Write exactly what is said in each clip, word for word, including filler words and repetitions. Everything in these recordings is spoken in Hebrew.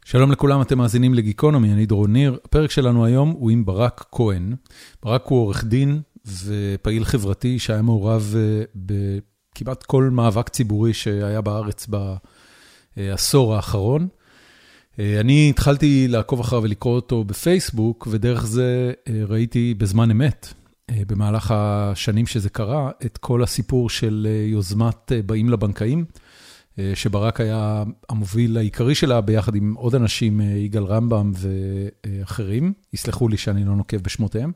שלום לכולם, אתם מאזינים לגיקונומי, אני דורון ניר. הפרק שלנו היום הוא עם ברק כהן. ברק הוא עורך דין ופעיל חברתי שהיה מעורב בכמעט כל מאבק ציבורי שהיה בארץ בעשור האחרון. אני התחלתי לעקוב אחריו ולקרוא אותו בפייסבוק, ודרך זה ראיתי בזמן אמת, במהלך השנים שזה קרה, את כל הסיפור של יוזמת באים לבנקאים, שברק היה המוביל העיקרי שלה ביחד עם עוד אנשים, יגאל רמב"ם ואחרים, יסלחו לי שאני לא נוקב בשמותיהם,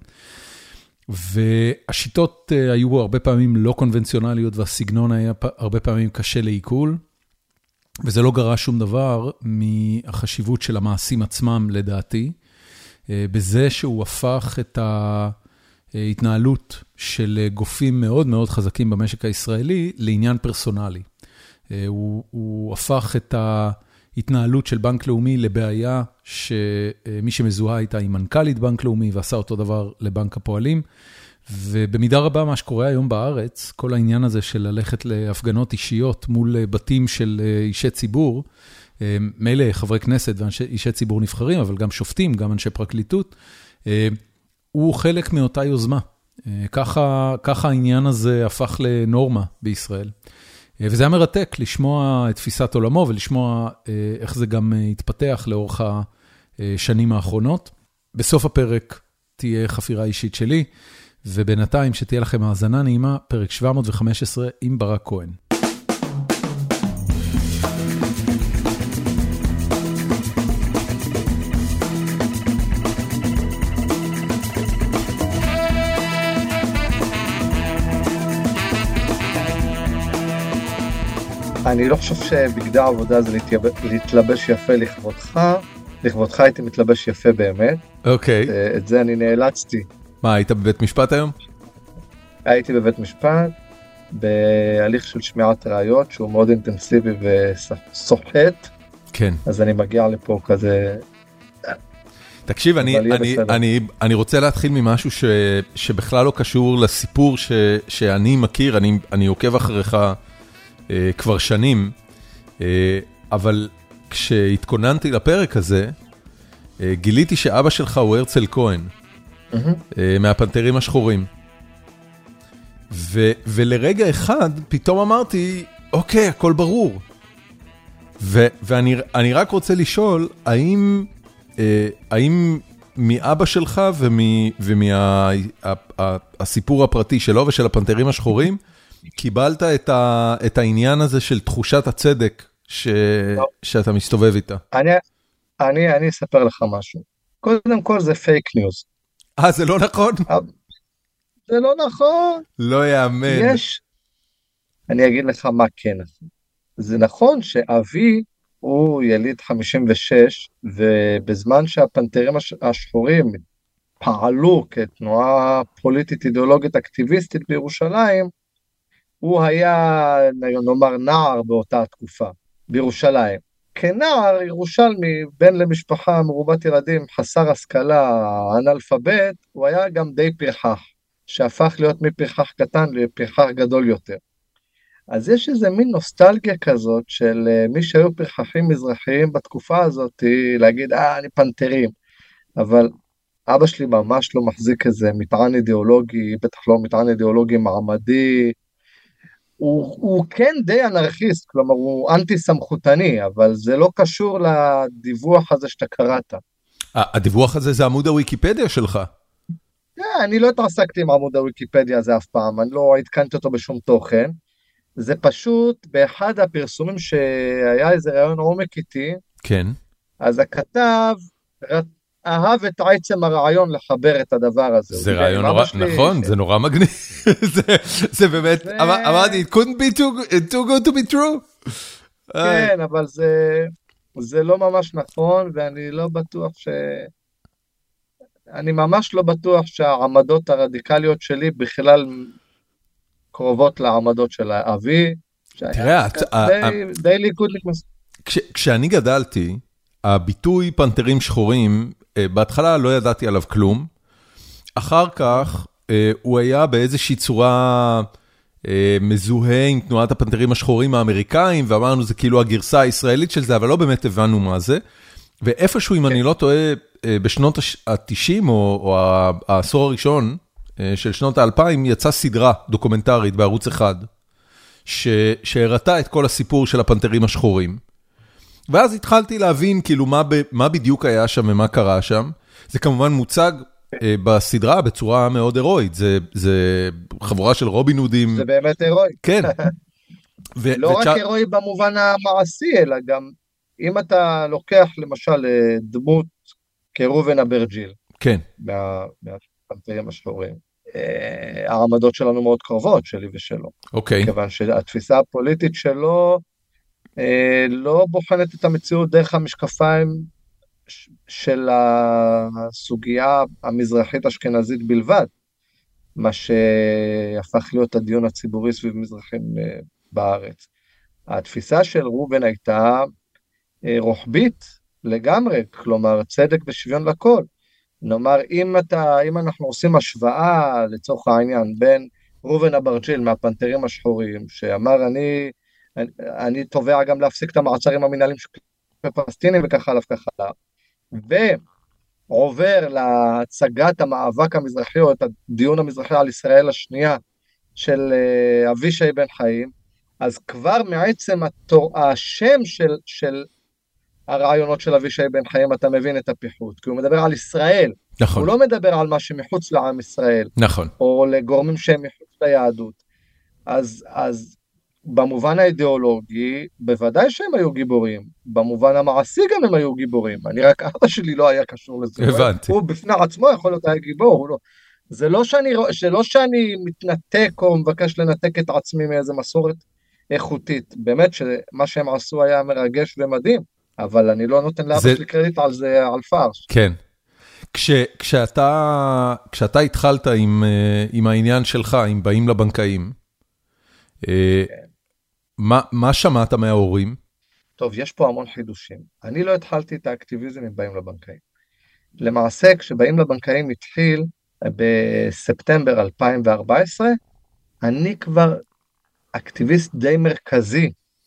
והשיטות היו הרבה פעמים לא קונבנציונליות, והסגנון היה הרבה פעמים קשה לעיכול, וזה לא גרע שום דבר מהחשיבות של המעשים עצמם לדעתי, בזה שהוא הפך את ההתנהלות של גופים מאוד מאוד חזקים במשק הישראלי לעניין פרסונלי. הוא, הוא הפך את ההתנהלות של בנק לאומי לבעיה שמי שמזוהה איתה היא מנכ"לית בנק לאומי, ועשה אותו דבר לבנק הפועלים, ובמידה רבה מה שקורה היום בארץ, כל העניין הזה של ללכת להפגנות אישיות מול בתים של אישי ציבור, מילא חברי כנסת ואישי ציבור נבחרים, אבל גם שופטים, גם אנשי פרקליטות, הוא חלק מאותה יוזמה. ככה, ככה העניין הזה הפך לנורמה בישראל. וזה היה מרתק לשמוע את תפיסת עולמו, ולשמוע איך זה גם התפתח לאורך השנים האחרונות. בסוף הפרק תהיה חפירה אישית שלי, ובינתיים שתהיה לכם האזנה נעימה, פרק שבע מאות וחמש עשרה עם ברק כהן. אני לא חושב שבגדי העבודה זה להתלבש יפה לכבודך, לכבודך הייתי מתלבש יפה באמת. אוקיי. את זה אני נאלצתי. מה, היית בבית משפט היום? הייתי בבית משפט, בהליך של שמיעת ראיות, שהוא מאוד אינטנסיבי וסוחט. כן. אז אני מגיע לפה כזה... תקשיב, אני, אני, אני, אני רוצה להתחיל ממשהו ש, שבכלל לא קשור לסיפור ש, שאני מכיר, אני, אני עוקב אחריך כבר שנים, אבל כשהתכוננתי לפרק הזה, גיליתי שאבא שלך הוא הרצל כהן, מהפנתרים השחורים. ו- ולרגע אחד פתאום אמרתי, אוקיי, הכל ברור. ו- ואני אני רק רוצה לשאול, האם, האם מאבא שלך ומהסיפור ומה, הפרטי שלו ושל הפנתרים השחורים, קיבלת את, ה, את העניין הזה של תחושת הצדק ש, שאתה מסתובב איתה? אני, אני, אני אספר לך משהו. קודם כל זה פייק ניוז. אה, זה לא נכון? זה לא נכון. לא יאמן. יש, אני אגיד לך מה כן. זה נכון שאבי הוא יליד חמישים ושש, ובזמן שהפנתרים השחורים פעלו כתנועה פוליטית אידיאולוגית אקטיביסטית בירושלים, הוא היה, נאמר, נער באותה תקופה, בירושלים. כנער, ירושלמי, בן למשפחה מרובת ילדים, חסר השכלה, אנאלפבית, הוא היה גם די פרחח, שהפך להיות מפרחח קטן לפרחח גדול יותר. אז יש איזה מין נוסטלגיה כזאת, של מי שהיו פרחחים מזרחיים בתקופה הזאת, להגיד, אה, אני פנתרים. אבל אבא שלי ממש לא מחזיק איזה מטען אידיאולוגי, בטח לא מטען אידיאולוגי מעמדי, הוא, הוא כן די אנרכיסט, כלומר הוא אנטי סמכותני, אבל זה לא קשור לדיווח הזה שאתה קראת. הדיווח הזה זה עמוד הוויקיפדיה שלך? אני לא התעסקתי עם עמוד הוויקיפדיה הזה אף פעם, אני לא התקנתי אותו בשום תוכן, זה פשוט באחד הפרסומים שהיה איזה רעיון עומק איתי, כן. אז הכתב אהב את עצם הרעיון לחבר את הדבר הזה. זה רעיון נורא, נכון, זה נורא מגניב. זה באמת, אמרתי, it couldn't be too good to be true. כן, אבל זה לא ממש נכון, ואני לא בטוח ש... אני ממש לא בטוח שהעמדות הרדיקליות שלי בכלל קרובות לעמדות של אבי. תראה, די ליכודניק מסוים. כשאני גדלתי, הביטוי פנתרים שחורים, בהתחלה לא ידעתי עליו כלום, אחר כך הוא היה באיזושהי צורה מזוהה עם תנועת הפנתרים השחורים האמריקאים, ואמרנו זה כאילו הגרסה הישראלית של זה, אבל לא באמת הבנו מה זה, ואיפשהו, אם אני לא טועה, בשנות ה-תשעים, או העשור הראשון של שנות ה-אלפיים, יצאה סדרה דוקומנטרית בערוץ אחד, שהראתה את כל הסיפור של הפנתרים השחורים. ואז התחלתי להבין כאילו מה, מה בדיוק היה שם ומה קרה שם. זה כמובן מוצג בסדרה בצורה מאוד הירואית. זה, זה חבורה של רובין הודים. זה באמת הירואי. כן. ו- לא וצ'ה... רק הירואי במובן המעשי, אלא גם אם אתה לוקח למשל דמות כראובן אברג'יל. כן. מה, מהפנתרים השחורים. העמדות שלנו מאוד קרובות, שלי ושלו. אוקיי. כיוון שהתפיסה הפוליטית שלו, לא בוחנת את המציאות דרך המשקפיים של הסוגיה המזרחית אשכנזית בלבד, מה שהפך להיות הדיון הציבורי סביב מזרחים בארץ. התפיסה של ראובן הייתה רוחבית לגמרי, כלומר צדק ושוויון לכל. נאמר, אם, אתה, אם אנחנו עושים השוואה לצורך העניין בין ראובן אברג'יל מהפנתרים השחורים, שאמר אני, אני, אני תובע גם להפסיק את המעצרים המנהליים של פלסטינים וכך הלאה וכך הלאה, ועובר להצגת המאבק המזרחי או את הדיון המזרחי על ישראל השנייה של אבישי בן חיים, אז כבר מעצם התור, השם של, של הרעיונות של אבישי בן חיים אתה מבין את הפיחות, כי הוא מדבר על ישראל, נכון. הוא לא מדבר על מה שמחוץ לעם ישראל, נכון. או לגורמים שהם מחוץ ליהדות, אז, אז במובן האידיאולוגי, בוודאי שהם היו גיבורים, במובן המעשי גם הם היו גיבורים, אני רק אבא שלי לא היה קשור לזה, הבנתי. הוא בפני עצמו יכול להיות היה גיבור, הוא לא, זה לא שאני, שלא שאני מתנתק או מבקש לנתק את עצמי מאיזה מסורת איכותית, באמת שמה שהם עשו היה מרגש ומדהים, אבל אני לא נותן לאבא שלי קרדיט על זה, על פרש. כן. כש, כשאתה, כשאתה התחלת עם, עם העניין שלך, עם באים לבנקאים, כן. מה, מה שמעת מההורים? טוב, יש פה המון חידושים. אני לא התחלתי את האקטיביזם עם באים לבנקאים. למעשה, כשבאים לבנקאים התחיל בספטמבר אלפיים וארבע עשרה, אני כבר אקטיביסט די מרכזי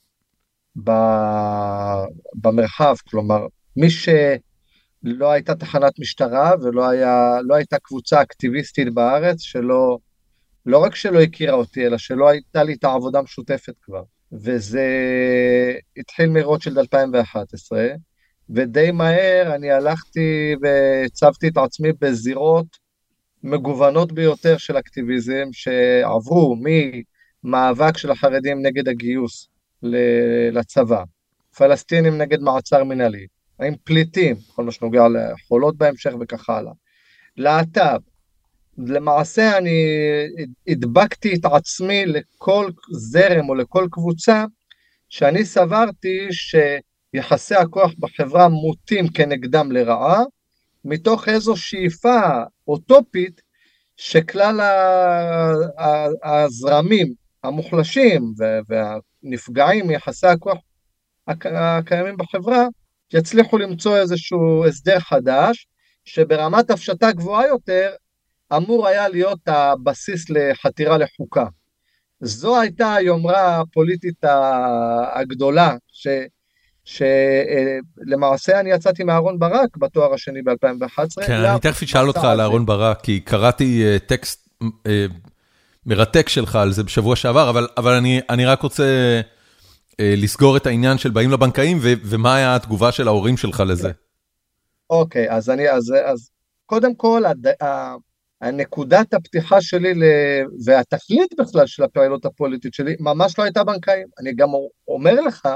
במרחב, כלומר, מי שלא הייתה תחנת משטרה ולא היה, לא הייתה קבוצה אקטיביסטית בארץ, שלא, לא רק שלא הכירה אותי, אלא שלא הייתה לי את העבודה משותפת כבר. וזה התחיל מרוטשילד אלפיים ואחת עשרה, ודי מהר אני הלכתי והצבתי את עצמי בזירות מגוונות ביותר של אקטיביזם, שעברו ממאבק של החרדים נגד הגיוס לצבא, פלסטינים נגד מעצר מנהלי, עם פליטים, כל מה שנוגע לחולות בהמשך וכך הלאה, להט"ב. למעשה אני הדבקתי את עצמי לכל זרם או לכל קבוצה, שאני סברתי שיחסי הכוח בחברה מוטים כנגדם לרעה, מתוך איזו שאיפה אוטופית, שכלל הזרמים המוחלשים והנפגעים מיחסי הכוח הקיימים בחברה, יצליחו למצוא איזשהו הסדר חדש, שברמת הפשטה גבוהה יותר, אמור היה להיות הבסיס לחתירה לחוקה. זו הייתה היומרה הפוליטית הגדולה, ש, שלמעשה אני יצאתי מאהרון ברק בתואר השני ב-אלפיים ואחת עשרה. כן, אני תכף אשאל אותך על אהרון ברק, כי קראתי טקסט מרתק שלך על זה בשבוע שעבר, אבל, אבל אני, אני רק רוצה לסגור את העניין של באים לבנקאים, ו, ומה היה התגובה של ההורים שלך לזה? אוקיי, אז אני, אז, אז קודם כל, הד... הנקודת הפתיחה שלי, והתכלית בכלל של הפעילות הפוליטית שלי, ממש לא הייתה בנקאים. אני גם אומר לך,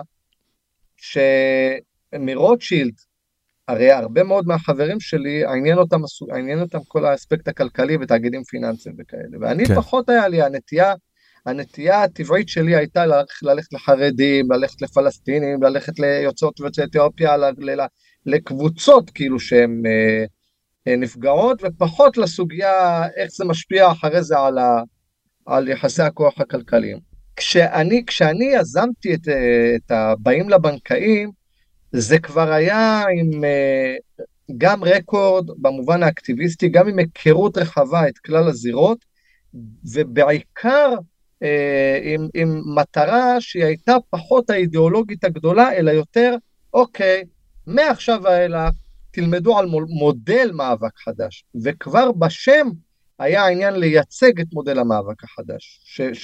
שמרוטשילד, הרי הרבה מאוד מהחברים שלי, העניין אותם, העניין אותם כל האספקט הכלכלי ותאגידים פיננסיים וכאלה, ואני כן. פחות היה לי, הנטייה, הנטייה הטבעית שלי הייתה ללכת, ללכת לחרדים, ללכת לפלסטינים, ללכת ליוצאות ויוצאי אתיופיה, לקבוצות כאילו שהם נפגעות, ופחות לסוגיה איך זה משפיע אחרי זה על, ה, על יחסי הכוח הכלכליים. כשאני, כשאני יזמתי את, את הבאים לבנקאים, זה כבר היה עם גם רקורד במובן האקטיביסטי, גם עם היכרות רחבה את כלל הזירות, ובעיקר עם, עם מטרה שהיא הייתה פחות האידיאולוגית הגדולה, אלא יותר, אוקיי, מעכשיו ואילך, תלמדו על מודל מאבק חדש, וכבר בשם היה העניין לייצג את מודל המאבק החדש,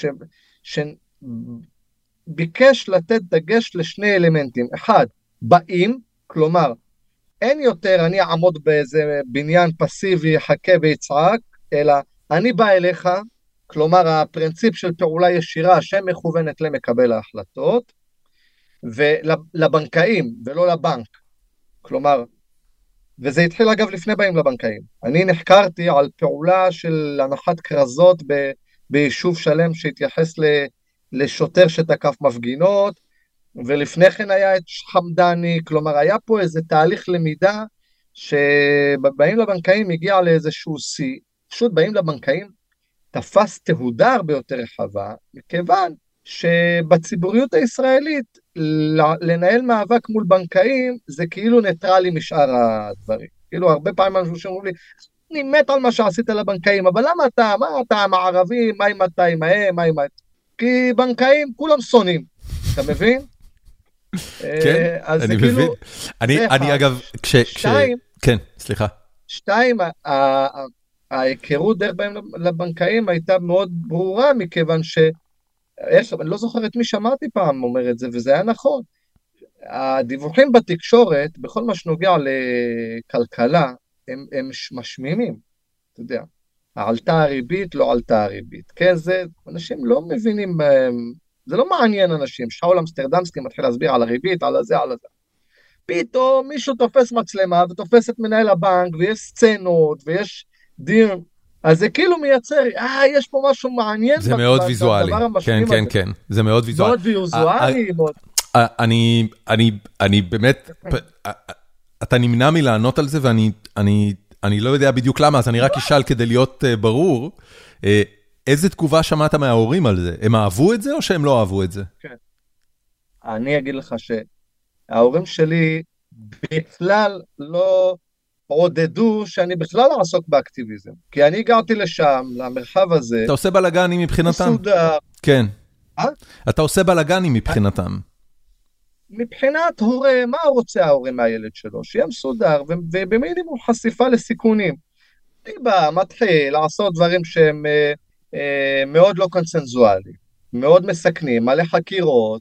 שביקש לתת דגש לשני אלמנטים, אחד, באים, כלומר, אין יותר אני אעמוד באיזה בניין פסיבי, חכה ויצעק, אלא אני בא אליך, כלומר הפרינציפ של פעולה ישירה שמכוונת למקבל ההחלטות, ולבנקאים ולא לבנק, כלומר, וזה התחיל אגב לפני באים לבנקאים, אני נחקרתי על פעולה של הנחת קרזות ב, ביישוב שלם שהתייחס ל, לשוטר שתקף מפגינות, ולפני כן היה את חמדני, כלומר היה פה איזה תהליך למידה, שבאים לבנקאים הגיע לאיזשהו שיא, פשוט באים לבנקאים, תפס תהודה הרבה יותר רחבה, מכיוון שבציבוריות הישראלית, לנהל מאבק מול בנקאים, זה כאילו ניטרלי משאר הדברים. כאילו הרבה פעמים אנשים שאומרים לי, אני מת על מה שעשית לבנקאים, אבל למה אתה, מה אתה המערבי, מה אם אתה עם ההם, מה אם אתה... כי בנקאים כולם שונאים, אתה מבין? כן, אני מבין. אני אגב, כש... שתיים, כן, סליחה. שתיים, ההיכרות דרך בהם לבנקאים הייתה מאוד ברורה, מכיוון ש... אני לא זוכר את מי שמעתי פעם אומר את זה, וזה היה נכון. הדיווחים בתקשורת, בכל מה שנוגע לכלכלה, הם, הם משמימים, אתה יודע. עלתה הריבית, לא עלתה הריבית. כן, זה, אנשים לא מבינים, זה לא מעניין אנשים. שאול אמסטרדמסקי מתחיל להסביר על הריבית, על הזה, על הזה. פתאום מישהו תופס מצלמה, ותופס את מנהל הבנק, ויש סצנות, ויש דין, אז זה כאילו מייצר, אה, יש פה משהו מעניין. זה מאוד ויזואלי. כן, כן, כן. זה מאוד ויזואלי. מאוד ויזואלי. אני, אני, אני באמת, אתה נמנע מלענות על זה, ואני, אני, אני לא יודע בדיוק למה, אז אני רק אשאל כדי להיות ברור, איזה תגובה שמעת מההורים על זה? הם אהבו את זה או שהם לא אהבו את זה? כן. אני אגיד לך שההורים שלי בכלל לא עודדו שאני בכלל לא אעסוק באקטיביזם, כי אני הגעתי לשם, למרחב הזה. אתה עושה בלגנים מבחינתם? מסודר. כן. אה? אתה עושה בלגנים מבחינתם. מבחינת הורה, מה רוצה ההורה מהילד שלו? שיהיה מסודר, ובמינימום חשיפה לסיכונים. אני בא, מתחיל לעשות דברים שהם אה, אה, מאוד לא קונצנזואליים, מאוד מסכנים, מלא חקירות,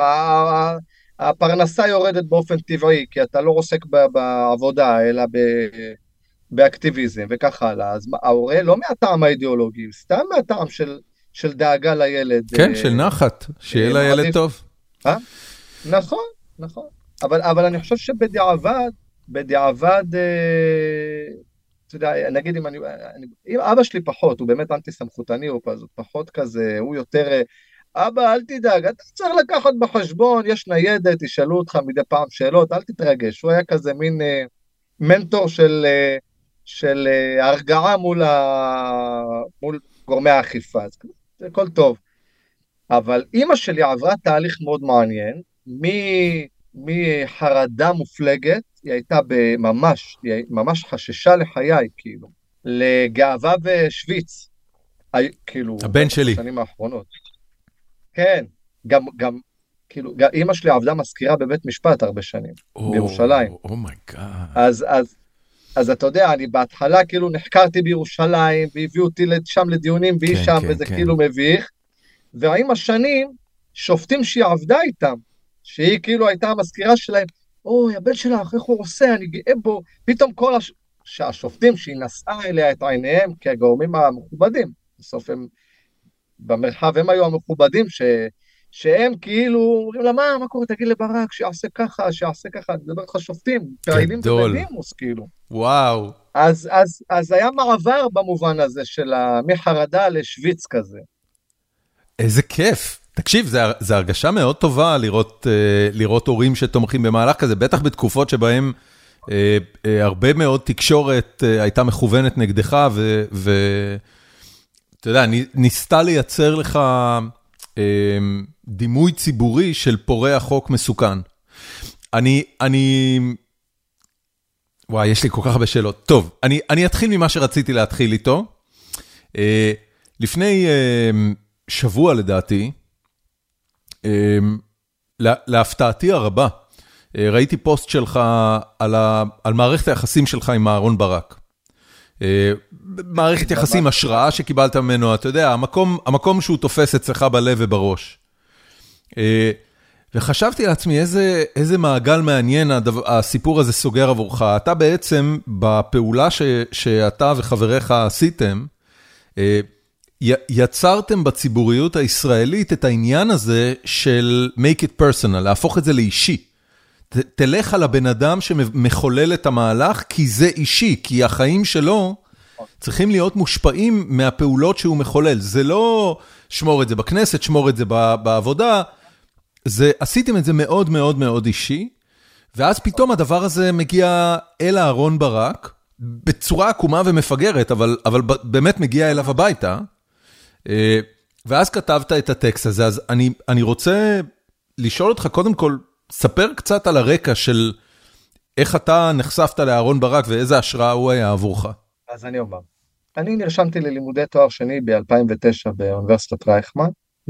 הפרנסה יורדת באופן טבעי, כי אתה לא עוסק בעבודה, אלא באקטיביזם וכך הלאה. אז ההורה לא מהטעם האידיאולוגי, סתם מהטעם של, של דאגה לילד. כן, של נחת, שיהיה לילד טוב. אה? נכון, נכון. אבל, אבל אני חושב שבדיעבד, בדיעבד, אתה יודע, נגיד אם אני, אם אבא שלי פחות, הוא באמת אנטי סמכותני, הוא פחות כזה, הוא יותר... אבא, אל תדאג, אתה צריך לקחת בחשבון, יש ניידת, ישאלו אותך מדי פעם שאלות, אל תתרגש. הוא היה כזה מין אה, מנטור של, אה, של אה, הרגעה מול, ה, מול גורמי האכיפה, אז זה הכל טוב. אבל אמא שלי עברה תהליך מאוד מעניין, מחרדה מופלגת, היא הייתה בממש, היא ממש חששה לחיי, כאילו, לגאווה בשוויץ, כאילו, הבן שלי. בשנים האחרונות. כן, גם, גם, כאילו, אמא שלי עבדה מזכירה בבית משפט הרבה שנים, oh, בירושלים. אומייגאד. Oh אז, אז, אז אתה יודע, אני בהתחלה כאילו נחקרתי בירושלים, והביאו אותי שם לדיונים, והיא כן, שם, כן, וזה כן. כאילו מביך, ועם השנים, שופטים שהיא עבדה איתם, שהיא כאילו הייתה המזכירה שלהם, אוי, הבן שלך, איך הוא עושה, אני גאה בו, פתאום כל הש... שהשופטים שהיא נשאה אליה את עיניהם, כגורמים המכובדים, בסוף הם, במרחב הם היו המכובדים, ש... שהם כאילו, אומרים לה, מה, מה קורה, תגיד לברק, שיעשה ככה, שיעשה ככה, דבר לך שופטים, פעילים ובדימוס, כאילו. וואו. אז, אז, אז היה מעבר במובן הזה, של מחרדה לשוויץ כזה. איזה כיף. תקשיב, זה, זה הרגשה מאוד טובה לראות, לראות הורים שתומכים במהלך כזה, בטח בתקופות שבהם אה, אה, הרבה מאוד תקשורת אה, הייתה מכוונת נגדך, ו, ו, אתה יודע, ניסתה לייצר לך אה, דימוי ציבורי של פורע חוק מסוכן. אני, אני, וואי, יש לי כל כך הרבה שאלות. טוב, אני, אני אתחיל ממה שרציתי להתחיל איתו. אה, לפני אה, שבוע לדעתי, להפתעתי הרבה, ראיתי פוסט שלך על, ה, על מערכת היחסים שלך עם אהרון ברק. מערכת יחסים, השראה שקיבלת ממנו, אתה יודע, המקום, המקום שהוא תופס אצלך בלב ובראש. וחשבתי לעצמי, איזה, איזה מעגל מעניין הסיפור הזה סוגר עבורך. אתה בעצם, בפעולה ש, שאתה וחבריך עשיתם, יצרתם בציבוריות הישראלית את העניין הזה של make it personal, להפוך את זה לאישי. ת, תלך על הבן אדם שמחולל את המהלך, כי זה אישי, כי החיים שלו צריכים להיות מושפעים מהפעולות שהוא מחולל. זה לא שמור את זה בכנסת, שמור את זה בעבודה, זה, עשיתם את זה מאוד מאוד מאוד אישי, ואז פתאום הדבר הזה מגיע אל אהרון ברק, בצורה עקומה ומפגרת, אבל, אבל באמת מגיע אליו הביתה, ואז כתבת את הטקסט הזה. אז אני, אני רוצה לשאול אותך, קודם כל, ספר קצת על הרקע של איך אתה נחשפת לאהרון ברק, ואיזה השראה הוא היה עבורך. אז אני אומר, אני נרשמתי ללימודי תואר שני ב-אלפיים ותשע באוניברסיטת רייכמן,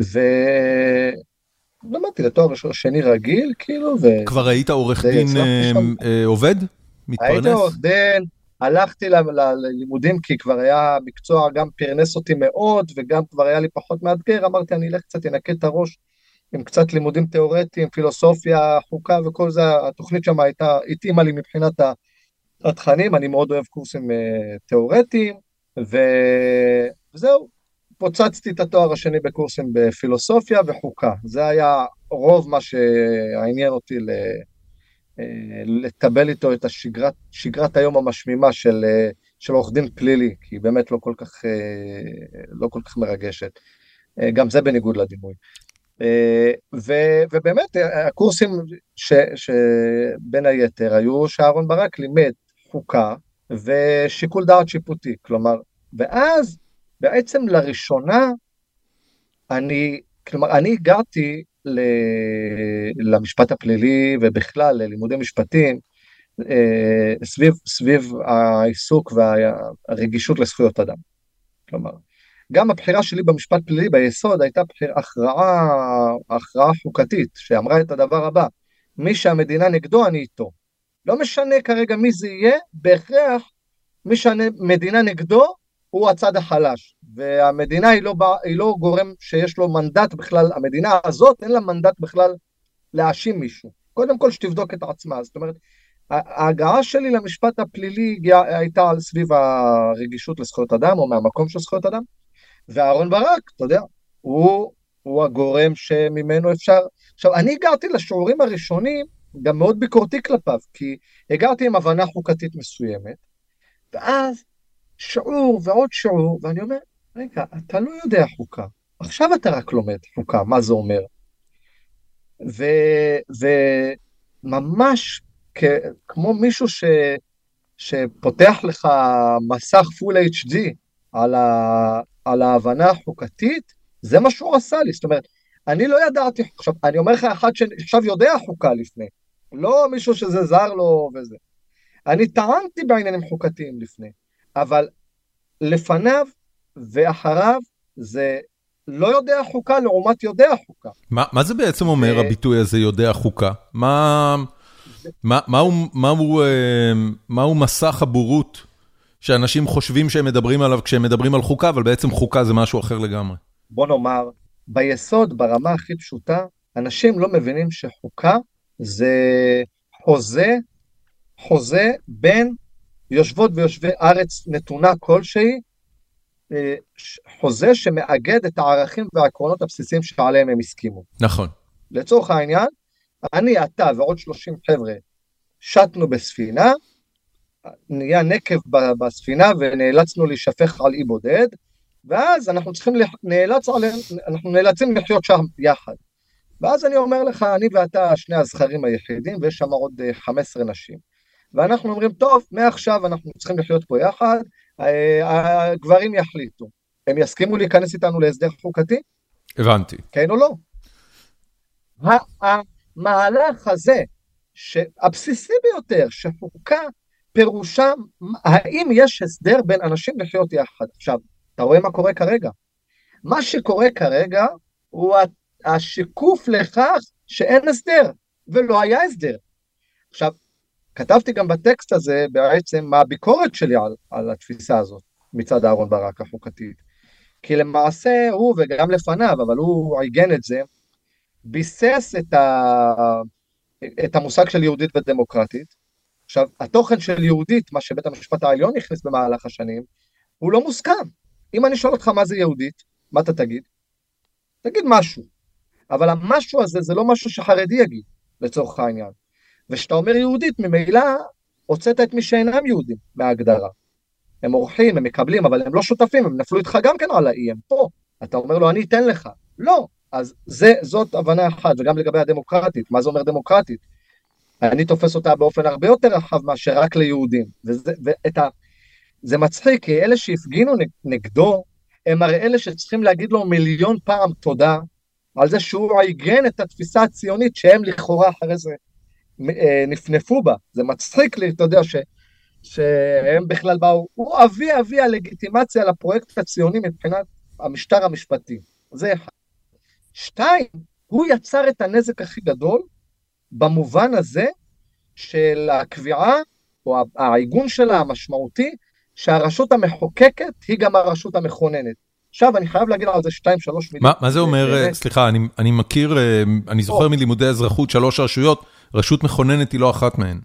ולמדתי לתואר שני רגיל, כאילו, ו... כבר היית עורך דין עובד? מתפרנס? הייתי עורך דין, הלכתי ללימודים כי כבר היה מקצוע, גם פרנס אותי מאוד, וגם כבר היה לי פחות מאתגר, אמרתי אני אלך קצת, ינקה את הראש, עם קצת לימודים תיאורטיים, פילוסופיה, חוקה וכל זה, התוכנית שם הייתה, התאימה לי מבחינת התכנים, אני מאוד אוהב קורסים תיאורטיים, וזהו, פוצצתי את התואר השני בקורסים בפילוסופיה וחוקה, זה היה רוב מה שהעניין אותי ל... לטבל איתו את השגרת, שגרת היום המשמימה של, של עורך דין פלילי, כי היא באמת לא כל כך, לא כל כך מרגשת. גם זה בניגוד לדימוי. ו, ובאמת, הקורסים ש, שבין היתר היו שאהרון ברק לימד חוקה ושיקול דעת שיפוטי, כלומר, ואז בעצם לראשונה אני, כלומר, אני הגעתי למשפט הפלילי ובכלל ללימודי משפטים סביב, סביב העיסוק והרגישות לזכויות אדם. כלומר, גם הבחירה שלי במשפט פלילי ביסוד הייתה הכרעה, הכרעה חוקתית שאמרה את הדבר הבא, מי שהמדינה נגדו אני איתו. לא משנה כרגע מי זה יהיה, בהכרח מי שהמדינה נגדו הוא הצד החלש, והמדינה היא לא, היא לא גורם שיש לו מנדט בכלל, המדינה הזאת אין לה מנדט בכלל להאשים מישהו, קודם כל שתבדוק את עצמה. זאת אומרת, ההגעה שלי למשפט הפלילי הייתה על סביב הרגישות לזכויות אדם, או מהמקום של זכויות אדם, ואהרון ברק, אתה יודע, הוא, הוא הגורם שממנו אפשר, עכשיו אני הגעתי לשיעורים הראשונים, גם מאוד ביקורתי כלפיו, כי הגעתי עם הבנה חוקתית מסוימת, ואז שיעור ועוד שיעור, ואני אומר, רגע, אתה לא יודע חוקה, עכשיו אתה רק לומד חוקה, מה זה אומר? ו, וממש כ, כמו מישהו ש, שפותח לך מסך פול אייץ' די על, ה, על ההבנה החוקתית, זה מה שהוא עשה לי, זאת אומרת, אני לא ידעתי, עכשיו, אני אומר לך אחד שעכשיו יודע חוקה לפני, לא מישהו שזה זר לו וזה, אני טענתי בעניינים חוקתיים לפני, אבל לפניו ואחריו זה לא יודע חוקה לעומת יודע חוקה. מה, מה זה בעצם אומר הביטוי הזה יודע חוקה? מה, מה, מה הוא, מה הוא, מה הוא מסך הבורות שאנשים חושבים שהם מדברים עליו כשהם מדברים על חוקה, אבל בעצם חוקה זה משהו אחר לגמרי? בוא נאמר, ביסוד, ברמה הכי פשוטה, אנשים לא מבינים שחוקה זה חוזה, חוזה בין יושבות ויושבי ארץ נתונה כלשהי, חוזה שמאגד את הערכים והעקרונות הבסיסיים שעליהם הם הסכימו. נכון. לצורך העניין, אני, אתה ועוד שלושים חבר'ה שטנו בספינה, נהיה נקב בספינה ונאלצנו להישפך על אי בודד, ואז אנחנו צריכים, נאלץ עליהם, אנחנו נאלצים לחיות שם יחד. ואז אני אומר לך, אני ואתה שני הזכרים היחידים, ויש שם עוד חמש עשרה נשים. ואנחנו אומרים, טוב, מעכשיו אנחנו צריכים לחיות פה יחד, הגברים יחליטו. הם יסכימו להיכנס איתנו להסדר חוקתי? הבנתי. כן או לא? המהלך הזה, הבסיסי ביותר, שחוקה פירושה, האם יש הסדר בין אנשים לחיות יחד? עכשיו, אתה רואה מה קורה כרגע? מה שקורה כרגע, הוא השיקוף לכך שאין הסדר, ולא היה הסדר. עכשיו, כתבתי גם בטקסט הזה בעצם מה הביקורת שלי על, על התפיסה הזאת, מצד אהרון ברק החוקתית. כי למעשה הוא, וגם לפניו, אבל הוא עיגן את זה, ביסס את, ה, את המושג של יהודית ודמוקרטית. עכשיו, התוכן של יהודית, מה שבית המשפט העליון הכניס במהלך השנים, הוא לא מוסכם. אם אני שואל אותך מה זה יהודית, מה אתה תגיד? תגיד משהו. אבל המשהו הזה זה לא משהו שחרדי יגיד, לצורך העניין. ושאתה אומר יהודית, ממילא הוצאת את מי שאינם יהודים מההגדרה. הם אורחים, הם מקבלים, אבל הם לא שותפים, הם נפלו איתך גם כן על האי, הם פה. אתה אומר לו, אני אתן לך. לא. אז זה, זאת הבנה אחת, וגם לגבי הדמוקרטית. מה זה אומר דמוקרטית? אני תופס אותה באופן הרבה יותר רחב מאשר רק ליהודים. וזה, ואת ה, זה מצחיק, כי אלה שהפגינו נגדו, הם הרי אלה שצריכים להגיד לו מיליון פעם תודה, על זה שהוא עיגן את התפיסה הציונית, שהם לכאורה אחרי זה נפנפו בה. זה מצחיק לי, אתה יודע, ש, שהם בכלל באו, הוא אבי אבי הלגיטימציה לפרויקט הציוני מבחינת המשטר המשפטי. זה אחד. שתיים, הוא יצר את הנזק הכי גדול, במובן הזה של הקביעה, או העיגון שלה המשמעותי, שהרשות המחוקקת היא גם הרשות המכוננת. עכשיו, אני חייב להגיד על זה שתיים, שלוש מילים. מה, מה זה אומר, סליחה, אני, אני מכיר, אני זוכר מלימודי אזרחות, שלוש רשויות, רשות מכוננת היא לא אחת מהן.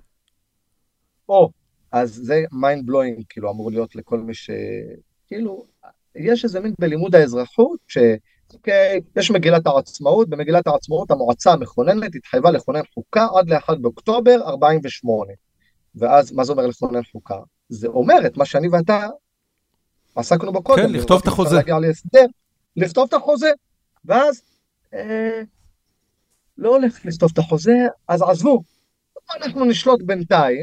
או, אז זה mind blowing, כאילו, אמור להיות לכל מי ש... כאילו, יש איזה מין בלימוד האזרחות, ש... אוקיי, יש מגילת העצמאות, במגילת העצמאות המועצה המכוננת התחייבה לכונן חוקה עד ל-אחד באוקטובר ארבעים ושמונה. ואז, מה זה אומר לכונן חוקה? זה אומר את מה שאני ואתה עסקנו בו קודם. כן, לכתוב את החוזה. להגיע להסדר, לכתוב את החוזה, ואז אה, לא הולך לכתוב את החוזה, אז עזבו. אנחנו נשלוט בינתיים,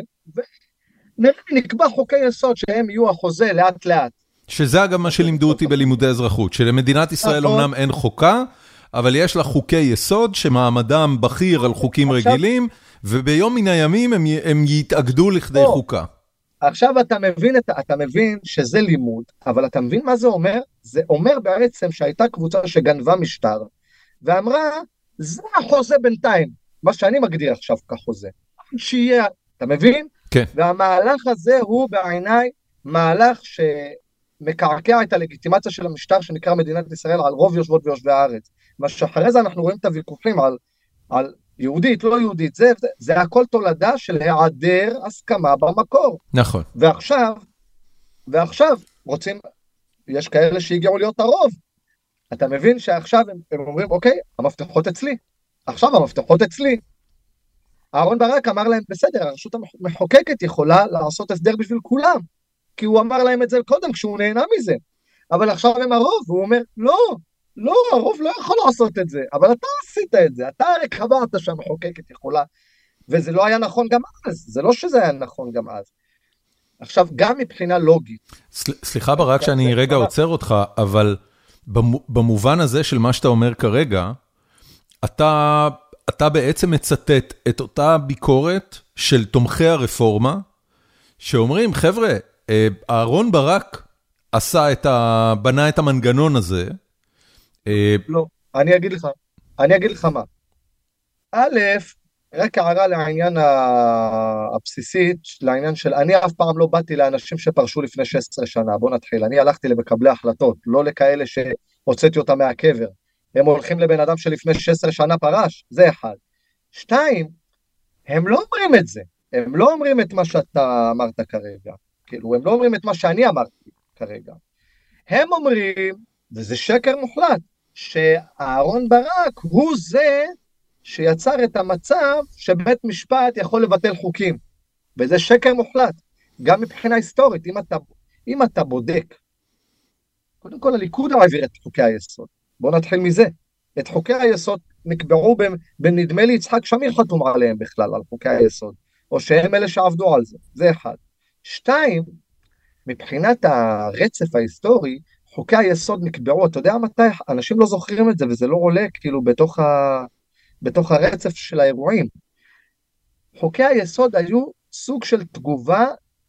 ונקבע חוקי יסוד שהם יהיו החוזה לאט לאט. שזה גם מה שלימדו אותי בלימודי אזרחות, שלמדינת ישראל אומנם אין חוקה, אבל יש לה חוקי יסוד שמעמדם בכיר על חוקים רגילים, וביום מן הימים הם, הם יתאגדו לכדי או, חוקה. עכשיו אתה מבין, אתה, אתה מבין שזה לימוד, אבל אתה מבין מה זה אומר? זה אומר בעצם שהייתה קבוצה שגנבה משטר, ואמרה, זה החוזה בינתיים, מה שאני מגדיר עכשיו כחוזה. שיהיה, אתה מבין? כן. והמהלך הזה הוא בעיניי מהלך שמקעקע את הלגיטימציה של המשטר שנקרא מדינת ישראל על רוב יושבות ויושבי הארץ. מה שאחרי זה אנחנו רואים את הוויכוחים על, על יהודית, לא יהודית, זה, זה, זה הכל תולדה של היעדר הסכמה במקור. נכון. ועכשיו, ועכשיו רוצים, יש כאלה שהגיעו להיות הרוב. אתה מבין שעכשיו הם, הם אומרים, אוקיי, המפתחות אצלי. עכשיו המפתחות אצלי. אהרון ברק אמר להם, בסדר, הרשות המחוקקת יכולה לעשות הסדר בשביל כולם. כי הוא אמר להם את זה קודם, כשהוא נהנה מזה. אבל עכשיו הם הרוב, והוא אומר, לא, לא, הרוב לא יכול לעשות את זה. אבל אתה עשית את זה, אתה הרי קבעת שהמחוקקת יכולה. וזה לא היה נכון גם אז, זה לא שזה היה נכון גם אז. עכשיו, גם מבחינה לוגית. סליחה ברק שאני רגע עוצר אותך, אבל במובן הזה של מה שאתה אומר כרגע, אתה, אתה בעצם מצטט את אותה ביקורת של תומכי הרפורמה, שאומרים, חבר'ה, אהרון ברק עשה את ה... בנה את המנגנון הזה. לא, אני אגיד לך, אני אגיד לך מה. א', רק הערה לעניין הבסיסית, לעניין של, אני אף פעם לא באתי לאנשים שפרשו לפני שש עשרה שנה, בוא נתחיל, אני הלכתי למקבלי החלטות, לא לכאלה שהוצאתי אותם מהקבר, הם הולכים לבן אדם שלפני שש עשרה שנה פרש, זה אחד. שתיים, הם לא אומרים את זה, הם לא אומרים את מה שאתה אמרת כרגע, כאילו, הם לא אומרים את מה שאני אמרתי כרגע, הם אומרים, וזה שקר מוחלט, שאהרון ברק הוא זה שיצר את המצב שבית משפט יכול לבטל חוקים, וזה שקר מוחלט, גם מבחינה היסטורית, אם אתה, אם אתה בודק, קודם כל הליכוד העביר את חוקי היסוד, בואו נתחיל מזה, את חוקי היסוד נקבעו בנדמה לי יצחק שמיר חתום עליהם בכלל, על חוקי היסוד, או שהם אלה שעבדו על זה, זה אחד. שתיים, מבחינת הרצף ההיסטורי, חוקי היסוד נקבעו, אתה יודע מתי, אנשים לא זוכרים את זה, וזה לא עולה כאילו בתוך, ה, בתוך הרצף של האירועים. חוקי היסוד היו סוג של תגובה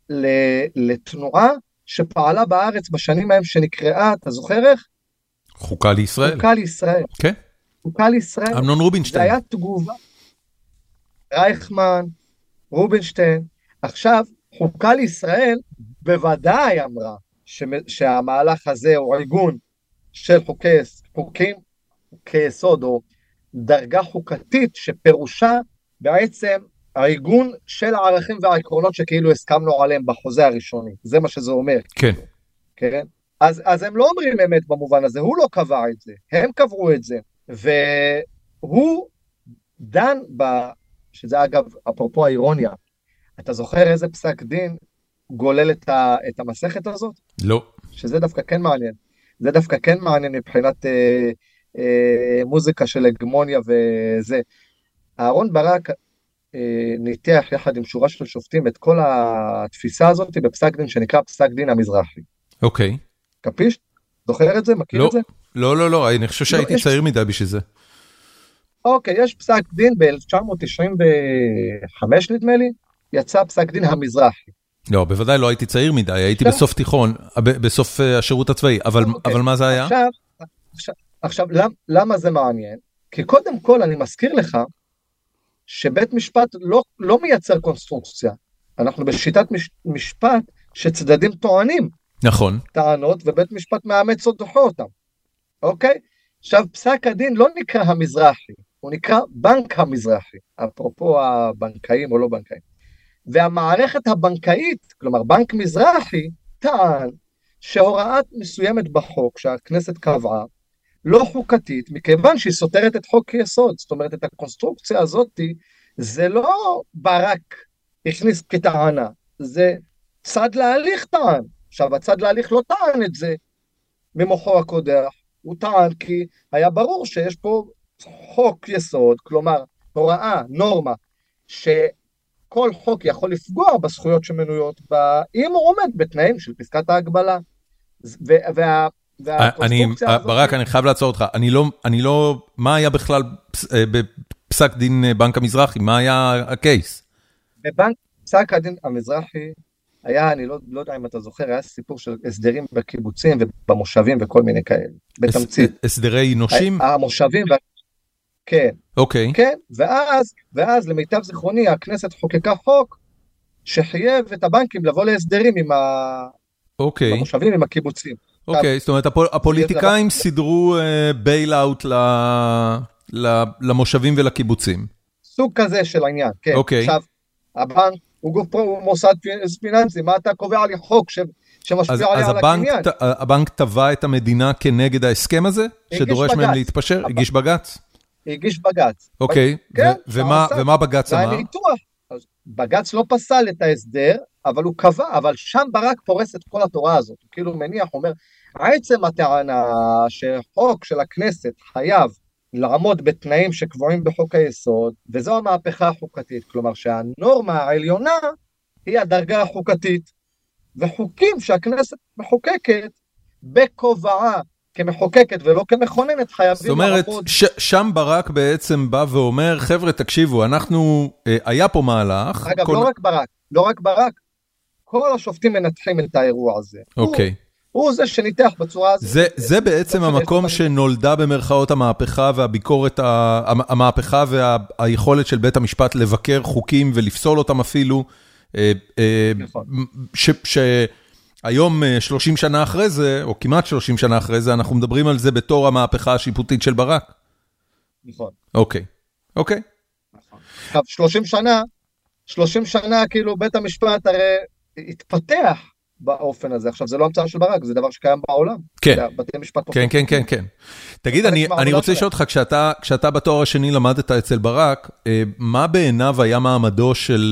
לתנועה שפעלה בארץ בשנים ההם שנקראה, אתה זוכר איך? חוקה לישראל. חוקה לישראל. כן. חוקה לישראל. אמנון רובינשטיין. זה היה תגובה. רייכמן, רובינשטיין. עכשיו, חוקה לישראל בוודאי אמרה ש... שהמהלך הזה הוא עיגון של חוקי, חוקים כיסוד או דרגה חוקתית שפירושה בעצם העיגון של הערכים והעקרונות שכאילו הסכמנו עליהם בחוזה הראשוני. זה מה שזה אומר. כן. כן? אז, אז הם לא אומרים אמת במובן הזה, הוא לא קבע את זה, הם קבעו את זה, והוא דן ב... שזה אגב, אפרופו האירוניה, אתה זוכר איזה פסק דין גולל את, ה, את המסכת הזאת? לא. שזה דווקא כן מעניין. זה דווקא כן מעניין מבחינת אה, אה, מוזיקה של הגמוניה וזה. אהרון ברק אה, ניתח יחד עם שורה של שופטים את כל התפיסה הזאת בפסק דין שנקרא פסק דין המזרחי. אוקיי. קפיש? זוכר את זה? מכיר לא, את זה? לא, לא, לא, אני חושב שהייתי לא, יש... צעיר מדי בשביל זה. אוקיי, יש פסק דין ב-אלף תשע מאות תשעים וחמש נדמה לי, יצא פסק דין המזרחי. לא, בוודאי לא הייתי צעיר מדי, הייתי עכשיו... בסוף תיכון, בסוף השירות הצבאי, אבל, אוקיי. אבל מה זה היה? עכשיו, עכשיו, עכשיו למ, למה זה מעניין? כי קודם כל אני מזכיר לך, שבית משפט לא, לא מייצר קונסטרוקציה, אנחנו בשיטת מש, משפט שצדדים טוענים, נכון. טענות, ובית משפט מאמץ או דוחה אותם. אוקיי? עכשיו, פסק הדין לא נקרא המזרחי, הוא נקרא בנק המזרחי, אפרופו הבנקאים או לא בנקאים. והמערכת הבנקאית, כלומר בנק מזרחי, טען שהוראה מסוימת בחוק שהכנסת קבעה, לא חוקתית, מכיוון שהיא סותרת את חוק יסוד, זאת אומרת, את הקונסטרוקציה הזאת, זה לא ברק הכניס כטענה, זה צד להליך טען. עכשיו, הצד להליך לא טען את זה ממוחו הקודח, הוא טען כי היה ברור שיש פה חוק יסוד, כלומר, הוראה, נורמה, שכל חוק יכול לפגוע בזכויות שמנויות בה, אם הוא עומד בתנאים של פסקת ההגבלה. וה... אני, ברק, אני חייב לעצור אותך, אני לא, אני לא, מה היה בכלל בפסק דין בנק המזרחי? מה היה הקייס? בבנק, פסק הדין המזרחי היה, אני לא, לא יודע אם אתה זוכר, היה סיפור של הסדרים בקיבוצים ובמושבים וכל מיני כאלה, בתמצית. הסדרי נושים? המושבים, ו... כן. אוקיי. כן, ואז, ואז למיטב זיכרוני, הכנסת חוקקה חוק שחייב את הבנקים לבוא להסדרים עם ה... אוקיי. במושבים, עם הקיבוצים. אוקיי, זאת אומרת, הפוליטיקאים סידרו בייל-אאוט למושבים ולקיבוצים. סוג כזה של העניין, כן. אוקיי. עכשיו, הבנק הוא גוף מוסד פיננסי, מה אתה קובע לי חוק שמשפיע עליה על הקניין? אז הבנק תבע את המדינה כנגד ההסכם הזה? שדורש מהם להתפשר? הגיש בגץ? הגיש בגץ. אוקיי, ומה בגץ אמר? בגץ לא פסל את ההסדר, אבל הוא קבע, אבל שם ברק פורס את כל התורה הזאת, הוא כאילו מניח, אומר, עצם הטענה שחוק של הכנסת חייב לעמוד בתנאים שקבועים בחוק היסוד, וזו המהפכה החוקתית, כלומר שהנורמה העליונה היא הדרגה החוקתית, וחוקים שהכנסת מחוקקת בכובעה כמחוקקת ולא כמכוננת חייבים זאת אומרת, ש- שם ברק בעצם בא ואומר, חבר'ה תקשיבו, אנחנו, אה, היה פה מהלך. אגב, כל... לא רק ברק, לא רק ברק, כל השופטים מנתחים את האירוע הזה. אוקיי. הוא, הוא זה שניתח בצורה הזאת. זה, זה בעצם המקום שנולדה במרכאות המהפכה והביקורת, המהפכה והיכולת של בית המשפט לבקר חוקים ולפסול אותם אפילו, נכון. ש... ש... היום שלושים שנה אחרי זה, או כמעט שלושים שנה אחרי זה, אנחנו מדברים על זה בתור המהפכה השיפוטית של ברק. נכון. אוקיי, אוקיי. נכון. עכשיו, שלושים שנה, שלושים שנה, כאילו בית המשפט הרי התפתח באופן הזה. עכשיו, זה לא המצאה של ברק, זה דבר שקיים בעולם. כן. בתי משפט כן, כן, כן, כן. תגיד, אני, אני רוצה לשאול אותך, כשאתה, כשאתה בתואר השני למדת אצל ברק, מה בעיניו היה מעמדו של,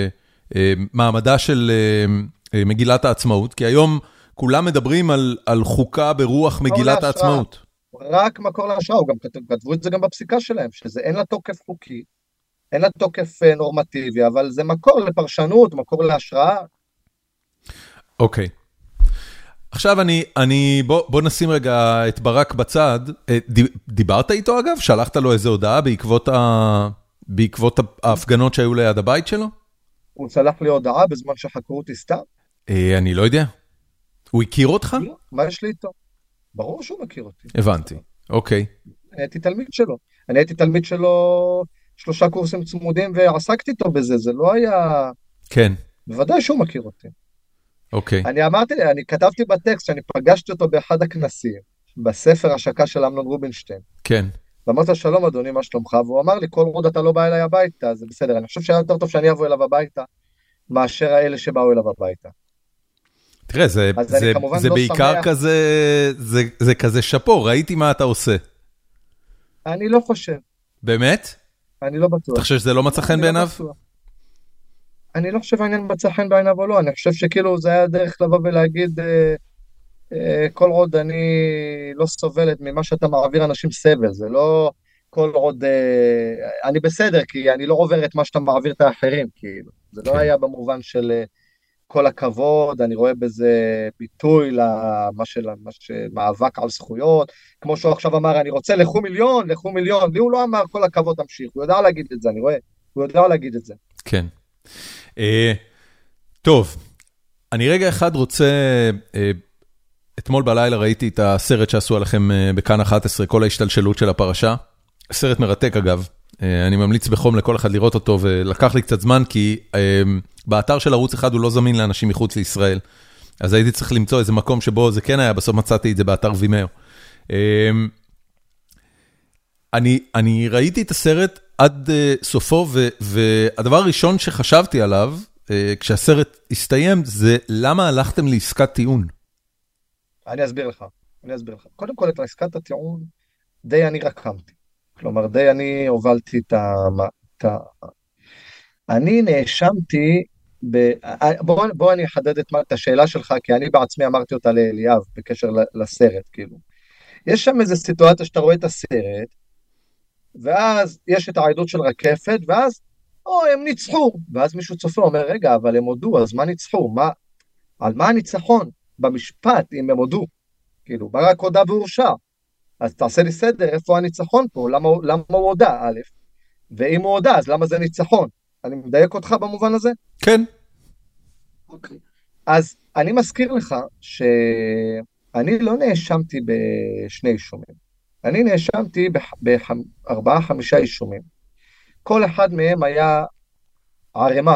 מעמדה של... מגילת העצמאות, כי היום כולם מדברים על, על חוקה ברוח מגילת העצמאות. רק מקור להשראה, גם כתבו את זה גם בפסיקה שלהם, שזה אין לה תוקף חוקי, אין לה תוקף נורמטיבי, אבל זה מקור לפרשנות, מקור להשראה. אוקיי. עכשיו אני, אני, בוא, בוא נשים רגע את ברק בצד. דיברת איתו אגב? שלחת לו איזו הודעה בעקבות, ה, בעקבות ההפגנות שהיו ליד הבית שלו? הוא שלח לי הודעה בזמן שחקרו אותי סתם. אני לא יודע. הוא הכיר אותך? מה יש לי איתו? ברור שהוא מכיר אותי. הבנתי, אוקיי. אני הייתי תלמיד שלו. אני הייתי תלמיד שלו שלושה קורסים צמודים ועסקתי איתו בזה, זה לא היה... כן. בוודאי שהוא מכיר אותי. אוקיי. אני אמרתי, אני כתבתי בטקסט שאני פגשתי אותו באחד הכנסים, בספר השקה של אמנון רובינשטיין. כן. ואמרתי, שלום אדוני, מה שלומך? והוא אמר לי, כל עוד אתה לא בא אליי הביתה, זה בסדר. אני חושב שהיה יותר טוב שאני אבוא אליו הביתה, מאשר האלה שבאו אליו הביתה. תראה, זה, זה, זה לא בעיקר שמח. כזה, זה, זה כזה שפו, ראיתי מה אתה עושה. אני לא חושב. באמת? אני לא בטוח. אתה חושב שזה לא מצא חן בעיניו? לא אני לא חושב העניין מצא חן בעיניו או לא, אני חושב שכאילו זה היה דרך לבוא ולהגיד, אה, אה, כל עוד אני לא סובלת ממה שאתה מעביר אנשים סבל, זה לא כל עוד, אה, אני בסדר, כי אני לא עובר את מה שאתה מעביר את האחרים, כאילו. זה לא כן. היה במובן של אה, כל הכבוד, אני רואה בזה ביטוי למה של, מה של מאבק על זכויות, כמו שהוא עכשיו אמר, אני רוצה לכו מיליון, לכו מיליון, לי הוא לא אמר כל הכבוד תמשיך, הוא יודע להגיד את זה, אני רואה, הוא יודע להגיד את זה. כן. Uh, טוב, אני רגע אחד רוצה, uh, אתמול בלילה ראיתי את הסרט שעשו עליכם uh, בכאן אחת עשרה, כל ההשתלשלות של הפרשה, סרט מרתק אגב, uh, אני ממליץ בחום לכל אחד לראות אותו, ולקח לי קצת זמן, כי uh, באתר של ערוץ אחד הוא לא זמין לאנשים מחוץ לישראל, אז הייתי צריך למצוא איזה מקום שבו זה כן היה, בסוף מצאתי את זה באתר וימאו. Uh, אני, אני ראיתי את הסרט, עד uh, סופו, ו- והדבר הראשון שחשבתי עליו, uh, כשהסרט הסתיים, זה למה הלכתם לעסקת טיעון? אני אסביר לך, אני אסביר לך. קודם כל, את עסקת הטיעון, די אני רקמתי. כלומר, די אני הובלתי את ה... את ה... אני נאשמתי, ב... בוא, בוא אני אחדד את, את השאלה שלך, כי אני בעצמי אמרתי אותה לאליאב, בקשר לסרט, כאילו. יש שם איזו סיטואציה שאתה רואה את הסרט, ואז יש את העדות של רקפת, ואז, או, הם ניצחו, ואז מישהו צופה, אומר, רגע, אבל הם הודו, אז מה ניצחו? מה, על מה הניצחון? במשפט, אם הם הודו. כאילו, ברק הודה והורשע. אז תעשה לי סדר, איפה הניצחון פה? למה, למה הוא הודה, א', ואם הוא הודה, אז למה זה ניצחון? אני מדייק אותך במובן הזה? כן. אוקיי. אז אני מזכיר לך, שאני לא נאשמתי בשני אישומים. אני נאשמתי בארבעה, חמישה אישומים. כל אחד מהם היה ערימה.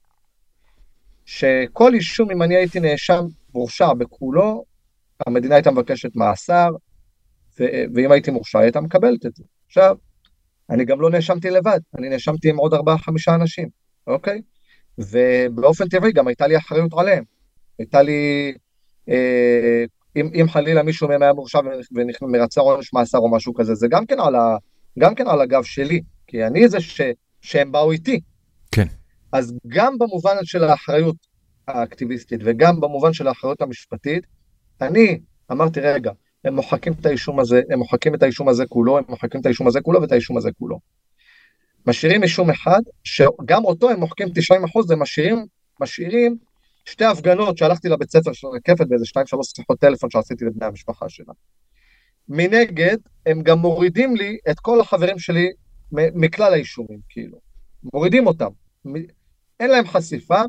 שכל אישום, אם אני הייתי נאשם מורשע בכולו, המדינה הייתה מבקשת מאסר, ו- ואם הייתי מורשע, הייתה מקבלת את זה. עכשיו, אני גם לא נאשמתי לבד, אני נאשמתי עם עוד ארבעה, חמישה אנשים, אוקיי? ובאופן טבעי גם הייתה לי אחריות עליהם. הייתה לי... אה, אם, אם חלילה מישהו מהם היה מורשע ומרצה עונש מאסר או משהו כזה, זה גם כן על, ה, גם כן על הגב שלי, כי אני זה ש, שהם באו איתי. כן. אז גם במובן של האחריות האקטיביסטית וגם במובן של האחריות המשפטית, אני אמרתי, רגע, הם מוחקים את האישום הזה, הם מוחקים את האישום הזה כולו, הם מוחקים את האישום הזה כולו ואת האישום הזה כולו. משאירים אישום אחד, שגם אותו הם מוחקים תשעים אחוז, הם משאירים, משאירים שתי הפגנות שהלכתי לבית ספר של רקפת באיזה שתיים שלוש שיחות טלפון שעשיתי לבני המשפחה שלה. מנגד, הם גם מורידים לי את כל החברים שלי מכלל האישומים, כאילו. מורידים אותם. אין להם חשיפה,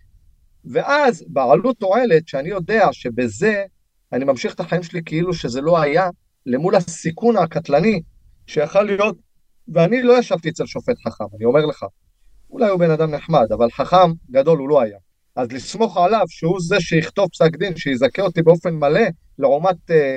ואז בעלות תועלת שאני יודע שבזה אני ממשיך את החיים שלי כאילו שזה לא היה, למול הסיכון הקטלני שיכול להיות, ואני לא ישבתי אצל שופט חכם, אני אומר לך, אולי הוא בן אדם נחמד, אבל חכם גדול הוא לא היה. אז לסמוך עליו שהוא זה שיכתוב פסק דין, שיזכה אותי באופן מלא, לעומת אה,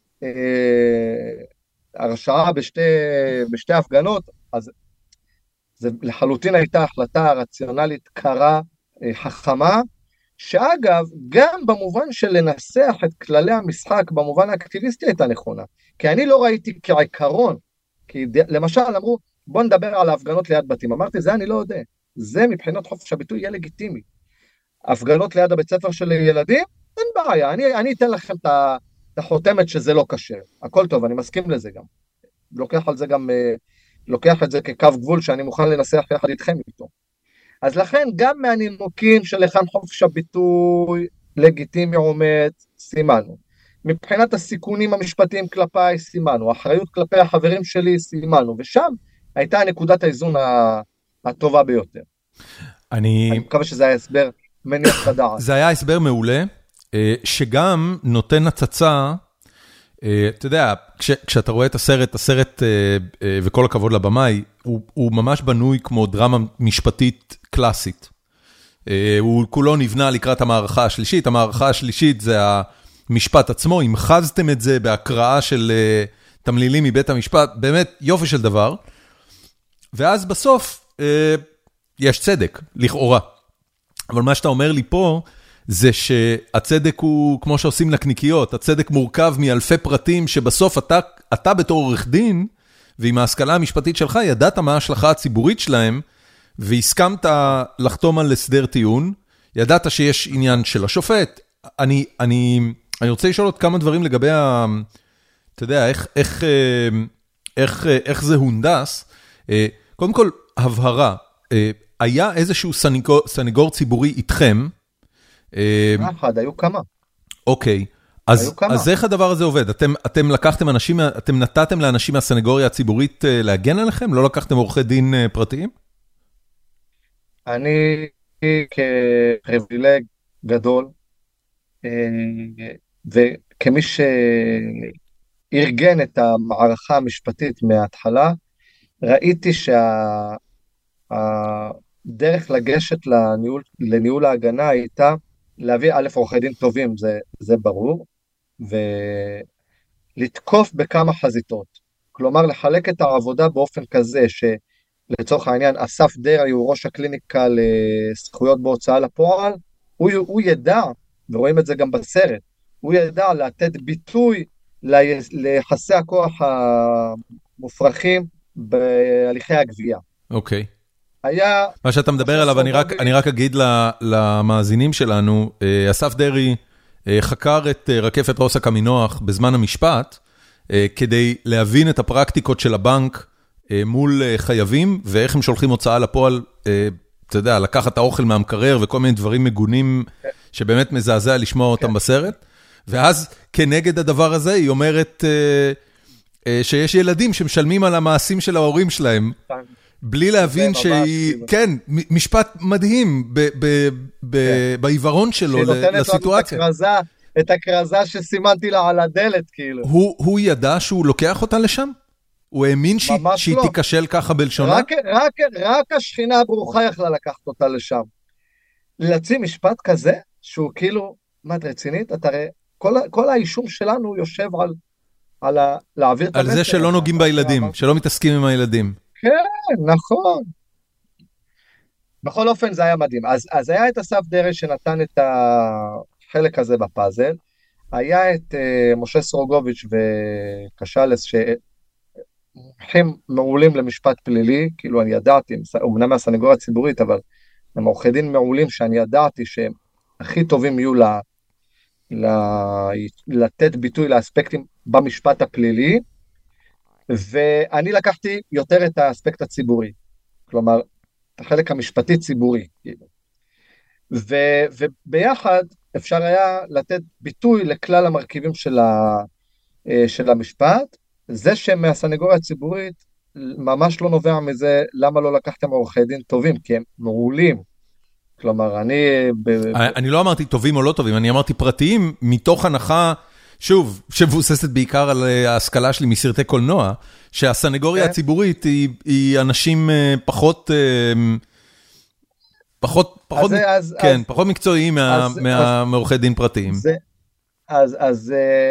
אה, הרשעה בשתי, בשתי הפגנות, אז זה לחלוטין הייתה החלטה רציונלית קרה, אה, חכמה, שאגב, גם במובן של לנסח את כללי המשחק, במובן האקטיביסטי הייתה נכונה, כי אני לא ראיתי כעיקרון, כי למשל אמרו, בוא נדבר על ההפגנות ליד בתים, אמרתי, זה אני לא יודע, זה מבחינת חופש הביטוי יהיה לגיטימי, הפגנות ליד הבית ספר של ילדים, אין בעיה, אני, אני אתן לכם את החותמת שזה לא קשר, הכל טוב, אני מסכים לזה גם, לוקח על זה גם, לוקח את זה כקו גבול שאני מוכן לנסח יחד איתכם איתו, אז לכן גם מהנימוקים של היכן חופש הביטוי לגיטימי עומד, סימנו, מבחינת הסיכונים המשפטיים כלפיי, סימנו, האחריות כלפי החברים שלי, סימנו, ושם הייתה נקודת האיזון הטובה ביותר. אני... אני מקווה שזה היה הסבר מניח לדעת. זה היה הסבר מעולה, שגם נותן הצצה, אתה יודע, כש, כשאתה רואה את הסרט, הסרט, וכל הכבוד לבמאי, הוא, הוא ממש בנוי כמו דרמה משפטית קלאסית. הוא כולו נבנה לקראת המערכה השלישית, המערכה השלישית זה המשפט עצמו, אם חזתם את זה בהקראה של תמלילים מבית המשפט, באמת יופי של דבר, ואז בסוף יש צדק, לכאורה. אבל מה שאתה אומר לי פה, זה שהצדק הוא כמו שעושים נקניקיות, הצדק מורכב מאלפי פרטים, שבסוף אתה, אתה בתור עורך דין, ועם ההשכלה המשפטית שלך, ידעת מה ההשלכה הציבורית שלהם, והסכמת לחתום על הסדר טיעון, ידעת שיש עניין של השופט. אני, אני, אני רוצה לשאול עוד כמה דברים לגבי ה... אתה יודע, איך, איך, איך, איך זה הונדס. קודם כל, הבהרה, היה איזשהו סניגור, סניגור ציבורי איתכם? אחד, היו כמה. אוקיי. אז, אז איך הדבר הזה עובד? אתם, אתם לקחתם אנשים, אתם נתתם לאנשים מהסניגוריה הציבורית להגן עליכם? לא לקחתם עורכי דין פרטיים? אני כפריבילג גדול, וכמי שארגן את המערכה המשפטית מההתחלה, ראיתי שהדרך לגשת לניהול, לניהול ההגנה הייתה להביא א' עורכי דין טובים, זה, זה ברור, ולתקוף בכמה חזיתות. כלומר, לחלק את העבודה באופן כזה שלצורך העניין, אסף דרעי הוא ראש הקליניקה לזכויות בהוצאה לפועל, הוא, הוא ידע, ורואים את זה גם בסרט, הוא ידע לתת ביטוי ליחסי הכוח המופרכים בהליכי הגבייה. אוקיי. Okay. היה... מה שאתה מדבר עליו, אני רק, אני רק אגיד למאזינים שלנו, אסף דרעי חקר את רקפת רוסק עמינוח בזמן המשפט, כדי להבין את הפרקטיקות של הבנק מול חייבים, ואיך הם שולחים הוצאה לפועל, אתה יודע, לקחת את האוכל מהמקרר וכל מיני דברים מגונים, שבאמת מזעזע לשמוע אותם בסרט, ואז כנגד הדבר הזה היא אומרת שיש ילדים שמשלמים על המעשים של ההורים שלהם, בלי להבין שהיא, כן, משפט מדהים בעיוורון שלו לסיטואציה. את הקרזה שסימנתי לה על הדלת, כאילו. הוא ידע שהוא לוקח אותה לשם? הוא האמין שהיא תיכשל ככה בלשונה? רק השכינה הברוכה יכלה לקחת אותה לשם. להוציא משפט כזה, שהוא כאילו, מה את רצינית? אתה רואה, כל האישום שלנו יושב על להעביר את המסר. על זה שלא נוגעים בילדים, שלא מתעסקים עם הילדים. כן, נכון. בכל אופן זה היה מדהים. אז, אז היה את אסף דרעי שנתן את החלק הזה בפאזל, היה את uh, משה סרוגוביץ' וקשלס שמומחים מעולים למשפט פלילי, כאילו אני ידעתי, אמנם מהסניגוריה הציבורית, אבל הם עורכי דין מעולים שאני ידעתי שהם הכי טובים יהיו ל, ל, לתת ביטוי לאספקטים במשפט הפלילי, ואני לקחתי יותר את האספקט הציבורי, כלומר, את החלק המשפטי ציבורי. ו, וביחד אפשר היה לתת ביטוי לכלל המרכיבים של, ה, של המשפט, זה שמהסניגוריה הציבורית ממש לא נובע מזה, למה לא לקחתם עורכי דין טובים, כי הם מעולים. כלומר, אני... ב... אני לא אמרתי טובים או לא טובים, אני אמרתי פרטיים, מתוך הנחה... שוב, שמבוססת בעיקר על ההשכלה שלי מסרטי קולנוע, שהסנגוריה הציבורית היא אנשים פחות, פחות, פחות, כן, פחות מקצועיים מעורכי דין פרטיים. אז, אז,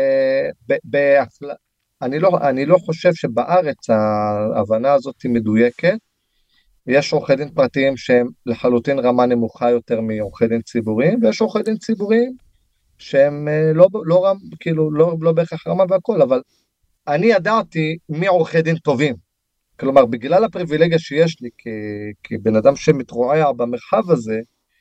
אני לא, אני לא חושב שבארץ ההבנה הזאת היא מדויקת, יש עורכי דין פרטיים שהם לחלוטין רמה נמוכה יותר מעורכי דין ציבוריים, ויש עורכי דין ציבוריים, שהם לא, לא, כאילו, לא, לא בהכרח רמה והכל, אבל אני ידעתי מי עורכי דין טובים. כלומר, בגלל הפריבילגיה שיש לי, כ, כבן אדם שמתרועע במרחב הזה,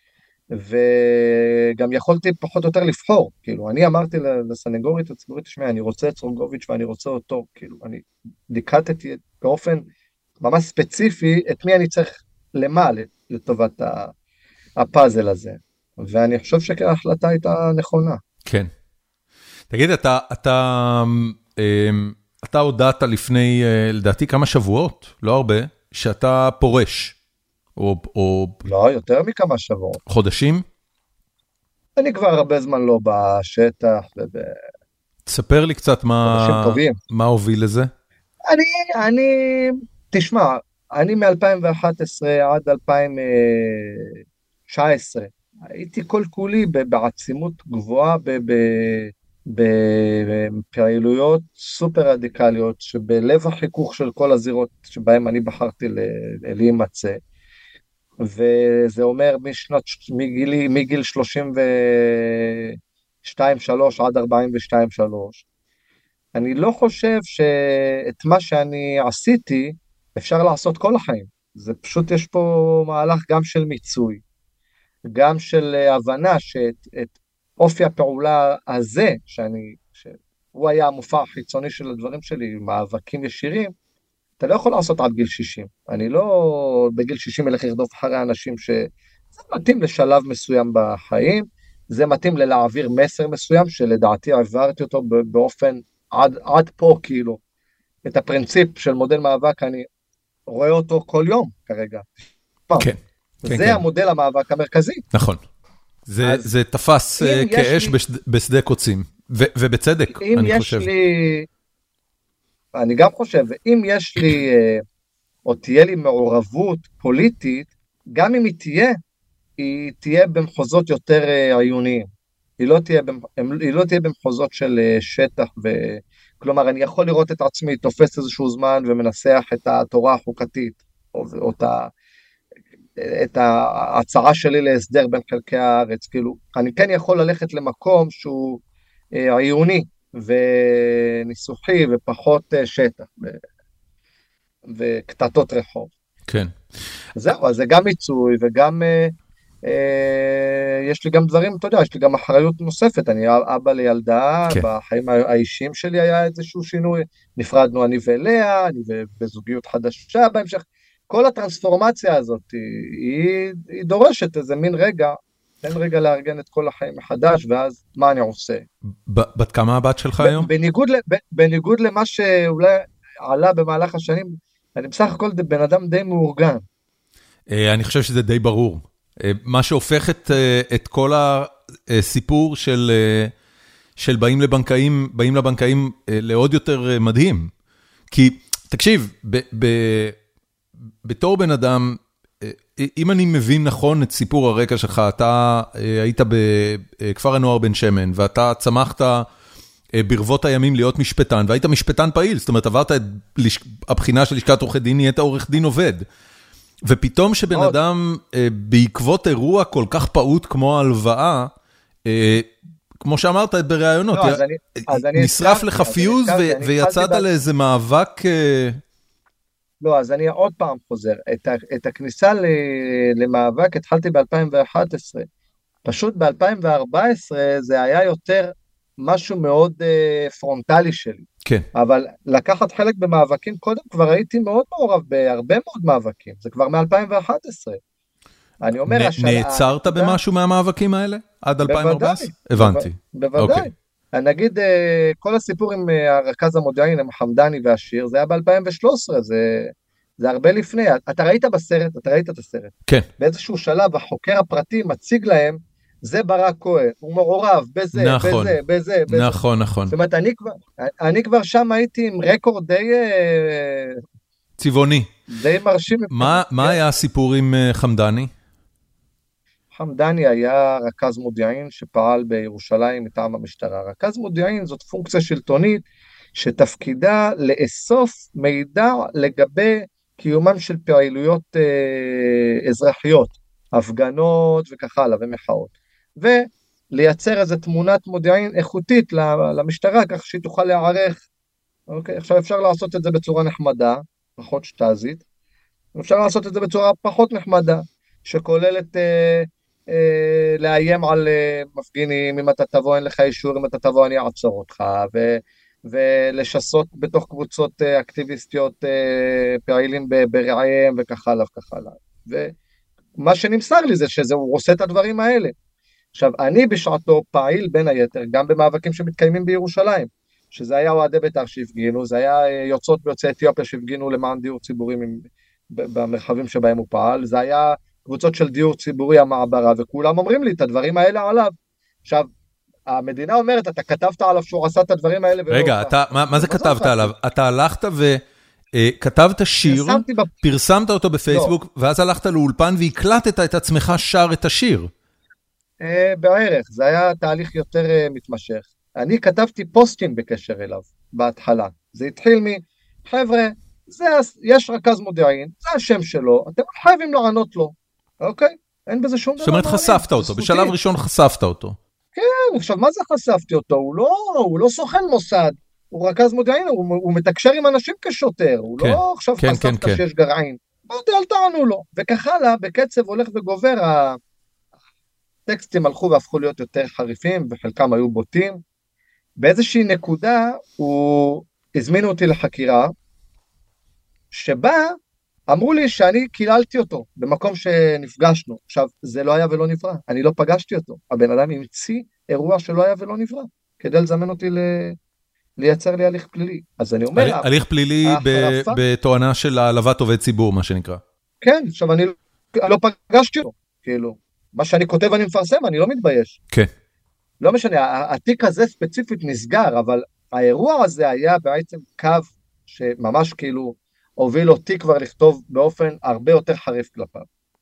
וגם יכולתי פחות או יותר לבחור. כאילו, אני אמרתי לסנגורית הציבורית, תשמע, אני רוצה את סרוגוביץ' ואני רוצה אותו. כאילו, אני דיקטתי באופן ממש ספציפי, את מי אני צריך למה לטובת הפאזל הזה. ואני חושב שההחלטה הייתה נכונה. כן. תגיד, אתה, אתה, אתה הודעת לפני, לדעתי, כמה שבועות, לא הרבה, שאתה פורש. או, או... לא, יותר מכמה שבועות. חודשים? אני כבר הרבה זמן לא בשטח. וב... תספר לי קצת מה, מה הוביל לזה. אני, אני, תשמע, אני מ-אלפיים ואחת עשרה עד אלפיים תשע עשרה, הייתי כל כולי בעצימות גבוהה, בפעילויות סופר רדיקליות, שבלב החיכוך של כל הזירות שבהם אני בחרתי להימצא, וזה אומר משנות, מגילי, מגיל שלושים ושתיים שלוש עד ארבעים ושתיים שלוש, אני לא חושב שאת מה שאני עשיתי אפשר לעשות כל החיים. זה פשוט, יש פה מהלך גם של מיצוי, גם של הבנה שאת את אופי הפעולה הזה, שאני, שהוא היה המופע החיצוני של הדברים שלי, מאבקים ישירים, אתה לא יכול לעשות עד גיל שישים. אני לא בגיל שישים אלך לרדוף אחרי אנשים שזה מתאים לשלב מסוים בחיים, זה מתאים ללהעביר מסר מסוים, שלדעתי עברתי אותו באופן עד, עד פה, כאילו, את הפרינציפ של מודל מאבק, אני רואה אותו כל יום כרגע. כן. זה כן, המודל המאבק המרכזי. נכון. זה, זה תפס כאש לי... בשדה קוצים, ו, ובצדק, אני חושב. לי, אני גם חושב, אם יש לי, או תהיה לי מעורבות פוליטית, גם אם היא תהיה, היא תהיה במחוזות יותר עיוניים. היא לא תהיה, היא לא תהיה במחוזות של שטח, ו... כלומר, אני יכול לראות את עצמי, תופס איזשהו זמן ומנסח את התורה החוקתית, או, או את, ה, את ההצעה שלי להסדר בין חלקי הארץ. כאילו, אני כן יכול ללכת למקום שהוא עיוני וניסוחי ופחות שטח, ו, וקטטות רחוב. כן. זהו, אז זה גם מיצוי וגם... יש לי גם דברים, אתה יודע, יש לי גם אחריות נוספת, אני אבא לילדה, כן. בחיים האישיים שלי היה איזשהו שינוי, נפרדנו אני ולאה, אני בזוגיות חדשה בהמשך, כל הטרנספורמציה הזאת, היא, היא דורשת איזה מין רגע, תן רגע לארגן את כל החיים מחדש, ואז מה אני עושה? בת כמה הבת שלך היום? בניגוד, בניגוד למה שאולי עלה במהלך השנים, אני בסך הכל בן אדם די מאורגן. אני חושב שזה די ברור. מה שהופך את, את כל הסיפור של, של באים לבנקאים, באים לבנקאים לעוד יותר מדהים. כי, תקשיב, ב, ב, בתור בן אדם, אם אני מבין נכון את סיפור הרקע שלך, אתה היית בכפר הנוער בן שמן, ואתה צמחת ברבות הימים להיות משפטן, והיית משפטן פעיל, זאת אומרת, עברת את הבחינה של לשכת עורכי דין, נהיית עורך דין עובד. ופתאום שבן אדם, בעקבות אירוע כל כך פעוט כמו הלוואה, כמו שאמרת בראיונות, נשרף לך פיוז ויצאת לאיזה מאבק... לא, אז אני עוד פעם חוזר. את הכניסה למאבק התחלתי ב-אלפיים ואחת עשרה. פשוט ב-אלפיים וארבע עשרה זה היה יותר משהו מאוד פרונטלי שלי. כן. אבל לקחת חלק במאבקים, קודם כבר הייתי מאוד מעורב בהרבה מאוד מאבקים, זה כבר מ-אלפיים ואחת עשרה. אני אומר, נעצרת במשהו מהמאבקים האלה? עד אלפיים וארבע עשרה? הבנתי. בוודאי. נגיד, כל הסיפור עם הרכז המודיעין, עם חמדני והשיר, זה היה ב-אלפיים ושלוש עשרה, זה הרבה לפני. אתה ראית בסרט, אתה ראית את הסרט. כן. באיזשהו שלב, החוקר הפרטי מציג להם, זה ברק כהן, הוא מעורב בזה, נכון, בזה, בזה, בזה. נכון, נכון. זאת אומרת, אני כבר, אני כבר שם הייתי עם רקורד די... צבעוני. די מרשים. מה, מה היה הסיפור עם חמדני? חמדני היה רכז מודיעין שפעל בירושלים מטעם המשטרה. רכז מודיעין זאת פונקציה שלטונית שתפקידה לאסוף מידע לגבי קיומם של פעילויות אה, אזרחיות, הפגנות וכך הלאה ומחאות. ולייצר איזו תמונת מודיעין איכותית למשטרה, כך שהיא תוכל להערך. אוקיי, עכשיו אפשר לעשות את זה בצורה נחמדה, פחות שטזית, אפשר לעשות את זה בצורה פחות נחמדה, שכוללת אה, אה, לאיים על אה, מפגינים, אם אתה תבוא אין לך אישור, אם אתה תבוא אני אעצור אותך, ו, ולשסות בתוך קבוצות אה, אקטיביסטיות אה, פעילים ברעיהם וכך הלאה וכך הלאה. ומה שנמסר לי זה שזה הוא עושה את הדברים האלה. עכשיו, אני בשעתו פעיל בין היתר, גם במאבקים שמתקיימים בירושלים, שזה היה אוהדי בית"ר שהפגינו, זה היה יוצאות ויוצאי אתיופיה שהפגינו למען דיור ציבורי במרחבים שבהם הוא פעל, זה היה קבוצות של דיור ציבורי המעברה, וכולם אומרים לי את הדברים האלה עליו. עכשיו, המדינה אומרת, אתה כתבת עליו שהוא עשה את הדברים האלה. רגע, אתה, מה, מה זה כתבת עליו? אתה הלכת כתבת שיר, בפ... פרסמת אותו בפייסבוק, לא. ואז הלכת לאולפן והקלטת את עצמך שר את השיר. בערך, זה היה תהליך יותר מתמשך. אני כתבתי פוסטים בקשר אליו, בהתחלה. זה התחיל מ... חבר'ה, זה, יש רכז מודיעין, זה השם שלו, אתם חייבים לענות לו, אוקיי? אין בזה שום דבר. זאת אומרת, חשפת אותו, בשלב ראשון חשפת אותו. כן, עכשיו, מה זה חשפתי אותו? הוא לא, הוא לא סוכן מוסד, הוא רכז מודיעין, הוא, הוא מתקשר עם אנשים כשוטר, הוא כן, לא עכשיו כן, חשפת כן, שיש כן. גרעין. בואו אל תענו לו. וכך הלאה, בקצב הולך וגובר, הטקסטים הלכו והפכו להיות יותר חריפים, וחלקם היו בוטים. באיזושהי נקודה, הוא הזמינו אותי לחקירה, שבה אמרו לי שאני קיללתי אותו, במקום שנפגשנו. עכשיו, זה לא היה ולא נברא, אני לא פגשתי אותו. הבן אדם המציא אירוע שלא היה ולא נברא, כדי לזמן אותי ל... לייצר לי הליך פלילי. אז אני אומר... הליך פלילי בתואנה של העלבת עובד ציבור, מה שנקרא. כן, עכשיו אני לא פגשתי אותו, כאילו, מה שאני כותב אני מפרסם, אני לא מתבייש. כן. לא משנה, התיק הזה ספציפית נסגר, אבל האירוע הזה היה בעצם קו שממש כאילו הוביל אותי כבר לכתוב באופן הרבה יותר חריף כלפיו.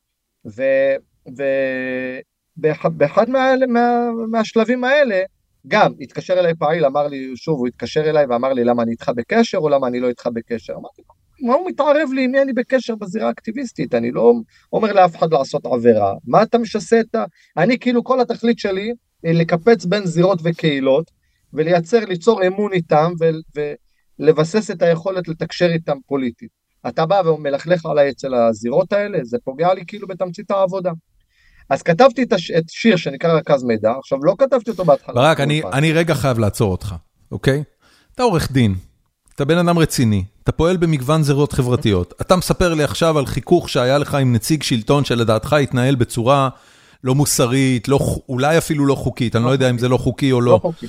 ובאחד מהשלבים האלה, גם התקשר אליי פעיל, אמר לי, שוב, הוא התקשר אליי ואמר לי, למה אני איתך בקשר או למה אני לא איתך בקשר? אמרתי, מה הוא מתערב לי, מי אני בקשר בזירה האקטיביסטית? אני לא אומר לאף אחד לעשות עבירה. מה אתה משסה את ה... אני כאילו, כל התכלית שלי, היא לקפץ בין זירות וקהילות, ולייצר, ליצור אמון איתם, ולבסס את היכולת לתקשר איתם פוליטית. אתה בא ומלכלך עליי אצל הזירות האלה, זה פוגע לי כאילו בתמצית העבודה. אז כתבתי את שיר שנקרא רכז מידע, עכשיו לא כתבתי אותו בהתחלה. ברק, אני, אני רגע חייב לעצור אותך, אוקיי? אתה עורך דין, אתה בן אדם רציני, אתה פועל במגוון זירות חברתיות, אתה מספר לי עכשיו על חיכוך שהיה לך עם נציג שלטון שלדעתך התנהל בצורה לא מוסרית, לא, אולי אפילו לא חוקית, אני לא יודע אם זה לא חוקי או לא. לא חוקי.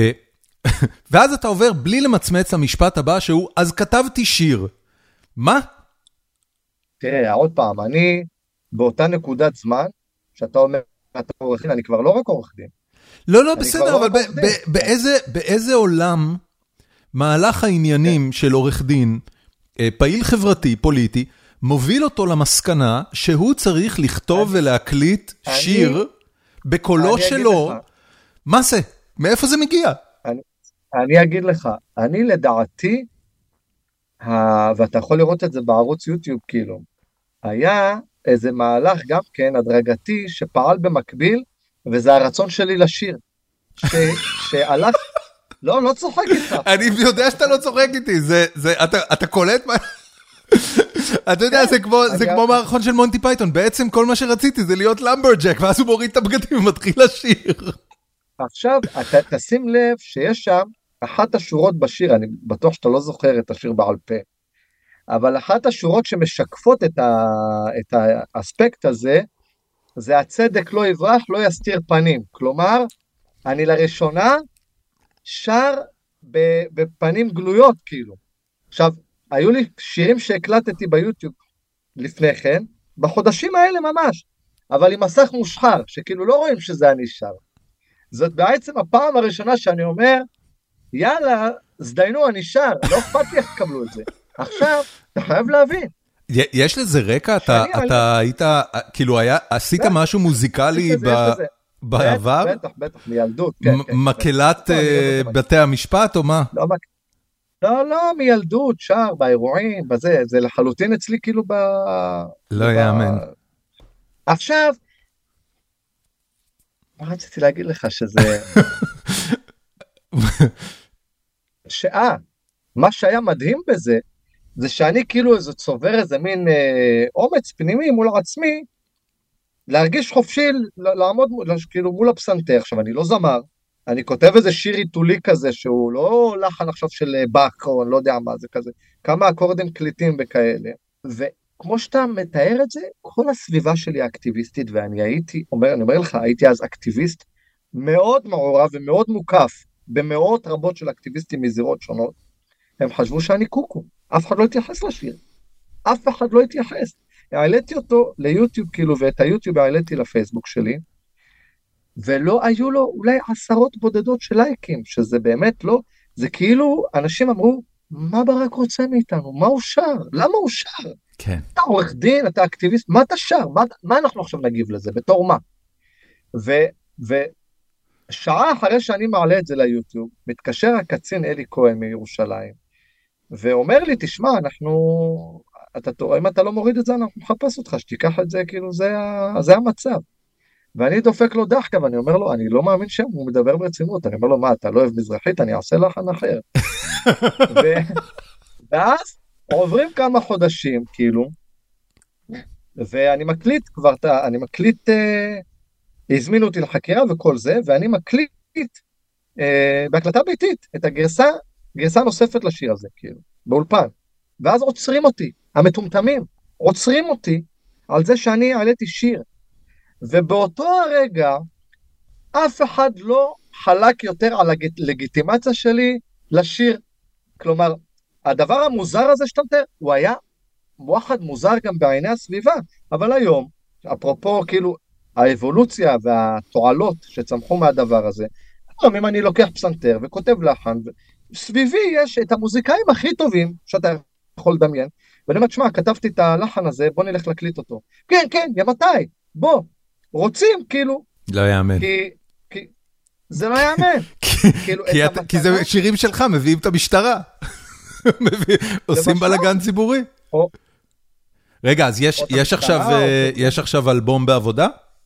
ואז אתה עובר בלי למצמץ למשפט הבא שהוא, אז כתבתי שיר. מה? תראה, עוד פעם, אני באותה נקודת זמן, שאתה אומר, אתה עורך דין, אני כבר לא רק עורך דין. לא, לא, בסדר, אבל באיזה עולם מהלך העניינים של עורך דין, פעיל חברתי, פוליטי, מוביל אותו למסקנה שהוא צריך לכתוב ולהקליט שיר בקולו שלו. מה זה? מאיפה זה מגיע? אני אגיד לך, אני לדעתי, ואתה יכול לראות את זה בערוץ יוטיוב כאילו, היה איזה מהלך גם כן הדרגתי שפעל במקביל, וזה הרצון שלי לשיר, שהלך, לא, לא צוחק איתך. אני יודע שאתה לא צוחק איתי, אתה קולט מה... אתה יודע, זה כמו מערכון של מונטי פייתון, בעצם כל מה שרציתי זה להיות למברג'ק, ואז הוא מוריד את הבגדים ומתחיל לשיר. עכשיו, אתה תשים לב שיש שם אחת השורות בשיר, אני בטוח שאתה לא זוכר את השיר בעל פה, אבל אחת השורות שמשקפות את, ה, את האספקט הזה, זה הצדק לא יברח, לא יסתיר פנים. כלומר, אני לראשונה שר בפנים גלויות, כאילו. עכשיו, היו לי שירים שהקלטתי ביוטיוב לפני כן, בחודשים האלה ממש, אבל עם מסך מושחר, שכאילו לא רואים שזה אני שר. זאת בעצם הפעם הראשונה שאני אומר, יאללה, זדיינו, אני שר, לא אכפת לי איך תקבלו את זה. עכשיו, אתה חייב להבין. יש לזה רקע? אתה היית, כאילו, עשית משהו מוזיקלי בעבר? בטח, בטח, מילדות. מקהלת בתי המשפט או מה? לא, לא, מילדות, שר, באירועים, בזה, זה לחלוטין אצלי כאילו ב... לא יאמן. עכשיו, מה רציתי להגיד לך שזה... שאה, מה שהיה מדהים בזה, זה שאני כאילו איזה צובר איזה מין אה, אומץ פנימי מול עצמי, להרגיש חופשי, לעמוד כאילו מול הפסנתר. עכשיו אני לא זמר, אני כותב איזה שיר עיתולי כזה, שהוא לא לחן עכשיו של בק, או אני לא יודע מה זה כזה, כמה אקורדים קליטים וכאלה, וכמו שאתה מתאר את זה, כל הסביבה שלי האקטיביסטית, ואני הייתי, אומר, אני אומר לך, הייתי אז אקטיביסט, מאוד מעורב ומאוד מוקף, במאות רבות של אקטיביסטים מזירות שונות, הם חשבו שאני קוקו, אף אחד לא התייחס לשיר, אף אחד לא התייחס, העליתי אותו ליוטיוב כאילו, ואת היוטיוב העליתי לפייסבוק שלי, ולא היו לו אולי עשרות בודדות של לייקים, שזה באמת לא, זה כאילו, אנשים אמרו, מה ברק רוצה מאיתנו? מה הוא שר? למה הוא שר? כן. אתה עורך דין, אתה אקטיביסט, מה אתה שר? מה, מה אנחנו עכשיו נגיב לזה? בתור מה? ו, ושעה אחרי שאני מעלה את זה ליוטיוב, מתקשר הקצין אלי כהן מירושלים, ואומר לי, תשמע, אנחנו, אתה, אם אתה לא מוריד את זה, אנחנו נחפש אותך, שתיקח את זה, כאילו זה, זה המצב. ואני דופק לו דחקה, ואני אומר לו, אני לא מאמין שם, הוא מדבר ברצינות, אני אומר לו, מה, אתה לא אוהב מזרחית, אני אעשה לחן אחר. ו... ואז עוברים כמה חודשים, כאילו, ואני מקליט כבר, אני מקליט, אה, הזמינו אותי לחקירה וכל זה, ואני מקליט אה, בהקלטה ביתית את הגרסה, גרסה נוספת לשיר הזה, כאילו, באולפן. ואז עוצרים אותי, המטומטמים, עוצרים אותי על זה שאני העליתי שיר. ובאותו הרגע, אף אחד לא חלק יותר על הלגיטימציה שלי לשיר. כלומר, הדבר המוזר הזה שאתה מתאר, הוא היה וואחד מוזר גם בעיני הסביבה, אבל היום, אפרופו כאילו האבולוציה והתועלות שצמחו מהדבר הזה, היום אם אני לוקח פסנתר וכותב לחן, סביבי יש את המוזיקאים הכי טובים שאתה יכול לדמיין, ואני אומר, שמה, כתבתי את הלחן הזה, בוא נלך להקליט אותו. כן, כן, ימתי, בוא, רוצים, כאילו. לא יאמן. כי, כי, זה לא יאמן. כאילו, כי, את, כי זה שירים שלך, מביאים את המשטרה. עושים בלגן ציבורי. או, רגע, אז יש, יש, עכשיו, יש עכשיו אלבום בעבודה?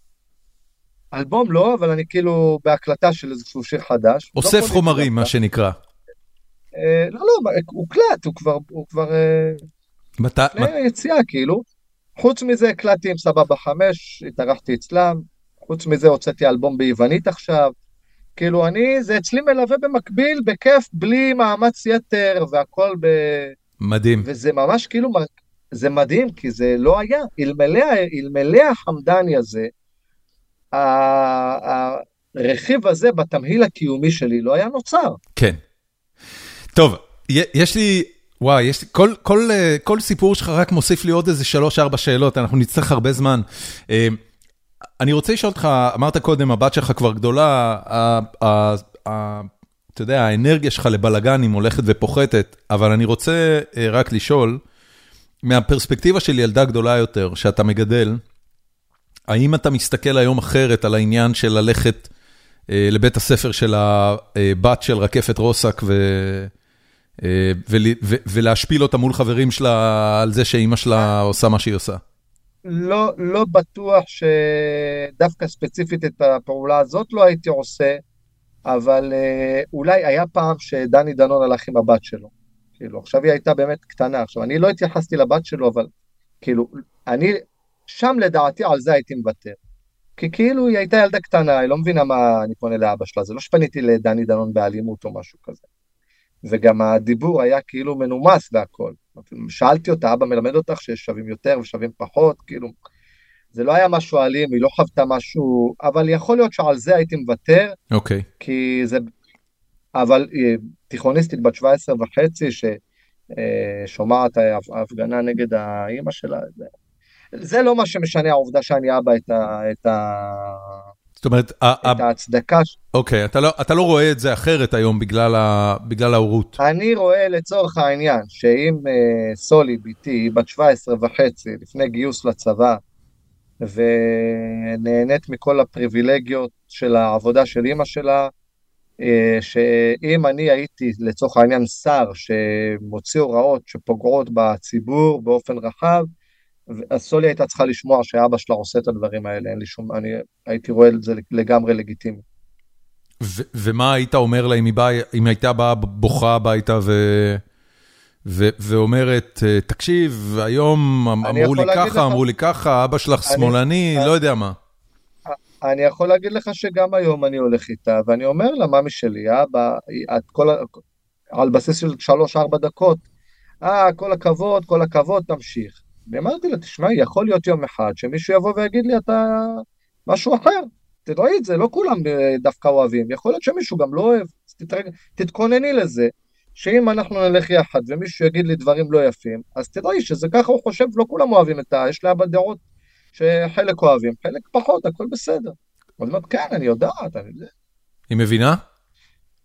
אלבום לא, אבל אני כאילו בהקלטה של איזשהו שיר חדש. אוסף חומרים, מה שנקרא. לא, לא, הוא קלט, הוא כבר, הוא כבר, לפני יציאה, כאילו. חוץ מזה, הקלטתי עם סבבה חמש, התארחתי אצלם. חוץ מזה, הוצאתי אלבום ביוונית עכשיו. כאילו, אני, זה אצלי מלווה במקביל, בכיף, בלי מאמץ יתר, והכל ב... מדהים. וזה ממש כאילו... זה מדהים, כי זה לא היה, אלמלא החמדני הזה, הרכיב הזה בתמהיל הקיומי שלי לא היה נוצר. כן. טוב, יש לי, וואי, יש לי, כל, כל, כל סיפור שלך רק מוסיף לי עוד איזה שלוש, ארבע שאלות, אנחנו נצטרך הרבה זמן. אני רוצה לשאול אותך, אמרת קודם, הבת שלך כבר גדולה, אתה יודע, האנרגיה שלך לבלגנים הולכת ופוחתת, אבל אני רוצה רק לשאול, מהפרספקטיבה של ילדה גדולה יותר, שאתה מגדל, האם אתה מסתכל היום אחרת על העניין של ללכת אה, לבית הספר של הבת של רקפת רוסק, ו, אה, ו, ו, ולהשפיל אותה מול חברים שלה על זה שאימא שלה עושה מה שהיא עושה? לא, לא בטוח שדווקא ספציפית את הפעולה הזאת לא הייתי עושה, אבל אה, אולי היה פעם שדני דנון הלך עם הבת שלו. כאילו, עכשיו היא הייתה באמת קטנה, עכשיו אני לא התייחסתי לבת שלו, אבל כאילו, אני, שם לדעתי על זה הייתי מוותר, כי כאילו היא הייתה ילדה קטנה, היא לא מבינה מה אני פונה לאבא שלה, זה לא שפניתי לדני דנון באלימות או משהו כזה, וגם הדיבור היה כאילו מנומס והכל, שאלתי אותה, אבא מלמד אותך ששווים יותר ושווים פחות, כאילו, זה לא היה משהו אלים, היא לא חוותה משהו, אבל יכול להיות שעל זה הייתי מוותר, אוקיי. כי זה... אבל תיכוניסטית בת שבע עשרה וחצי, ששומעת ההפגנה נגד האמא שלה, זה, זה לא מה שמשנה העובדה שאני אבא את, ה, את, ה, זאת אומרת, את ההצדקה. אוקיי, אתה לא, אתה לא רואה את זה אחרת היום בגלל, ה, בגלל ההורות. אני רואה לצורך העניין, שאם uh, סולי ביתי היא בת שבע עשרה וחצי, לפני גיוס לצבא, ונהנית מכל הפריבילגיות של העבודה של אמא שלה, שאם אני הייתי לצורך העניין שר שמוציא הוראות שפוגעות בציבור באופן רחב, אז סולי הייתה צריכה לשמוע שאבא שלה עושה את הדברים האלה, אין לי שום, אני הייתי רואה את זה לגמרי לגיטימי. ו- ומה היית אומר לה אם היא, בא, אם הייתה באה בוכה הביתה ו... ו- ואומרת, תקשיב, היום אמרו לי ככה, לך... אמרו לי ככה, אבא שלך שמאלני, אני... לא יודע מה. אני יכול להגיד לך שגם היום אני הולך איתה, ואני אומר לה, ממי שלי, אבא, את כל, על בסיס של שלוש ארבע דקות, אה, כל הכבוד, כל הכבוד, תמשיך. ואמרתי לה, תשמע, יכול להיות יום אחד, שמישהו יבוא ויגיד לי, אתה משהו אחר, תדעי את זה, לא כולם דווקא אוהבים, יכול להיות שמישהו גם לא אוהב, תתרג... תתכונני לזה, שאם אנחנו נלך יחד, ומישהו יגיד לי דברים לא יפים, אז תדעי שזה ככה הוא חושב, לא כולם אוהבים את ה... יש לה בדעות, שחלק אוהבים, חלק פחות, הכל בסדר. זאת אומרת, כן, אני יודעת, אני יודע. היא מבינה?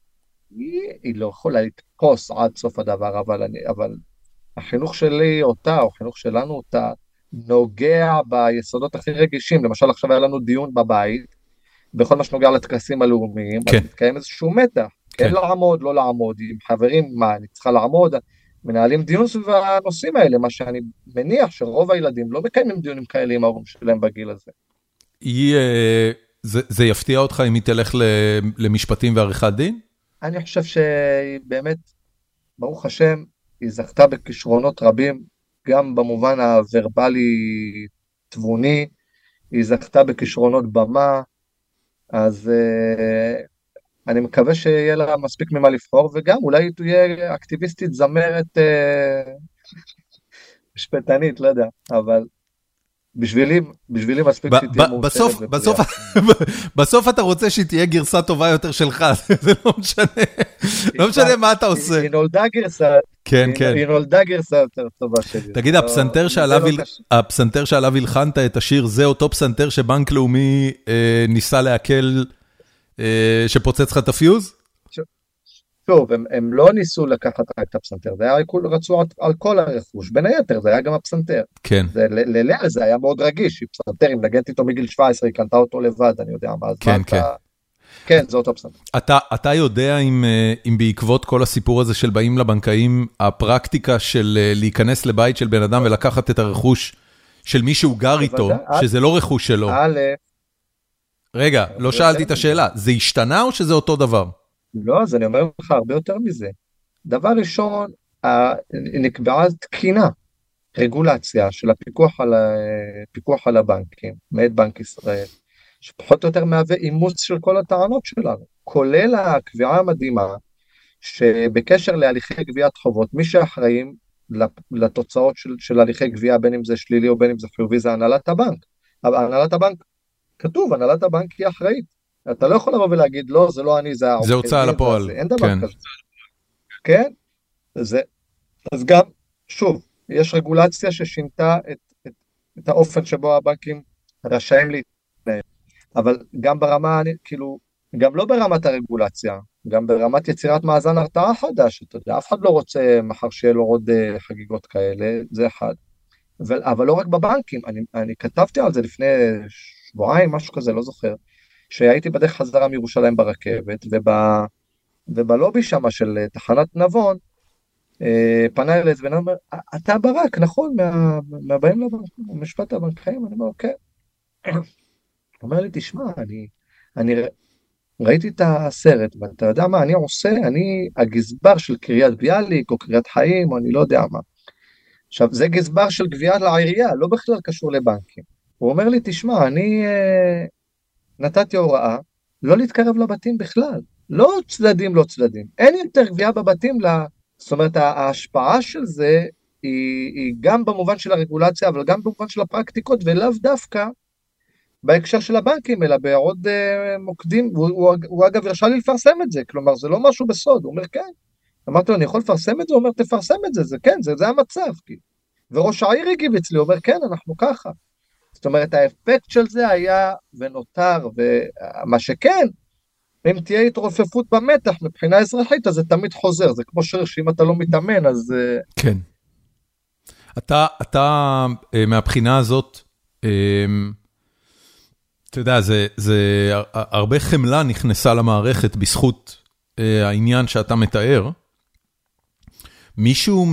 היא, היא לא יכולה לתפוס עד סוף הדבר, אבל, אני, אבל החינוך שלי אותה, או החינוך שלנו אותה, נוגע ביסודות הכי רגישים. למשל, עכשיו היה לנו דיון בבית, בכל מה שנוגע לטקסים הלאומיים, אז כן, מתקיים איזשהו מתח, כן כן. לעמוד, לא לעמוד, עם חברים, מה, אני צריכה לעמוד, מנהלים דיון סביב הנושאים האלה, מה שאני מניח שרוב הילדים לא מקיימים דיונים כאלה עם ההורים שלהם בגיל הזה. היא, אה, זה, זה יפתיע אותך אם היא תלך ל- למשפטים ועריכת דין? אני חושב שהיא באמת, ברוך השם, היא זכתה בכישרונות רבים, גם במובן הוורבלי תבוני, היא זכתה בכישרונות במה, אז uh, אני מקווה שיהיה לה מספיק ממה לבחור, וגם אולי היא תהיה אקטיביסטית, זמרת, uh, משפטנית, לא יודע, אבל בשבילי, בשבילי מספיק ב- שהיא תהיה ב- מאושרת בסוף, ופריאה. בסוף, בסוף אתה רוצה שהיא תהיה גרסה טובה יותר שלך, זה לא משנה, לא משנה מה אתה עושה. היא נולדה גרסה, כן, היא, כן. היא נולדה גרסה יותר טובה שלי. תגיד, לא, הפסנתר זה שעליו, לא הל- קשה. הפסנתר שעליו הלחנת את השיר, זה אותו פסנתר שבנק לאומי אה, ניסה להקל, אה, שפוצץ לך את הפיוז? שוב, הם, הם לא ניסו לקחת רק את הפסנתר, זה היה כול רצו על, על כל הרכוש, בין היתר זה היה גם הפסנתר. כן, זה, ל- ללאה זה היה מאוד רגיש, היא פסנתר, היא מנגנת איתו מגיל שבע עשרה, היא קנתה אותו לבד, אני יודע מה, אז כן, מה כן. אתה... כן, זה אותו פסנתר. אתה, אתה יודע אם, אה, אם בעקבות כל הסיפור הזה של באים לבנקאים, הפרקטיקה של אה, להיכנס לבית של בן אדם ולקחת את הרכוש של מי שהוא גר איתו, בוודאי, שזה לא רכוש שלו. א', רגע, לא הרבה שאלתי יותר את השאלה, זה השתנה או שזה אותו דבר? לא, אז אני אומר לך הרבה יותר מזה. דבר ראשון, ה- נקבעה תקינה, רגולציה של הפיקוח על, ה- פיקוח על הבנקים, מאת בנק ישראל, שפחות או יותר מהווה אימוץ של כל הטענות שלנו, כולל הקביעה המדהימה, שבקשר להליכי גביית חובות, מי שאחראים לתוצאות של, של הליכי גבייה, בין אם זה שלילי או בין אם זה חיובי, זה הנהלת הבנק. אבל הנהלת הבנק, כתוב, הנהלת הבנק היא אחראית. אתה לא יכול לבוא ולהגיד, לא, זה לא אני, זה זה הוצאה לפועל. זה, אין דבר כן. כזה. כן? זה, אז גם, שוב, יש רגולציה ששינתה את, את, את האופן שבו הבנקים רשאים להתנהל. אבל גם ברמה, אני, כאילו, גם לא ברמת הרגולציה, גם ברמת יצירת מאזן הרתעה חדש, אתה יודע, אף אחד לא רוצה מחר שיהיה לו עוד uh, חגיגות כאלה, זה אחד. אבל, אבל לא רק בבנקים, אני, אני כתבתי על זה לפני שבועיים, משהו כזה, לא זוכר, שהייתי בדרך חזרה מירושלים ברכבת, וב, ובלובי שמה של תחנת נבון, אה, פנה אלי איזה בן אדם, אומר, אתה ברק, נכון, מה, מהבאים למשפט הבנקאים? אני אומר, כן. הוא אומר לי, תשמע, אני, אני ראיתי את הסרט, ואתה יודע מה, אני עושה, אני הגזבר של קריית ביאליק, או קריית חיים, או אני לא יודע מה. עכשיו, זה גזבר של גבייה לעירייה, לא בכלל קשור לבנקים. הוא אומר לי, תשמע, אני אה, נתתי הוראה, לא להתקרב לבתים בכלל. לא צדדים, לא צדדים. אין יותר גבייה בבתים, לה... זאת אומרת, ההשפעה של זה, היא, היא גם במובן של הרגולציה, אבל גם במובן של הפרקטיקות, ולאו דווקא בהקשר של הבנקים, אלא בעוד אה, מוקדים, הוא, הוא, הוא אגב הרשה לי לפרסם את זה, כלומר, זה לא משהו בסוד, הוא אומר, כן. אמרתי לו, אני יכול לפרסם את זה? הוא אומר, תפרסם את זה, זה כן, זה, זה המצב. וראש העיר הגיב אצלי, הוא אומר, כן, אנחנו ככה. זאת אומרת, האפקט של זה היה ונותר, ומה שכן, אם תהיה התרופפות במתח מבחינה אזרחית, אז זה תמיד חוזר, זה כמו שיר שאם אתה לא מתאמן, אז... כן. אתה, אתה מהבחינה הזאת, אתה יודע, זה, זה, הרבה חמלה נכנסה למערכת בזכות העניין שאתה מתאר. מישהו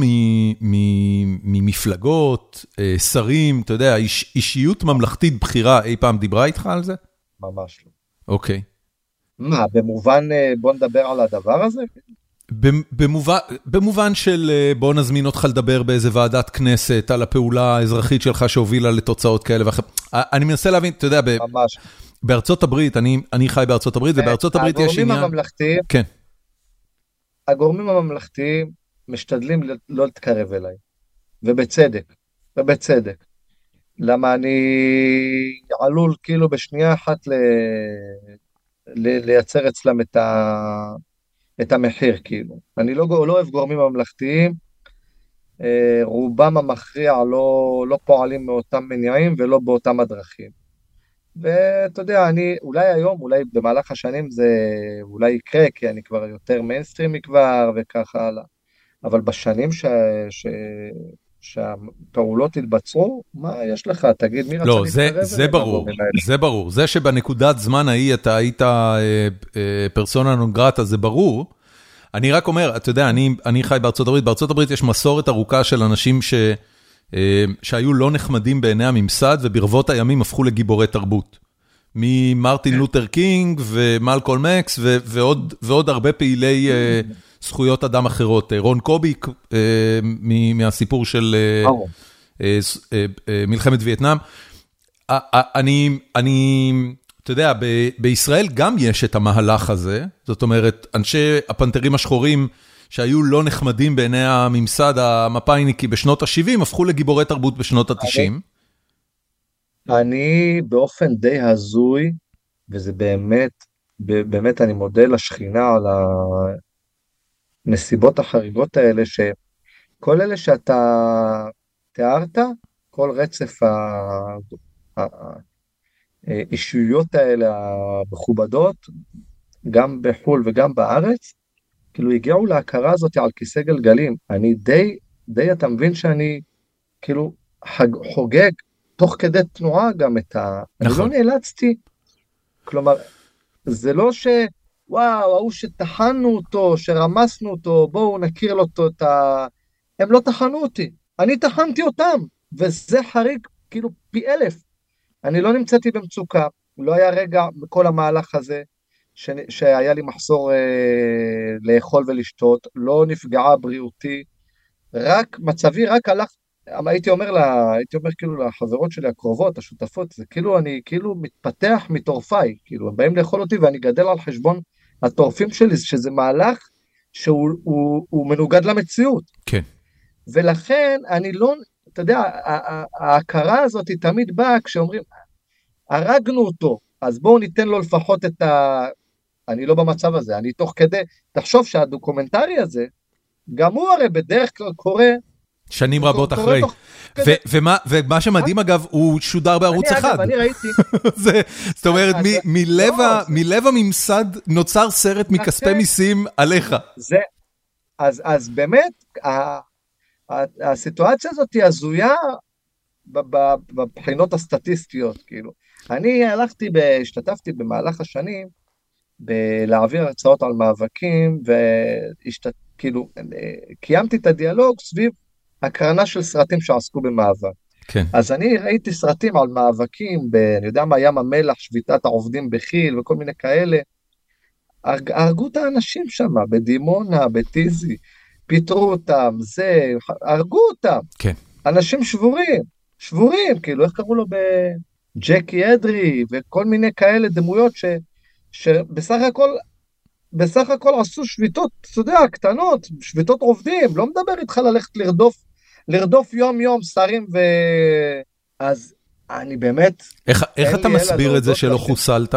ממפלגות, שרים, אתה יודע, איש, אישיות ממלכתית בחירה, אי פעם דיברה איתך על זה? ממש לא. אוקיי. מה, במובן, בוא נדבר על הדבר הזה? במובן, במובן של בוא נזמין אותך לדבר באיזה ועדת כנסת, על הפעולה האזרחית שלך שהובילה לתוצאות כאלה ואחר. אני מנסה להבין, אתה יודע, ממש. בארצות הברית, אני, אני חי בארצות הברית, ובארצות הברית יש עניין... הגורמים הממלכתיים, כן. הגורמים הממלכתיים משתדלים לא להתקרב אליי, ובצדק, ובצדק. למה אני עלול כאילו בשנייה אחת ל... ל... לייצר אצלם את, ה... את המחיר כאילו. אני לא, לא אוהב גורמים ממלכתיים, רובם המכריע לא, לא פועלים מאותם מניעים ולא באותם הדרכים. ואתה יודע, אני אולי היום, אולי במהלך השנים זה אולי יקרה, כי אני כבר יותר מיינסטרימי כבר וככה הלאה. אבל בשנים ש... ש... שהפעולות התבצעו, מה יש לך? תגיד, מי רצה לא, להתקרב זה, זה אליהם ברור, הגורמים האלה? זה ברור. זה שבנקודת זמן ההיא אתה היית אה, אה, פרסונה נון גרטה, זה ברור. אני רק אומר, אתה יודע, אני, אני חי בארצות הברית, בארצות הברית יש מסורת ארוכה של אנשים ש, אה, שהיו לא נחמדים בעיני הממסד, וברבות הימים הפכו לגיבורי תרבות. ממרטין לותר קינג ומלקולם אקס ו- ועוד, ועוד הרבה פעילי אה, זכויות אדם אחרות. רון קוביק, אה, מ- מהסיפור של אה, אה, אה, אה, מלחמת וייטנאם. אה, אה, אני, אני, אתה יודע, ב- בישראל גם יש את המהלך הזה, זאת אומרת, אנשי הפנתרים השחורים שהיו לא נחמדים בעיני הממסד המפאיניקי בשנות ה-שבעים, הפכו לגיבורי תרבות בשנות ה-תשעים. אני באופן די הזוי, וזה באמת, באמת אני מודה לשכינה על הנסיבות החריגות האלה, שכל אלה שאתה תיארת, כל רצף ה- ה- האישויות האלה המכובדות, גם בחול וגם בארץ, כאילו הגיעו להכרה הזאת על כיסא גלגלים. אני די, די אתה מבין שאני כאילו חג, חוגג תוך כדי תנועה גם את ה... נכון. אני לא נאלצתי, כלומר, זה לא ש... וואו, ההוא שטחנו אותו, שרמסנו אותו, בואו נכיר לו אותו את ה... הם לא טחנו אותי, אני טחנתי אותם, וזה חריג כאילו פי אלף. אני לא נמצאתי במצוקה, לא היה רגע בכל המהלך הזה, ש... שהיה לי מחסור אה, לאכול ולשתות, לא נפגעה בריאותי, רק מצבי, רק הלך, הייתי אומר לה, הייתי אומר כאילו לחברות שלי הקרובות, השותפות, זה כאילו אני כאילו מתפתח מטורפיי, כאילו הם באים לאכול אותי ואני גדל על חשבון הטורפים שלי, שזה מהלך שהוא הוא, הוא מנוגד למציאות. כן. ולכן אני לא, אתה יודע, ההכרה הזאת היא תמיד באה כשאומרים, הרגנו אותו, אז בואו ניתן לו לפחות את ה... אני לא במצב הזה, אני תוך כדי, תחשוב שהדוקומנטרי הזה, גם הוא הרי בדרך כלל קורא, שנים רבות אחרי. ומה שמדהים אגב, הוא שודר בערוץ אחד. אגב, אני ראיתי. זאת אומרת, מלב הממסד נוצר סרט מכספי מיסים עליך. אז באמת, הסיטואציה הזאת היא הזויה בבחינות הסטטיסטיות, כאילו. אני הלכתי, השתתפתי במהלך השנים, בלהעביר הרצאות על מאבקים, וכאילו, קיימתי את הדיאלוג סביב הקרנה של סרטים שעסקו במאבק. כן. אז אני ראיתי סרטים על מאבקים, ב, אני יודע מה, ים המלח, שביתת העובדים בכיל, וכל מיני כאלה. הרג, הרגו את האנשים שם, בדימונה, בטיזי, פיתרו אותם, זה, הרגו אותם. כן. אנשים שבורים, שבורים, כאילו, איך קראו לו בג'קי אדרי, וכל מיני כאלה דמויות ש, שבסך הכל, בסך הכל עשו שביתות, אתה יודע, קטנות, שביתות עובדים, לא מדבר איתך ללכת לרדוף, לרדוף יום יום שרים ו... אז אני באמת... איך, איך אתה מסביר את זה שלא לשם. חוסלת?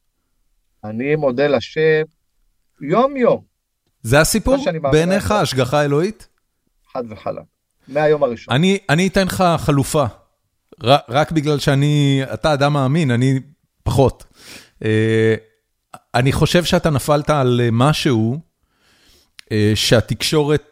אני מודה לשם יום יום. זה הסיפור? בעיניך השגחה אלוהית? חד וחלק. מהיום הראשון. אני, אני אתן לך חלופה. ר, רק בגלל שאני, אתה אדם מאמין, אני פחות. אה, אני חושב שאתה נפלת על משהו שהתקשורת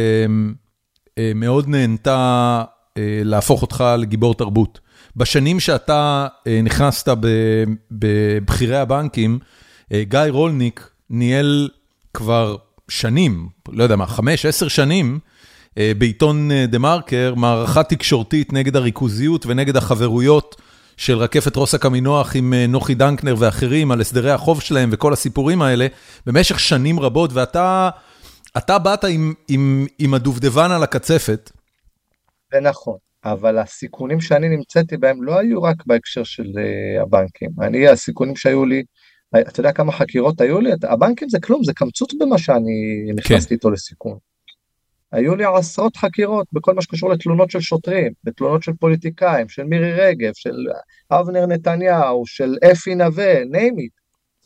מאוד נהנתה להפוך אותך לגיבור תרבות. בשנים שאתה נכנסת בבחירי הבנקים, גיא רולניק ניהל כבר שנים, לא יודע מה, חמש, עשר שנים, בעיתון דה מרקר, מערכה תקשורתית נגד הריכוזיות ונגד החברויות, של רקפת רוסה קמינוח עם נוחי דנקנר ואחרים על הסדרי החוב שלהם וכל הסיפורים האלה, במשך שנים רבות, ואתה אתה באת עם, עם, עם הדובדבן על הקצפת. זה נכון, אבל הסיכונים שאני נמצאתי בהם לא היו רק בהקשר של uh, הבנקים. אני, הסיכונים שהיו לי, אתה יודע כמה חקירות היו לי? הבנקים זה כלום, זה קמצוץ במה שאני נכנסתי כן. איתו לסיכון. היו לי עשרות חקירות בכל מה שקשור לתלונות של שוטרים, בתלונות של פוליטיקאים, של מירי רגב, של אבנר נתניהו, של אפי נווה, name it.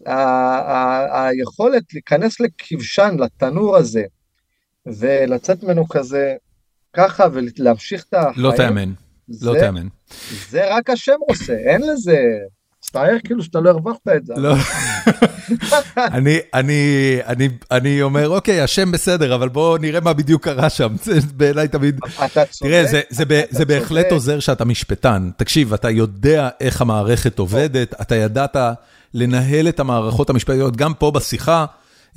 היכולת להיכנס לכבשן, לתנור הזה, ולצאת ממנו כזה, ככה, ולהמשיך את החיים. לא תאמן, לא תאמן. זה רק השם עושה, אין לזה מצטער כאילו שאתה לא הרווחת את זה. לא, אני, אני, אני, אני אומר, אוקיי, השם בסדר, אבל בואו נראה מה בדיוק קרה שם. זה בעיניי תמיד, תראה, זה, זה, זה בהחלט עוזר שאתה משפטן. תקשיב, אתה יודע איך המערכת עובדת, אתה ידעת לנהל את המערכות המשפטיות, גם פה בשיחה,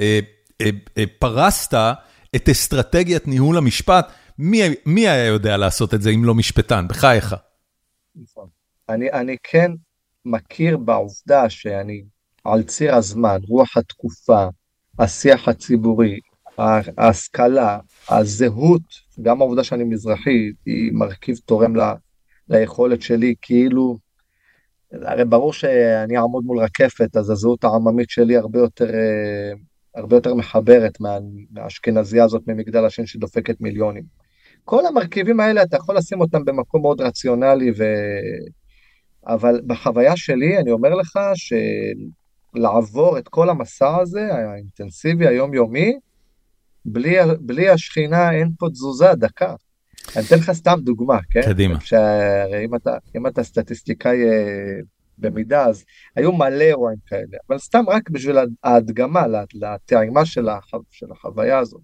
פרסת את אסטרטגיית ניהול המשפט, מי, מי היה יודע לעשות את זה אם לא משפטן, בחייך? אני, אני כן מכיר בעובדה שאני על ציר הזמן, רוח התקופה, השיח הציבורי, ההשכלה, הזהות, גם העובדה שאני מזרחי, היא מרכיב תורם ל, ליכולת שלי, כאילו, הרי ברור שאני אעמוד מול רקפת, אז הזהות העממית שלי הרבה יותר, הרבה יותר מחברת מה, מהאשכנזייה הזאת ממגדל השן שדופקת מיליונים. כל המרכיבים האלה אתה יכול לשים אותם במקום מאוד רציונלי, ו... אבל בחוויה שלי אני אומר לך שלעבור את כל המסע הזה, האינטנסיבי, היומיומי, בלי, בלי השכינה אין פה תזוזה, דקה. אני אתן לך סתם דוגמה, כן? קדימה. שהרי אם אתה, אם אתה סטטיסטיקאי במידה, אז היו מלא אירועים כאלה, אבל סתם רק בשביל ההדגמה, לטעימה של, החו, של החוויה הזאת.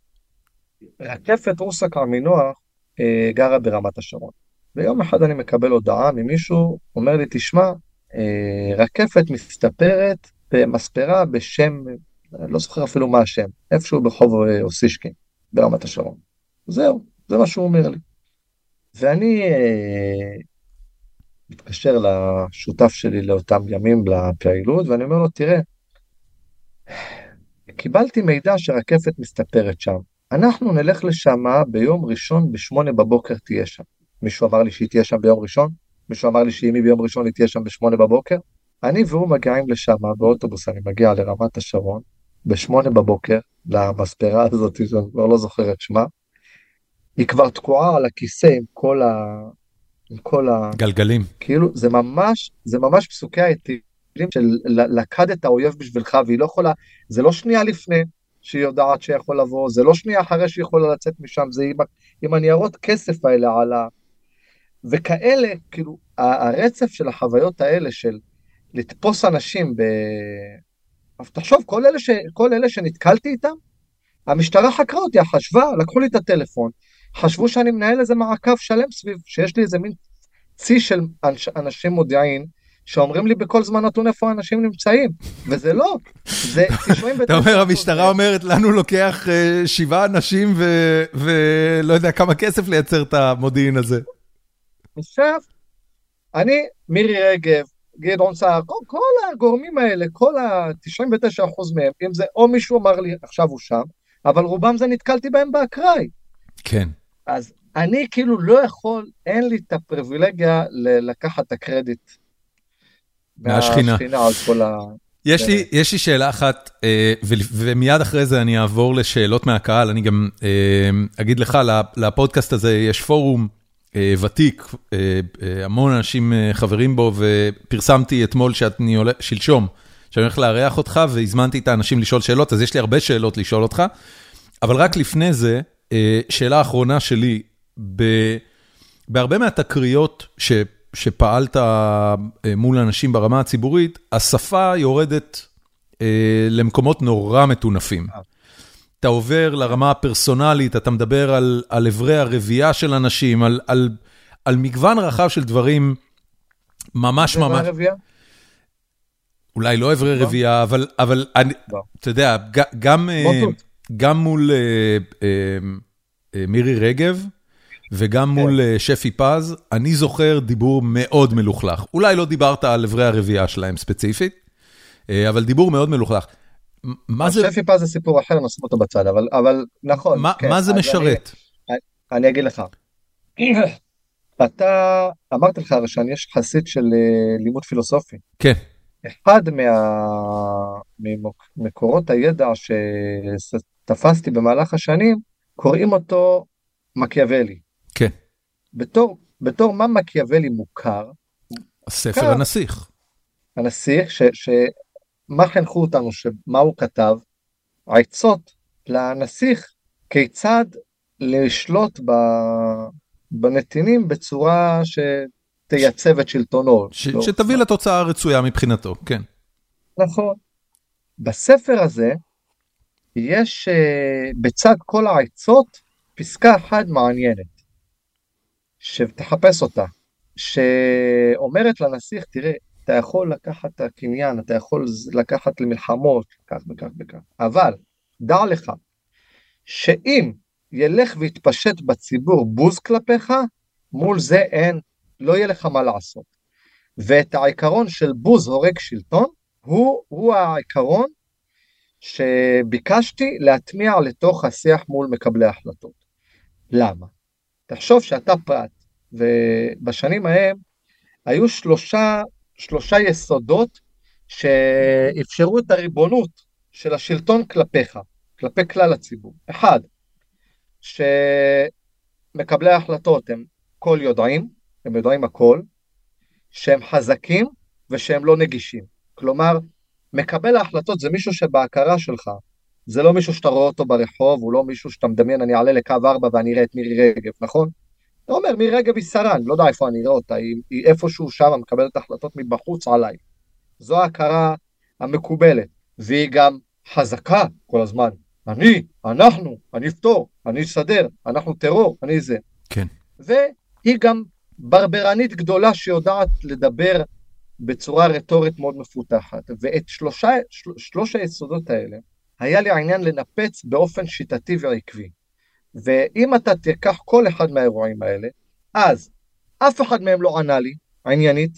רקפת רוסק עמינוח אה, גרה ברמת השרון. ויום אחד אני מקבל הודעה ממישהו, אומר לי, תשמע, אה, רקפת מסתפרת במספרה בשם, אני לא זוכר אפילו מה השם, איפשהו בחוב אוסישקין, ברמת השרון. זהו, זה מה שהוא אומר לי. ואני אה, מתקשר לשותף שלי לאותם ימים לפעילות, ואני אומר לו, תראה, קיבלתי מידע שרקפת מסתפרת שם. אנחנו נלך לשם ביום ראשון בשמונה בבוקר תהיה שם. מישהו אמר לי שהיא תהיה שם ביום ראשון? מישהו אמר לי שאם היא ביום ראשון היא תהיה שם בשמונה בבוקר? אני והוא מגיעים לשם באוטובוס, אני מגיע לרמת השרון, בשמונה בבוקר, למספרה הזאת, שאני כבר לא זוכר את שמה, היא כבר תקועה על הכיסא עם כל ה... עם כל ה... גלגלים. כאילו, זה ממש, זה ממש פסוקי היתילים של לקד את האויב בשבילך, והיא לא יכולה, זה לא שנייה לפני, שהיא יודעת שיכול לבוא, זה לא שנייה אחרי שהיא יכולה לצאת משם, זה עם, עם הניירות כסף האלה על ה... וכאלה, כאילו, הרצף של החוויות האלה של לתפוס אנשים ב... אז תחשוב, כל אלה, ש... כל אלה שנתקלתי איתם, המשטרה חקרה אותי, חשבה, לקחו לי את הטלפון, חשבו שאני מנהל איזה מעקב שלם סביב, שיש לי איזה מין צי של אנשים מודיעין, שאומרים לי בכל זמן נתון איפה האנשים נמצאים, וזה לא, זה תשמעים... אתה אומר, המשטרה אומרת, לנו לוקח שבעה אנשים, ולא יודע כמה כסף לייצר את המודיעין הזה. עכשיו, אני, מירי רגב, גדעון סער, כל, כל הגורמים האלה, כל ה-תשעים ותשעה אחוז מהם, אם זה או מישהו אמר לי, עכשיו הוא שם, אבל רובם זה נתקלתי בהם באקראי. כן. אז אני כאילו לא יכול, אין לי את הפריבילגיה לקחת את הקרדיט. מהשכינה. מהשכינה על כל ה... יש לי, יש לי שאלה אחת, ומיד אחרי זה אני אעבור לשאלות מהקהל, אני גם אגיד לך, לפודקאסט הזה יש פורום ותיק, המון אנשים חברים בו, ופרסמתי אתמול שאני הולך, שלשום, שאני הולך לארח אותך, והזמנתי את האנשים לשאול שאלות, אז יש לי הרבה שאלות לשאול אותך, אבל רק לפני זה, שאלה האחרונה שלי, בהרבה מהתקריות ש... שפעלת מול אנשים ברמה הציבורית, השפה יורדת אה, למקומות נורא מטונפים. אתה עובר לרמה הפרסונלית, אתה מדבר על, על עברי הרבייה של אנשים, על, על, על מגוון רחב של דברים ממש ממש... עברי הרבייה? אולי לא עברי רבייה, אבל, אבל אני, אתה יודע, גם, גם מול אה, אה, מירי רגב, וגם מול שפי פז, אני זוכר דיבור מאוד מלוכלך. אולי לא דיברת על עברי הרבייה שלהם ספציפית, אבל דיבור מאוד מלוכלך. שפי פז זה סיפור אחר, נשים אותו בצד, אבל נכון. מה זה משרת? אני אגיד לך. אתה, אמרתי לך הרי שאני יש חסיד של לימוד פילוסופי. כן. אחד ממקורות הידע שתפסתי במהלך השנים, קוראים אותו מקיאוולי. כן. בתור, בתור מה מקיאוולי מוכר? הספר מוכר, הנסיך. הנסיך, ש, שמה חנכו אותנו, שמה הוא כתב? עצות לנסיך, כיצד לשלוט ב, בנתינים בצורה תייצב את שלטונו. ש, שתביא לתוצאה הרצויה מבחינתו, כן. נכון. בספר הזה, יש uh, בצד כל העצות, פסקה אחת מעניינת, שתחפש אותה, שאומרת לנסיך, תראה, אתה יכול לקחת את הקניין, אתה יכול לקחת למלחמות, כך וכך וכך, אבל דע לך, שאם ילך ויתפשט בציבור בוז כלפיך, מול זה אין, לא יהיה לך מה לעשות. ואת העיקרון של בוז הורג שלטון, הוא, הוא העיקרון שביקשתי להטמיע לתוך השיח מול מקבלי ההחלטות. למה? תחשוב שאתה פרט, ובשנים ההם היו שלושה, שלושה יסודות שאפשרו את הריבונות של השלטון כלפיך, כלפי כלל הציבור. אחד, שמקבלי ההחלטות הם כל יודעים, הם יודעים הכל, שהם חזקים ושהם לא נגישים. כלומר, מקבל ההחלטות זה מישהו שבהכרה שלך, זה לא מישהו שאתה רואה אותו ברחוב, הוא לא מישהו שאתה מדמיין, אני אעלה לקו ארבע ואני אראה את מירי רגב, נכון? אתה אומר, מירי רגב היא שרה, אני לא יודע איפה אני אראה אותה, היא, היא איפשהו שם, מקבלת החלטות מבחוץ עליי. זו ההכרה המקובלת, והיא גם חזקה כל הזמן. אני, אנחנו, אני אפתור, אני אסדר, אנחנו טרור, אני זה. כן. והיא גם ברברנית גדולה שיודעת לדבר בצורה רטורית מאוד מפותחת. ואת שלושה, של, שלוש היסודות האלה, היה לי העניין לנפץ באופן שיטתי ועקבי. ואם אתה תיקח כל אחד מהאירועים האלה, אז אף אחד מהם לא ענה לי, עניינית,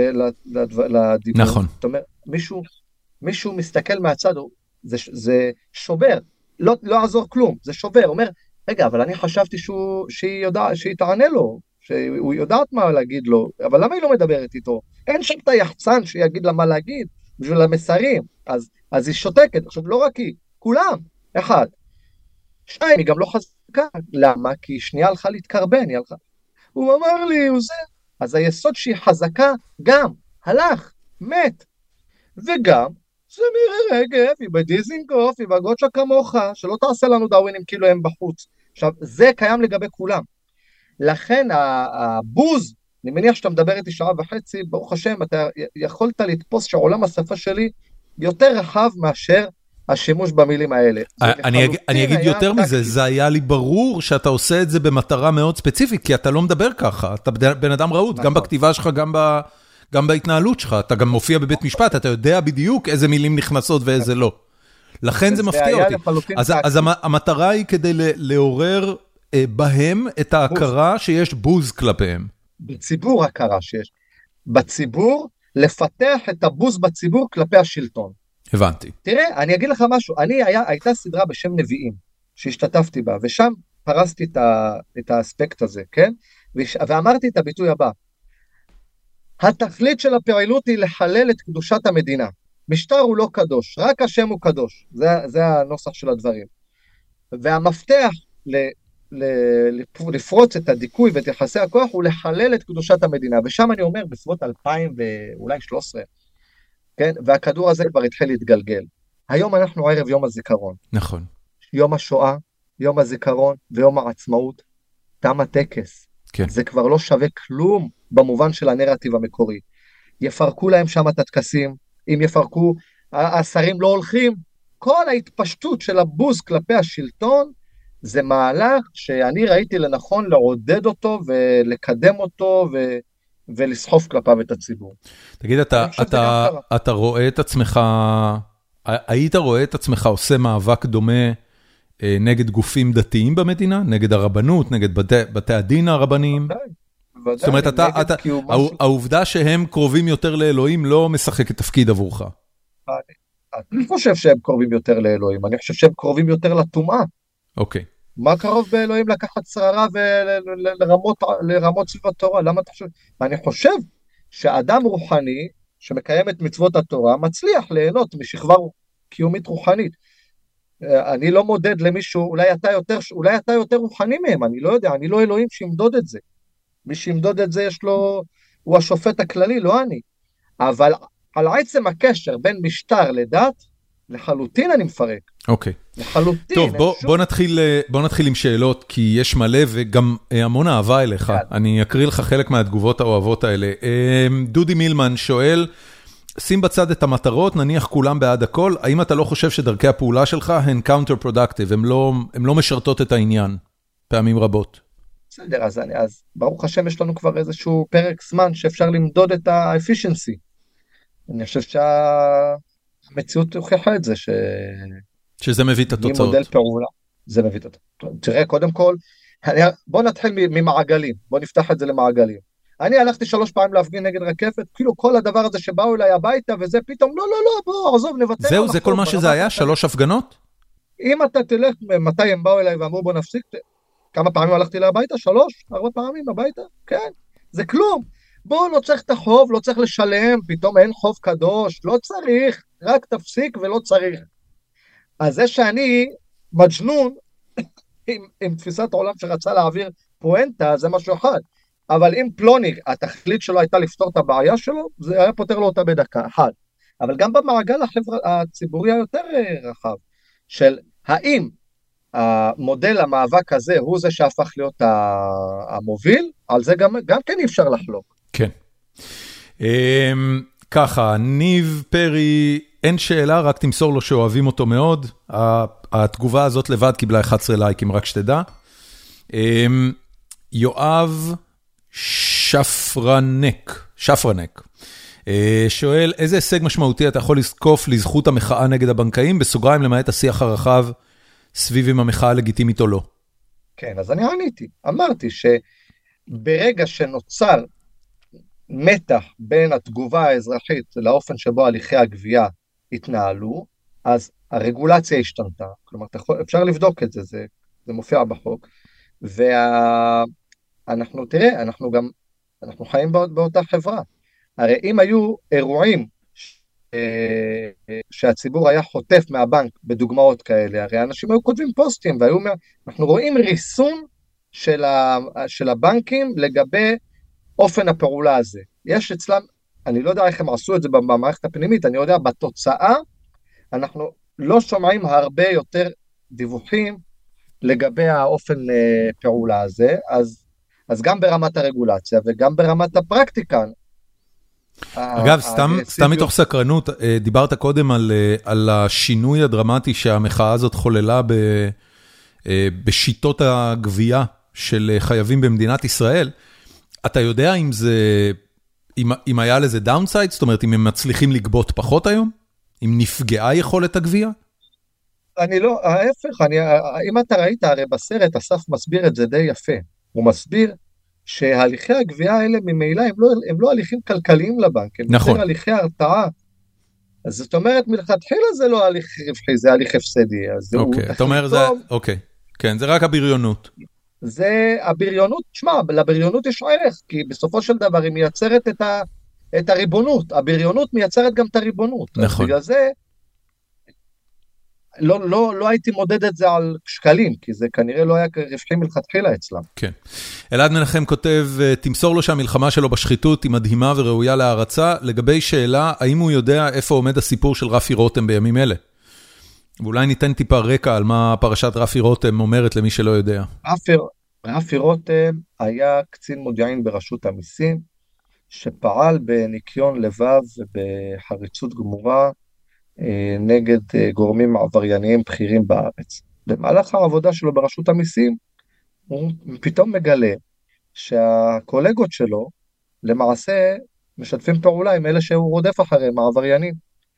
לדיבור. נכון. זאת אומרת, מישהו, מישהו מסתכל מהצד, זה, זה שובר, לא, לא עזור כלום, זה שובר, אומר, רגע, אבל אני חשבתי שהוא, שהיא, יודע, שהיא תענה לו, שהוא יודעת מה להגיד לו, אבל למה היא לא מדברת איתו? אין שם את היחצן שיגיד לה מה להגיד, בשביל המסרים, אז, אז היא שותקת, עכשיו לא רק היא, כולם, אחד, שתיים, היא גם לא חזקה, למה? כי שנייה הלכה להתקרבן, היא הלכה, הוא אמר לי, הוא זה, אז היסוד שהיא חזקה, גם, הלך, מת, וגם, זה מירי רגב, היא בדיזינגוף, היא בגוצ'ה כמוך, שלא תעשה לנו דאווינים כאילו הם בחוץ. עכשיו, זה קיים לגבי כולם. לכן, הבוז, אני מניח שאתה מדבר איתי שעה וחצי, ברוך השם, אתה יכולת לתפוס שעולם השפה שלי יותר רחב מאשר השימוש במילים האלה. אני אגיד יותר מזה, זה היה לי ברור שאתה עושה את זה במטרה מאוד ספציפית, כי אתה לא מדבר ככה, אתה בן אדם רהוט, גם בכתיבה שלך, גם ב... גם בהתנהלות שלך, אתה גם מופיע בבית משפט, אתה יודע בדיוק איזה מילים נכנסות ואיזה לא. לכן זה מפתיע אותי. אז, אז המטרה היא כדי לעורר בהם את ההכרה שיש בוז כלפיהם. בציבור הכרה שיש. בציבור, לפתח את הבוז בציבור כלפי השלטון. הבנתי. תראה, אני אגיד לך משהו, אני היה, הייתה סדרה בשם נביאים, שהשתתפתי בה, ושם פרסתי את, ה, את האספקט הזה, כן? ואמרתי את הביטוי הבא, התכלית של הפעילות היא לחלל את קדושת המדינה. משטר הוא לא קדוש, רק השם הוא קדוש. זה, זה הנוסח של הדברים. והמפתח ל, ל, לפרוץ את הדיכוי ואת יחסי הכוח הוא לחלל את קדושת המדינה. ושם אני אומר בסביבות אלפיים ואולי שלוש עשרה, כן? והכדור הזה כבר התחיל להתגלגל. היום אנחנו ערב יום הזיכרון. נכון. יום השואה, יום הזיכרון ויום העצמאות, תם הטקס. כן. זה כבר לא שווה כלום במובן של הנרטיב המקורי. יפרקו להם שם את התקסים, אם יפרקו, השרים לא הולכים, כל ההתפשטות של הבוז כלפי השלטון, זה מהלך שאני ראיתי לנכון לעודד אותו ולקדם אותו ו... ולסחוף כלפיו את הציבור. תגיד, אתה, אתה, אתה רואה את עצמך, היית רואה את עצמך עושה מאבק דומה נגד גופים דתיים במדינה, נגד הרבנות, נגד בתי, בתי הדין הרבניים? ודאי, זאת אומרת, אתה, אתה, העובדה שהם קרובים יותר לאלוהים לא משחקת תפקיד עבורך. אני, אני חושב שהם קרובים יותר לאלוהים, אני חושב שהם קרובים יותר לטומאה. אוקיי. מה קרוב באלוהים לקחת שררה ולרמות לרמות סביב התורה? למה אתה חושב? אני חושב שאדם רוחני שמקיים את מצוות התורה מצליח ליהנות משכבה קיומית רוחנית. אני לא מודד למישהו, אולי אתה יותר, אולי אתה יותר רוחני מהם, אני לא יודע, אני לא אלוהים שימדוד את זה. מי שימדוד את זה יש לו, הוא השופט הכללי, לא אני. אבל על עצם הקשר בין משטר לדת, לחלוטין אני מפרק. אוקיי. לחלוטין. טוב, בוא, בוא נתחיל, בוא נתחיל עם שאלות, כי יש מלא וגם המון אהבה אליך. אני אקריא לך חלק מהתגובות האוהבות האלה. דודי מילמן שואל, שים בצד את המטרות, נניח כולם בעד הכל, האם אתה לא חושב שדרכי הפעולה שלך הן counter productive, הן לא, הן לא משרתות את העניין, פעמים רבות? בסדר, אז, אני, אז ברוך השם יש לנו כבר איזשהו פרק זמן שאפשר למדוד את ה-efficiency. אני חושב שהמציאות הוכיחה את זה, ש... שזה מביא את התוצאות. ממודל פעולה, זה מביא את התוצאות. תראה, קודם כל, בוא נתחיל ממעגלים, בוא נפתח את זה למעגלים. אני הלכתי שלוש פעמים להפגין נגד רקפת, כאילו כל הדבר הזה שבאו אליי הביתה, וזה פתאום, לא, לא, לא, בוא, עזוב, נבטל. זהו, זה כל מה שזה היה? שלוש הפגנות? אם אתה תלך, מתי הם באו אליי ואמרו בוא נפסיק, כמה פעמים הלכתי להביתה? שלוש, ארבע פעמים הביתה? כן, זה כלום. בוא, לא צריך את החוב, לא צריך לשלם, פתאום אין חוב קדוש, לא צריך, רק תפסיק ולא צריך. אז זה שאני מג'נון, עם, עם תפיסת העולם שרצה להעביר פואנטה, זה משהו אחד. אבל אם פלוני, התכלית שלו הייתה לפתור את הבעיה שלו, זה היה פותר לו אותה בדקה, אחד. אבל גם במעגל החבר... הציבורי היותר רחב, של האם המודל המאבק הזה הוא זה שהפך להיות המוביל, על זה גם, גם כן אי אפשר לחלוק. כן. ככה, ניב פרי, אין שאלה, רק תמסור לו שאוהבים אותו מאוד. התגובה הזאת לבד קיבלה אחד עשר לייקים, רק שתדע. יואב שפרנק, שפרנק, שואל, איזה הישג משמעותי אתה יכול לזקוף לזכות המחאה נגד הבנקאים, בסוגריים למעט השיח הרחב, סביב אם המחאה לגיטימית או לא? כן, אז אני עניתי, אמרתי שברגע שנוצר מתח בין התגובה האזרחית לאופן שבו הליכי הגבייה התנהלו, אז הרגולציה השתנתה, כלומר אפשר לבדוק את זה, זה, זה מופיע בחוק, ואנחנו, תראה, אנחנו גם, אנחנו חיים בא, באותה חברה, הרי אם היו אירועים שהציבור היה חוטף מהבנק בדוגמאות כאלה, הרי אנשים היו כותבים פוסטים, והיו, אנחנו רואים ריסון של, ה, של הבנקים לגבי אופן הפעולה הזה. יש אצלם, אני לא יודע איך הם עשו את זה במערכת הפנימית, אני יודע, בתוצאה, אנחנו לא שומעים הרבה יותר דיווחים לגבי האופן פעולה הזה, אז, אז גם ברמת הרגולציה וגם ברמת הפרקטיקה. אגב, סתם, סתם מתוך סקרנות, דיברת קודם על, על השינוי הדרמטי שהמחאה הזאת חוללה ב, בשיטות הגבייה של חייבים במדינת ישראל. אתה יודע אם זה, אם, אם היה לזה דאונסייד, זאת אומרת, אם הם מצליחים לגבות פחות היום? אם נפגעה יכולת הגבייה? אני לא, ההפך, אני, אם אתה ראית, הרי בסרט, אסף מסביר את זה די יפה. הוא מסביר שהליכי הגבייה האלה ממילא הם לא, הם לא הליכים כלכליים לבנק, הם נכון. יותר הליכי הרתעה. אז זאת אומרת, מלכתחילה זה לא הליך רווחי, זה הליך הפסדי. אז אוקיי, אתה אומר זה, אוקיי. כן, זה רק הבריונות. זה הבריונות, תשמע, לבריונות יש ערך, כי בסופו של דבר היא מייצרת את, ה, את הריבונות, הבריונות מייצרת גם את הריבונות. נכון. בגלל זה, לא, לא, לא הייתי מודד את זה על שקלים, כי זה כנראה לא היה רווחי מלכתחילה אצלם. כן. אלעד מנחם כותב, תמסור לו שהמלחמה שלו בשחיתות היא מדהימה וראויה להערצה, לגבי שאלה, האם הוא יודע איפה עומד הסיפור של רפי רותם בימים אלה? ואולי ניתן טיפה רקע על מה פרשת רפי רותם אומרת למי שלא יודע. רפי, רפי רותם היה קצין מודיעין ברשות המיסים, שפעל בניקיון לבב ובחריצות גמורה, נגד גורמים עברייניים בכירים בארץ. במהלך העבודה שלו ברשות המיסים, הוא פתאום מגלה שהקולגות שלו, למעשה, משתפים פעולה עם אלה שהוא רודף אחריהם, העבריינים.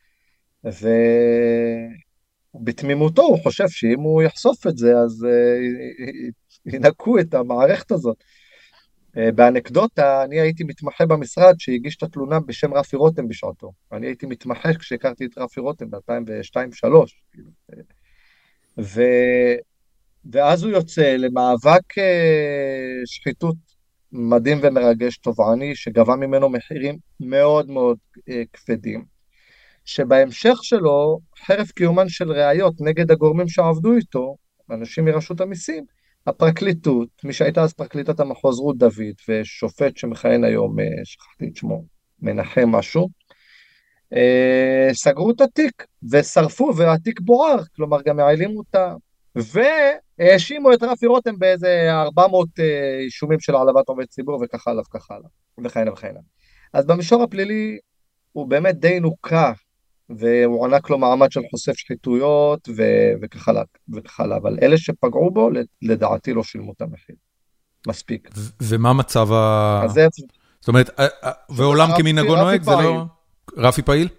ובתמימותו הוא חושב שאם הוא יחשוף את זה, אז ינקו את המערכת הזאת. באנקדוטה, אני הייתי מתמחה במשרד שהגיש את התלונה בשם רפי רותם בשעתו. אני הייתי מתמחה כשהכרתי את רפי רותם ב-אלפיים ושתיים שלוש. ו... ואז הוא יוצא למאבק שחיתות מדהים ומרגש תובעני, שגבה ממנו מחירים מאוד מאוד כבדים, שבהמשך שלו, חרף קיומן של ראיות נגד הגורמים שעבדו איתו, אנשים מרשות המיסים, הפרקליטות, מי שהייתה אז פרקליטת המחוז רות דוד, ושופט שמכהן היום, שכחתי את שמו, מנחם משהו, אה, סגרו את התיק ושרפו והתיק בוער, כלומר גם העלימו אותה, והאשימו את רפי רותם באיזה ארבע מאות אה, אישומים של העלבת עובד ציבור וכך הלאה וכך הלאה וכהנה וכהנה. אז במישור הפלילי הוא באמת די נוקה, והוא ענק לו מעמד של חושף שחיתויות ו- וכך הלאה וכך הלאה, אבל אלה שפגעו בו לדעתי לא שילמו את המחיר. מספיק. ו- ומה מצב ה... אז זה... זאת אומרת, ועולם כמנהגו נוהג, זה לא... רפי פעיל?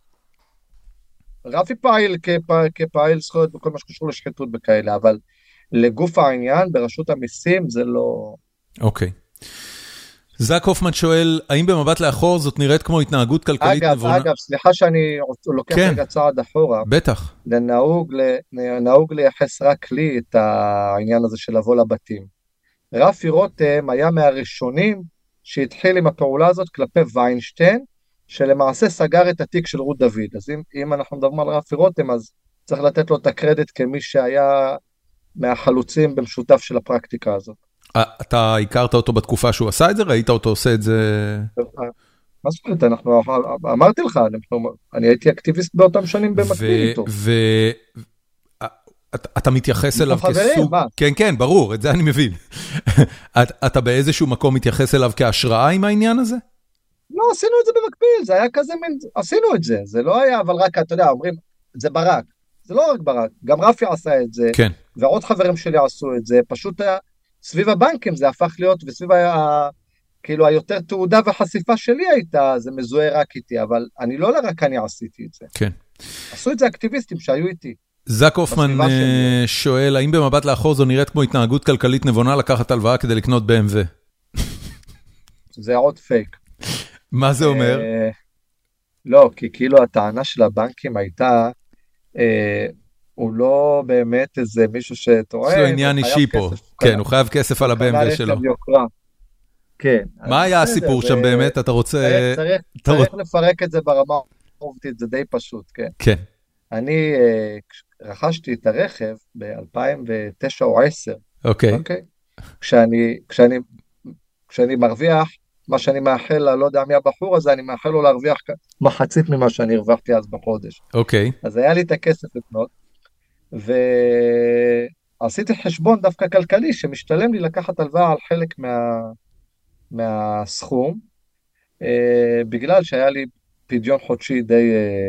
רפי פעיל כפ- כפעיל זכויות בכל מה שקשור לשחיתות בכאלה, אבל לגוף העניין, ברשות המיסים זה לא... אוקיי. זק הופמן שואל, האם במבט לאחור זאת נראית כמו התנהגות כלכלית אגב, נבונה? אגב, סליחה שאני לוקח כן. רגע צעד אחורה. בטח. נהוג, נהוג לייחס רק לי את העניין הזה של לבוא לבתים. רפי רותם היה מהראשונים שהתחיל עם הפעולה הזאת כלפי ויינשטיין, שלמעשה סגר את התיק של רות דוד. אז אם, אם אנחנו מדברים על רפי רותם, אז צריך לתת לו את הקרדיט כמי שהיה מהחלוצים במשותף של הפרקטיקה הזאת. אתה הכרת אותו בתקופה שהוא עשה את זה? ראית אותו עושה את זה? מה זאת אומרת? אנחנו, אמרתי לך, אני, אני הייתי אקטיביסט באותם שנים במקביל איתו. אתה מתייחס אליו כסוג... כן, כן, ברור, את זה אני מבין. אתה באיזשהו מקום מתייחס אליו כהשראה עם העניין הזה? לא, עשינו את זה במקביל, זה היה כזה מין, עשינו את זה, זה לא היה, אבל רק, אתה יודע, אומרים, זה ברק, זה לא רק ברק, גם רפי עשה את זה, כן. ועוד חברים שלי עשו את זה, פשוט היה, סביב הבנקים זה הפך להיות, וסביב ה... כאילו היותר תעודה וחשיפה שלי הייתה, זה מזוהה רק איתי, אבל אני לא רק אני עשיתי את זה. כן. עשו את זה אקטיביסטים שהיו איתי. זק הופמן שואל, האם במבט לאחור זו נראית כמו התנהגות כלכלית נבונה לקחת הלוואה כדי לקנות בי אם דאבליו? זה עוד פייק. מה זה אומר? לא, כי כאילו הטענה של הבנקים הייתה, הוא לא באמת איזה מישהו שטוען. יש לו עניין אישי פה. כן, הוא חייב כסף על ה-בי אם דאבליו שלו. כן. מה היה הסיפור שם באמת? אתה רוצה... צריך לפרק את זה ברמה העובדתית, זה די פשוט, כן. כן. אני רכשתי את הרכב ב-אלפיים ותשע או עשר. אוקיי. כשאני, כשאני, כשאני מרוויח, מה שאני מאחל, לא יודע מי הבחור הזה, אני מאחל לו להרוויח מחצית ממה שאני הרווחתי אז בחודש. אוקיי. אז היה לי את הכסף לקנות, ועשיתי חשבון דווקא כלכלי, שמשתלם לי לקחת הלוואה על חלק מה, מהסכום, בגלל שהיה לי פדיון חודשי די,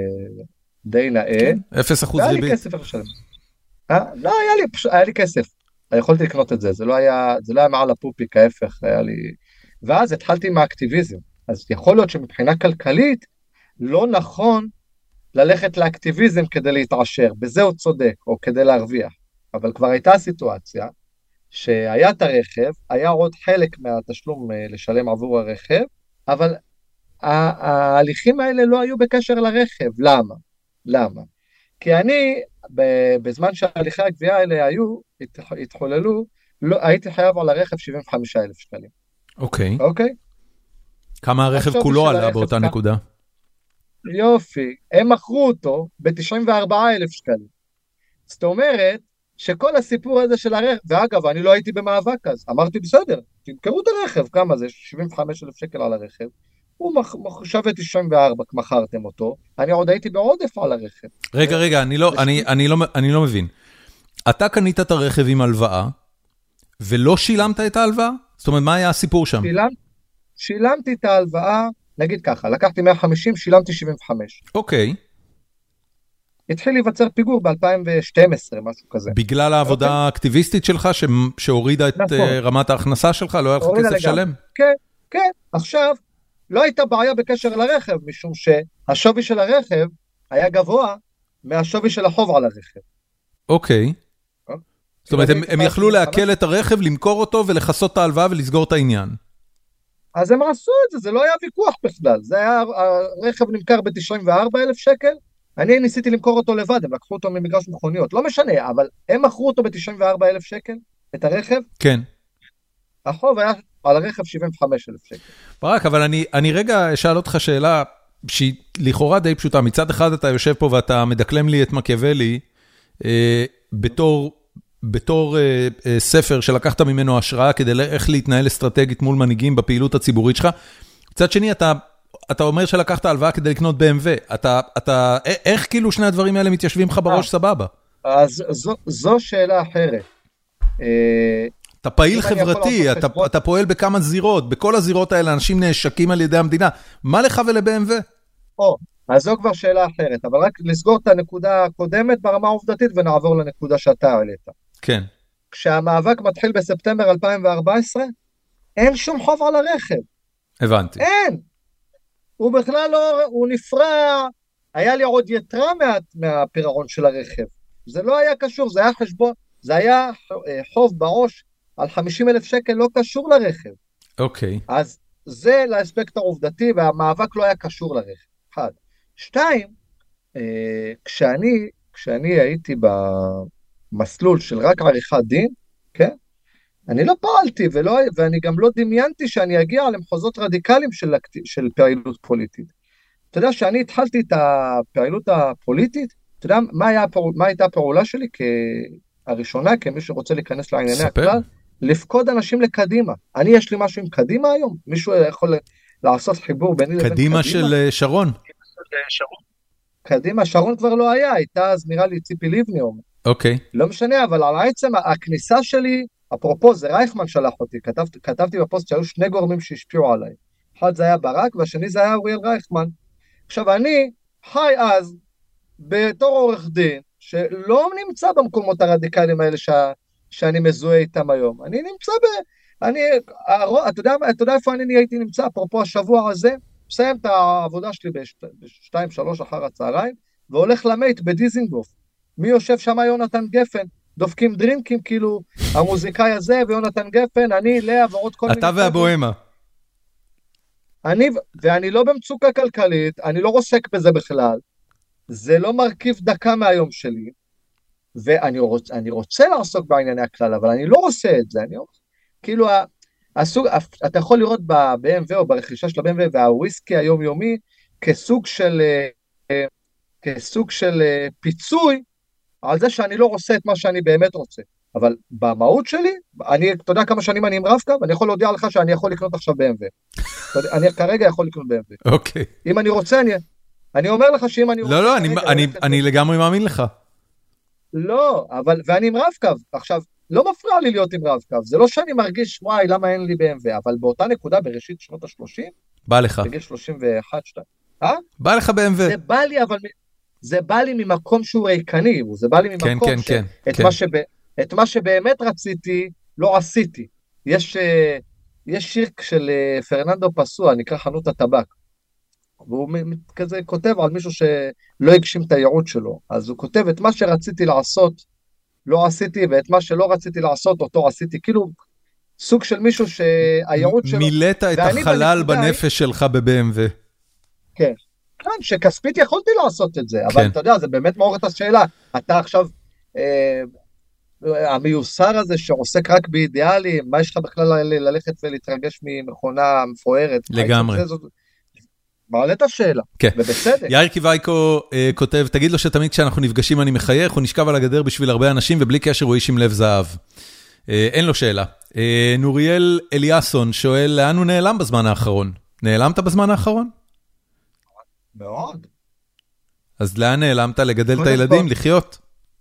די נאה. כן, אפס אחוז ריבית. והיה לי כסף לשלם. אה? לא, היה לי, פש... היה לי כסף. יכולתי לקנות את זה, זה לא היה, זה לא היה מעל הפופיק, ההפך, היה לי... ואז התחלתי עם האקטיביזם. אז יכול להיות שמבחינה כלכלית, לא נכון ללכת לאקטיביזם כדי להתעשר, בזה הוא צודק, או כדי להרוויח. אבל כבר הייתה סיטואציה, שהיה את הרכב, היה עוד חלק מהתשלום לשלם עבור הרכב, אבל ההליכים האלה לא היו בקשר לרכב. למה? למה? כי אני, בזמן שההליכי הגבייה האלה היו, התחוללו, לא, הייתי חייב על הרכב שבעים וחמישה אלף שקלים. אוקיי. אוקיי? כמה הרכב כולו עלה באותה נקודה? יופי, הם מכרו אותו ב-תשעים וארבעה אלף שקלים. זאת אומרת, שכל הסיפור הזה של הרכב, ואגב, אני לא הייתי במאבק אז, אמרתי בסדר, תמכרו את הרכב, כמה זה? שבעים וחמישה אלף שקל על הרכב, הוא שווה תשעים וארבע, מכרתם אותו, אני עוד הייתי בעודף על הרכב. רגע, רגע, אני לא, אני, אני לא, אני לא מבין. אתה קנית את הרכב עם הלוואה, ולא שילמת את ההלוואה? זאת אומרת, מה היה הסיפור שם? שילמת, שילמתי את ההלוואה, נגיד ככה, לקחתי מאה וחמישים, שילמתי שבעים וחמש. אוקיי. התחיל להיווצר פיגור ב-אלפיים ושתים עשרה, משהו כזה. בגלל העבודה האקטיביסטית שלך, שהורידה את רמת ההכנסה שלך, לא היה לך כסף שלם? כן, כן. עכשיו, לא הייתה בעיה בקשר לרכב, משום שהשווי של הרכב היה גבוה מהשווי של החוב על הרכב. אוקיי. זאת אומרת, הם יכלו להקל את הרכב, למכור אותו ולחסות את ההלוואה ולסגור את העניין. אז הם עשו את זה, זה לא היה ויכוח בכלל. זה היה, הרכב נמכר ב-תשעים וארבעה אלף שקל, אני ניסיתי למכור אותו לבד, הם לקחו אותו ממגרש מכוניות, לא משנה, אבל הם מכרו אותו ב-תשעים וארבעה אלף שקל, את הרכב. כן. החוב היה על הרכב שבעים וחמישה אלף שקל. ברק, אבל אני, אני רגע אשאל אותך שאלה, שהיא לכאורה די פשוטה. מצד אחד אתה יושב פה ואתה מדקלם לי את מקיאוולי, אה, בתור, בתור אה, אה, ספר שלקחת ממנו השראה, כדי איך להתנהל אסטרטגית מול מנהיגים בפעילות הציבורית שלך. מצד שני, אתה אתה אומר שלקחת הלוואה כדי לקנות בי אם דאבליו, אתה, אתה, איך כאילו שני הדברים האלה מתיישבים לך בראש סבבה? אז זו, זו שאלה אחרת. אתה פעיל חברתי, אתה, אתה פועל בכמה זירות, בכל הזירות האלה אנשים נעשקים על ידי המדינה, מה לך ול-בי אם דאבליו? או, אז זו כבר שאלה אחרת, אבל רק לסגור את הנקודה הקודמת ברמה העובדתית ונעבור לנקודה שאתה העלית. כן. כשהמאבק מתחיל בספטמבר אלפיים וארבע עשרה, אין שום חוב על הרכב. הבנתי. אין. הוא בכלל לא, הוא נפרע, היה לי עוד יתרה מה, מהפירעון של הרכב. זה לא היה קשור, זה היה חשבון, זה היה חוב בראש על חמישים אלף שקל לא קשור לרכב. אוקיי. אז זה לאספקט העובדתי, והמאבק לא היה קשור לרכב. אחד. שתיים, כשאני, כשאני הייתי במסלול של רק עריכת דין, כן? אני לא פעלתי, ולא, ואני גם לא דמיינתי שאני אגיע למחוזות רדיקליים של, של פעילות פוליטית. אתה יודע, שאני התחלתי את הפעילות הפוליטית, אתה יודע, מה, היה, מה הייתה הפעולה שלי כהראשונה, כמי שרוצה להיכנס לענייני הכלל? לפקוד אנשים לקדימה. אני, יש לי משהו עם קדימה היום? מישהו יכול לעשות חיבור ביני לבין קדימה? קדימה של שרון. קדימה, שרון כבר לא היה, הייתה אז נראה לי ציפי לבני. אוקיי. לא משנה, אבל על העצם, הכניסה שלי, אפרופו, זה רייכמן שלח אותי, כתב, כתבתי בפוסט שהיו שני גורמים שהשפיעו עליי. אחד זה היה ברק, והשני זה היה אוריאל רייכמן. עכשיו, אני חי אז, בתור עורך דין, שלא נמצא במקומות הרדיקליים האלה ש... שאני מזוהה איתם היום. אני נמצא ב... אני... אתה יודע, אתה יודע איפה אני הייתי נמצא? אפרופו השבוע הזה, מסיים את העבודה שלי בשתיים, שלוש אחר הצהריים, והולך למייט בדיזינגוף. מי יושב שם? יונתן גפן. דופקים דרינקים, כאילו, המוזיקאי הזה ויונתן גפן, אני, לאה ועוד כל מיני... אתה והבוהמה. אני, ואני לא במצוקה כלכלית, אני לא עוסק בזה בכלל, זה לא מרכיב דקה מהיום שלי, ואני רוצה, אני רוצה לעסוק בענייני הכלל, אבל אני לא עושה את זה, אני אומר, כאילו, הסוג, אתה יכול לראות ב-בי אם דאבליו או ברכישה של ה-בי אם דאבליו והוויסקי היומיומי, כסוג של, כסוג של פיצוי, על זה שאני לא עושה את מה שאני באמת רוצה. אבל במהות שלי, אני, אתה יודע כמה שנים אני עם רב-קו, אני יכול להודיע לך שאני יכול לקנות עכשיו בי אם דאבליו. אני כרגע יכול לקנות בי אם דאבליו. אוקיי. אם אני רוצה, אני, אני אומר לך שאם אני רוצה... לא, לא, אני, אני, אני לגמרי מאמין לך. לא, אבל, ואני עם רב-קו. עכשיו, לא מפריע לי להיות עם רב-קו. זה לא שאני מרגיש, וואי, למה אין לי בי אם דאבליו, אבל באותה נקודה, בראשית שנות ה-שלושים, בא לך. בגיל שלושים ואחת, שתיים. אה? בא לך בי אם דאבליו. זה בא לי, אבל... זה בא לי ממקום שהוא ריקני, זה בא לי ממקום כן, ש... כן, את, כן. מה שב... את מה שבאמת רציתי, לא עשיתי. יש, יש שיר של פרננדו פסוע, נקרא חנות הטבק, והוא כזה כותב על מישהו שלא הגשים את הייעוד שלו, אז הוא כותב את מה שרציתי לעשות, לא עשיתי, ואת מה שלא רציתי לעשות, אותו עשיתי, כאילו סוג של מישהו שהייעוד שלו... מילאת את החלל בנפש שלך ב-בי אם דאבליו. כן. כן, שכספית יכולתי לעשות את זה, אבל אתה יודע, זה באמת מעורר את השאלה, אתה עכשיו, המיוסר הזה שעוסק רק באידיאלים, מה יש לך בכלל ללכת ולהתרגש ממכונה מפוארת? לגמרי. מעלה את השאלה, ובצדק. יאיר קיווייקו כותב, תגיד לו שתמיד כשאנחנו נפגשים אני מחייך, הוא נשכב על הגדר בשביל הרבה אנשים, ובלי קשר הוא איש עם לב זהב. אין לו שאלה. נוריאל אליאסון שואל, לאן הוא נעלם בזמן האחרון? נעלמת בזמן האחרון? מאוד. אז לאן נעלמת לגדל את הילדים, לחיות?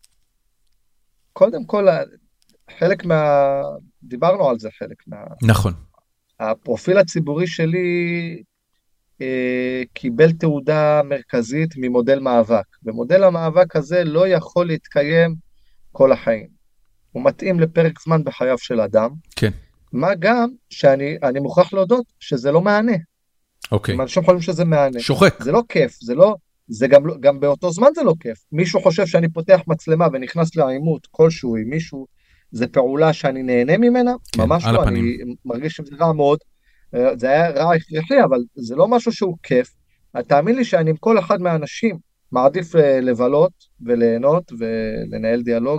קודם כל, חלק מה... דיברנו על זה חלק מה... נכון. הפרופיל הציבורי שלי אה, קיבל תעודה מרכזית ממודל מאבק, ומודל המאבק הזה לא יכול להתקיים כל החיים. הוא מתאים לפרק זמן בחייו של אדם. כן. מה גם שאני אני מוכרח להודות שזה לא מענה. אוקיי. אנשים חושבים שזה מענה. שוחק. זה לא כיף, זה לא, זה גם, גם באותו זמן זה לא כיף. מישהו חושב שאני פותח מצלמה ונכנס לעימות כלשהו עם מישהו, זה פעולה שאני נהנה ממנה, כן, ממש לא, הפנים. אני מרגיש שזה רע מאוד, זה היה רע הכרחי, אבל זה לא משהו שהוא כיף. תאמין לי שאני עם כל אחד מהאנשים מעדיף לבלות וליהנות ולנהל דיאלוג,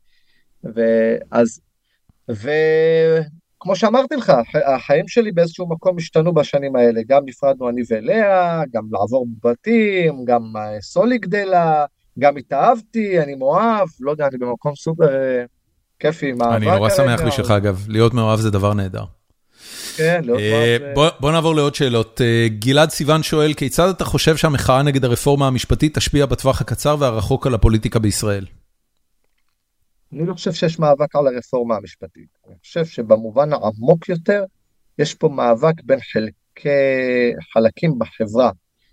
ואז, ו... כמו שאמרתי לך, החיים שלי באיזשהו מקום השתנו בשנים האלה, גם נפרדנו אני ולאה, גם לעבור בתים, גם סולי גדלה, גם התאהבתי, אני מאוהב, לא יודע, אני במקום סופר כיפי. אני נורא שמח בשבילך אגב, להיות מאוהב זה דבר נהדר. כן, לא בוא, בוא נעבור לעוד שאלות. גלעד סיוון שואל, כיצד אתה חושב שהמחאה נגד הרפורמה המשפטית תשפיע בטווח הקצר והרחוק על הפוליטיקה בישראל? אני לא חושב שיש מאבק על הרפורמה המשפטית. אני חושב שבמובן העמוק יותר, יש פה מאבק בין חלקי, חלקים בחברה,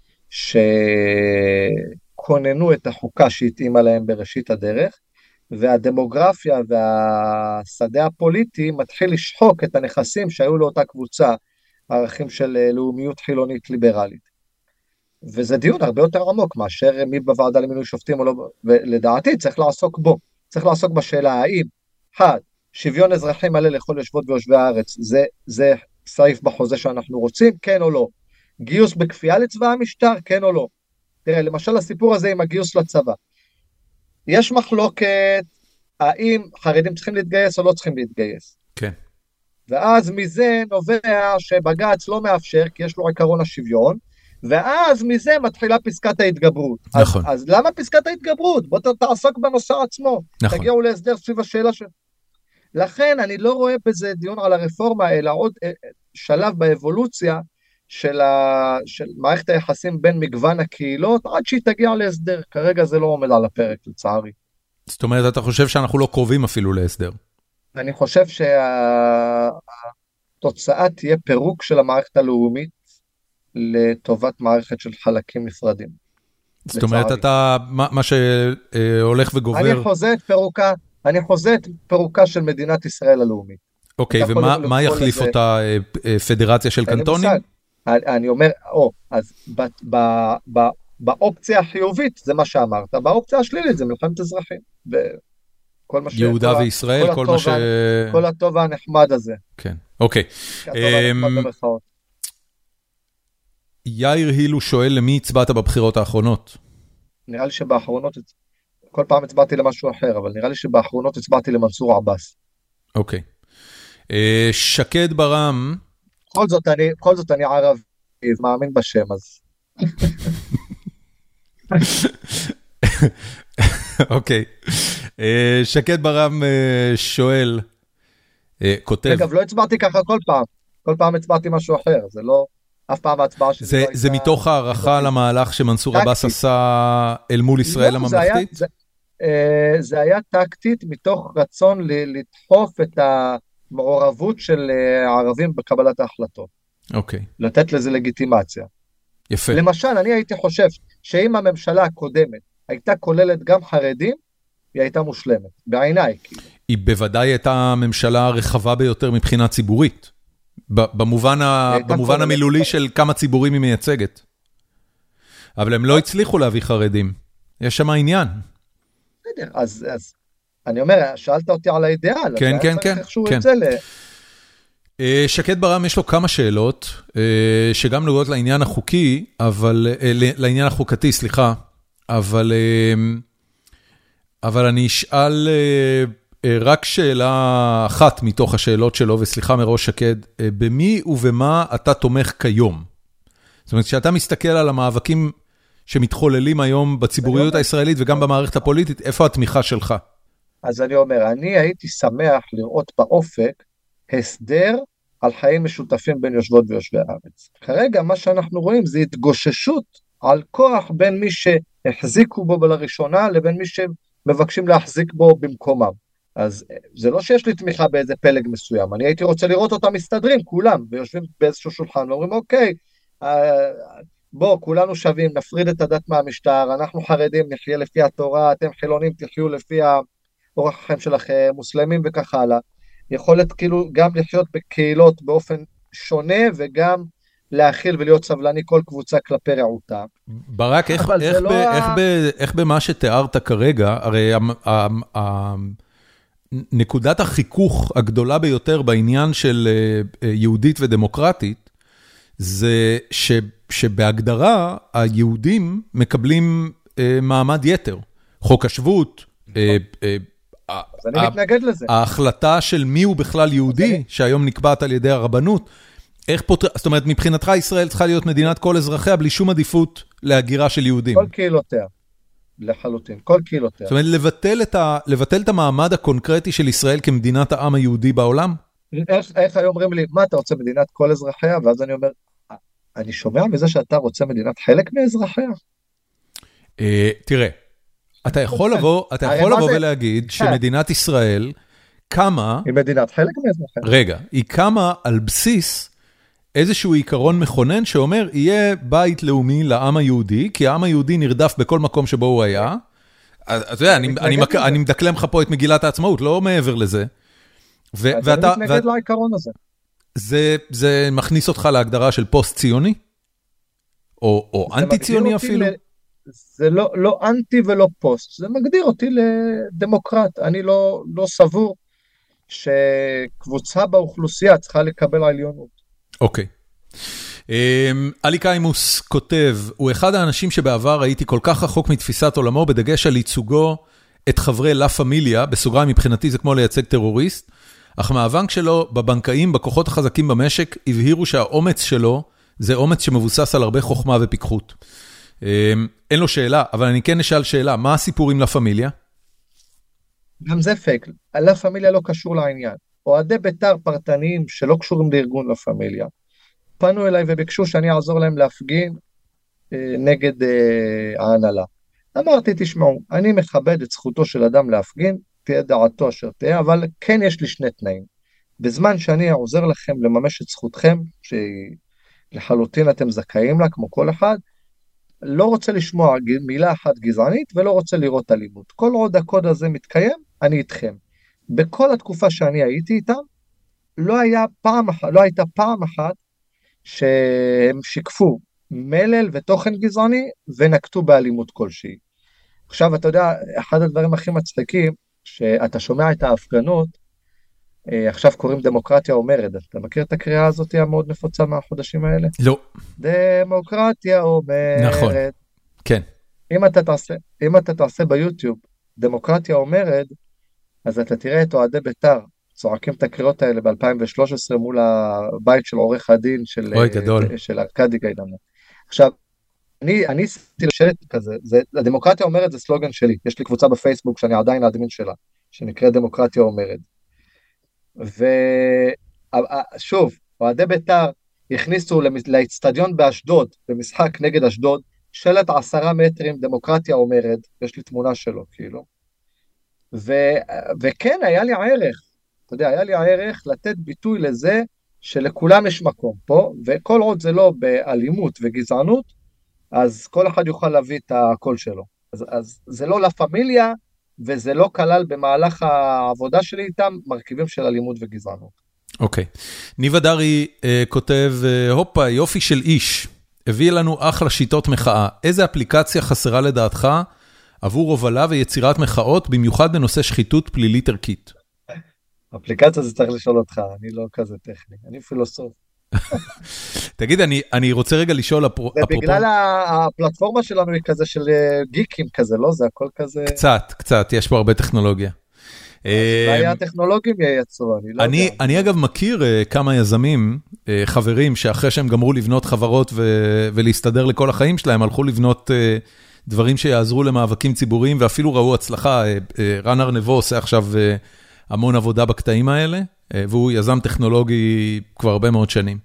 שכוננו את החוקה שהתאימה להם בראשית הדרך, והדמוגרפיה והשדה הפוליטי מתחיל לשחוק את הנכסים שהיו לאותה קבוצה, ערכים של לאומיות חילונית ליברלית. וזה דיון הרבה יותר עמוק מאשר מי בוועדה למינוי שופטים או לא, ולדעתי צריך לעסוק בו. צריך לעסוק בשאלה האם, אחד, שוויון אזרחי מלא לכל יושבות ויושבי הארץ, זה, זה סעיף בחוזה שאנחנו רוצים, כן או לא. גיוס בכפייה לצבא המשטר, כן או לא. תראה, למשל הסיפור הזה עם הגיוס לצבא. יש מחלוקת, האם חרדים צריכים להתגייס או לא צריכים להתגייס. כן. ואז מזה נובע שבג"ץ לא מאפשר, כי יש לו עקרון השוויון, ואז מזה מתחילה פסקת ההתגברות. נכון. אז, אז למה פסקת ההתגברות? בוא תעסוק בנושא עצמו. נכון. תגיעו להסדר סביב השאלה של... לכן אני לא רואה בזה דיון על הרפורמה, אלא עוד שלב באבולוציה של, ה... של מערכת היחסים בין מגוון הקהילות, עד שהיא תגיע להסדר. כרגע זה לא עומד על הפרק, לצערי. זאת אומרת, אתה חושב שאנחנו לא קרובים אפילו להסדר? אני חושב שהתוצאה תהיה פירוק של המערכת הלאומית, לטובת מערכת של חלקים נפרדים. זאת אומרת, אתה, מה, מה שהולך וגובר... אני חוזה את פירוקה, אני חוזה את פירוקה של מדינת ישראל הלאומית. אוקיי, ומה מה יחליף אותה פדרציה של קנטונים? אני, אני אומר, או, אז ב, ב, ב, באופציה החיובית, זה מה שאמרת, באופציה השלילית, זה מלחמת אזרחים. וכל מה ש... יהודה כל וישראל, כל, כל מה ש... כל הטוב הנחמד הזה. כן, אוקיי. הטוב הנחמד במרכאות. יאיר הילו שואל, למי הצבעת בבחירות האחרונות? נראה לי שבאחרונות, כל פעם הצבעתי למשהו אחר, אבל נראה לי שבאחרונות הצבעתי למנסור עבאס. אוקיי. שקד ברם. כל זאת אני, כל זאת אני ערבי, מאמין בשם, אז. אוקיי. שקד ברם שואל, כותב. אגב, לא הצבעתי ככה כל פעם. כל פעם הצבעתי משהו אחר, זה לא... אף פעם ההצבעה שלי זה, לא הייתה... זה מתוך הערכה למהלך שמנסור עבאס עשה אל מול ישראל לא, הממלכתית? זה היה, זה, זה היה טקטית מתוך רצון לדחוף את המעורבות של הערבים בקבלת ההחלטות. אוקיי. לתת לזה לגיטימציה. יפה. למשל, אני הייתי חושב שאם הממשלה הקודמת הייתה כוללת גם חרדים, היא הייתה מושלמת, בעיניי. היא בוודאי הייתה הממשלה הרחבה ביותר מבחינה ציבורית. במובן, ה... במובן המילולי של כמה ציבורים היא מייצגת. אבל הם לא הצליחו להביא חרדים. יש שם עניין. בסדר, אז, אז אני אומר, שאלת אותי על האידאל. כן, כן, כן. כן. ל... שקד ברם יש לו כמה שאלות, שגם נוגעות לעניין החוקי, אבל, לעניין החוקתי, סליחה, אבל, אבל אני אשאל... רק שאלה אחת מתוך השאלות שלו, וסליחה מראש שקד, במי ובמה אתה תומך כיום? זאת אומרת, כשאתה מסתכל על המאבקים שמתחוללים היום בציבוריות הישראלית וגם במערכת הפוליטית, איפה התמיכה שלך? אז אני אומר, אני הייתי שמח לראות באופק הסדר על חיים משותפים בין יושבות ויושבי הארץ. כרגע מה שאנחנו רואים זה התגוששות על כוח בין מי שהחזיקו בו לראשונה לבין מי שמבקשים להחזיק בו במקומם. אז זה לא שיש לי תמיכה באיזה פלג מסוים, אני הייתי רוצה לראות אותם מסתדרים, כולם, ויושבים באיזשהו שולחן, ואומרים, אוקיי, בוא, כולנו שווים, נפריד את הדת מהמשטר, אנחנו חרדים, נחיה לפי התורה, אתם חילונים, תחיו לפי האורח החיים שלכם, מוסלמים וכך הלאה. יכולת כאילו גם לחיות בקהילות באופן שונה, וגם להכיל ולהיות סבלני כל קבוצה כלפי רעותה. ברק, איך, איך, לא ב, ה... איך, ב, איך במה שתיארת כרגע, הרי ה... ה, ה נקודת החיכוך הגדולה ביותר בעניין של יהודית ודמוקרטית, זה ש, שבהגדרה היהודים מקבלים מעמד יתר. חוק השבות, אז אני מתנגד לזה. ההחלטה של מי הוא בכלל יהודי, שהיום נקבעת על ידי הרבנות, איך פותר... זאת אומרת, מבחינתך ישראל צריכה להיות מדינת כל אזרחיה, בלי שום עדיפות להגירה של יהודים. כל קהילותיה. לחלוטין, כל קהילותיה. זאת אומרת, לבטל את, ה, לבטל את המעמד הקונקרטי של ישראל כמדינת העם היהודי בעולם? איך, איך היו אומרים לי, מה אתה רוצה מדינת כל אזרחיה? ואז אני אומר, אני שומע מזה שאתה רוצה מדינת חלק מאזרחיה? תראה, אתה יכול לבוא, אתה יכול לבוא ולהגיד שמדינת ישראל קמה... היא מדינת חלק מאזרחיה. רגע, היא קמה על בסיס איזשהו עיקרון מכונן שאומר, יהיה בית לאומי לעם היהודי, כי העם היהודי נרדף בכל מקום שבו הוא היה. אז אתה יודע, אני מדקלם לך פה את מגילת העצמאות, לא מעבר לזה. ואתה מתנגד לעיקרון הזה. זה מכניס אותך להגדרה של פוסט-ציוני? או אנטי-ציוני אפילו? זה לא אנטי ולא פוסט, זה מגדיר אותי לדמוקרט. אני לא סבור שקבוצה באוכלוסייה צריכה לקבל עליונות. אוקיי. אלי קיימוס כותב, הוא אחד האנשים שבעבר הייתי כל כך רחוק מתפיסת עולמו, בדגש על ייצוגו את חברי לה פמיליה, בסוגריים מבחינתי זה כמו לייצג טרוריסט, אך מאבק שלו בבנקאים, בכוחות החזקים במשק, הבהירו שהאומץ שלו זה אומץ שמבוסס על הרבה חוכמה ופיקחות. אין לו שאלה, אבל אני כן אשאל שאלה, מה הסיפור עם לה פמיליה? גם זה פייק, לה פמיליה לא קשור לעניין. אוהדי בית"ר פרטניים שלא קשורים לארגון לה פמיליה, פנו אליי וביקשו שאני אעזור להם להפגין אה, נגד אה, ההנהלה. אמרתי, תשמעו, אני מכבד את זכותו של אדם להפגין, תהיה דעתו אשר תהיה, אבל כן יש לי שני תנאים. בזמן שאני עוזר לכם לממש את זכותכם, שלחלוטין אתם זכאים לה כמו כל אחד, לא רוצה לשמוע מילה אחת גזענית ולא רוצה לראות אלימות. כל עוד הקוד הזה מתקיים, אני איתכם. בכל התקופה שאני הייתי איתם, לא, היה פעם אחת, לא הייתה פעם אחת שהם שיקפו מלל ותוכן גזעני ונקטו באלימות כלשהי. עכשיו, אתה יודע, אחד הדברים הכי מצחיקים, שאתה שומע את ההפגנות, עכשיו קוראים דמוקרטיה אומרת. אתה מכיר את הקריאה הזאת המאוד נפוצה מהחודשים האלה? לא. דמוקרטיה אומרת. נכון, כן. אם אתה תעשה, אם אתה תעשה ביוטיוב, דמוקרטיה אומרת, אז אתה תראה את אוהדי בית"ר, צועקים את הקריאות האלה ב-אלפיים ושלוש עשרה מול הבית של עורך הדין של, של ארקדי גיידמן. עכשיו, אני, אני עשיתי לשלט כזה, זה, הדמוקרטיה אומרת זה סלוגן שלי, יש לי קבוצה בפייסבוק שאני עדיין האדמין שלה, שנקרא דמוקרטיה אומרת. ושוב, אוהדי בית"ר הכניסו לאצטדיון באשדוד, במשחק נגד אשדוד, שלט עשרה מטרים, דמוקרטיה אומרת, יש לי תמונה שלו, כאילו. ו, וכן, היה לי ערך, אתה יודע, היה לי הערך לתת ביטוי לזה, שלכולם יש מקום פה, וכל עוד זה לא באלימות וגזענות, אז כל אחד יוכל להביא את הקול שלו. אז, אז זה לא לה פמיליה, וזה לא כלל במהלך העבודה שלי איתם, מרכיבים של אלימות וגזענות. אוקיי. ניב אדרי אה, כותב, אה, הופה, יופי של איש, הביא לנו אחלה שיטות מחאה. איזה אפליקציה חסרה לדעתך עבור הובלה ויצירת מחאות, במיוחד בנושא שחיתות פלילית ערכית? אפליקציה זה צריך לשאול אותך, אני לא כזה טכני, אני פילוסוף. תגיד, אני, אני רוצה רגע לשאול, זה בגלל הפלטפורמה שלנו היא כזה של גיקים כזה, לא? זה הכל כזה... קצת, קצת, יש פה הרבה טכנולוגיה. אולי הטכנולוגים ייצרו, אני לא יודע. אני אגב מכיר כמה יזמים, חברים, שאחרי שהם גמרו לבנות חברות ולהסתדר לכל החיים שלהם, הלכו לבנות דברים שיעזרו למאבקים ציבוריים, ואפילו ראו הצלחה. רן ארנבו עושה עכשיו המון עבודה בקטעים האלה, והוא יזם טכנולוגי כבר הרבה מאוד שנים.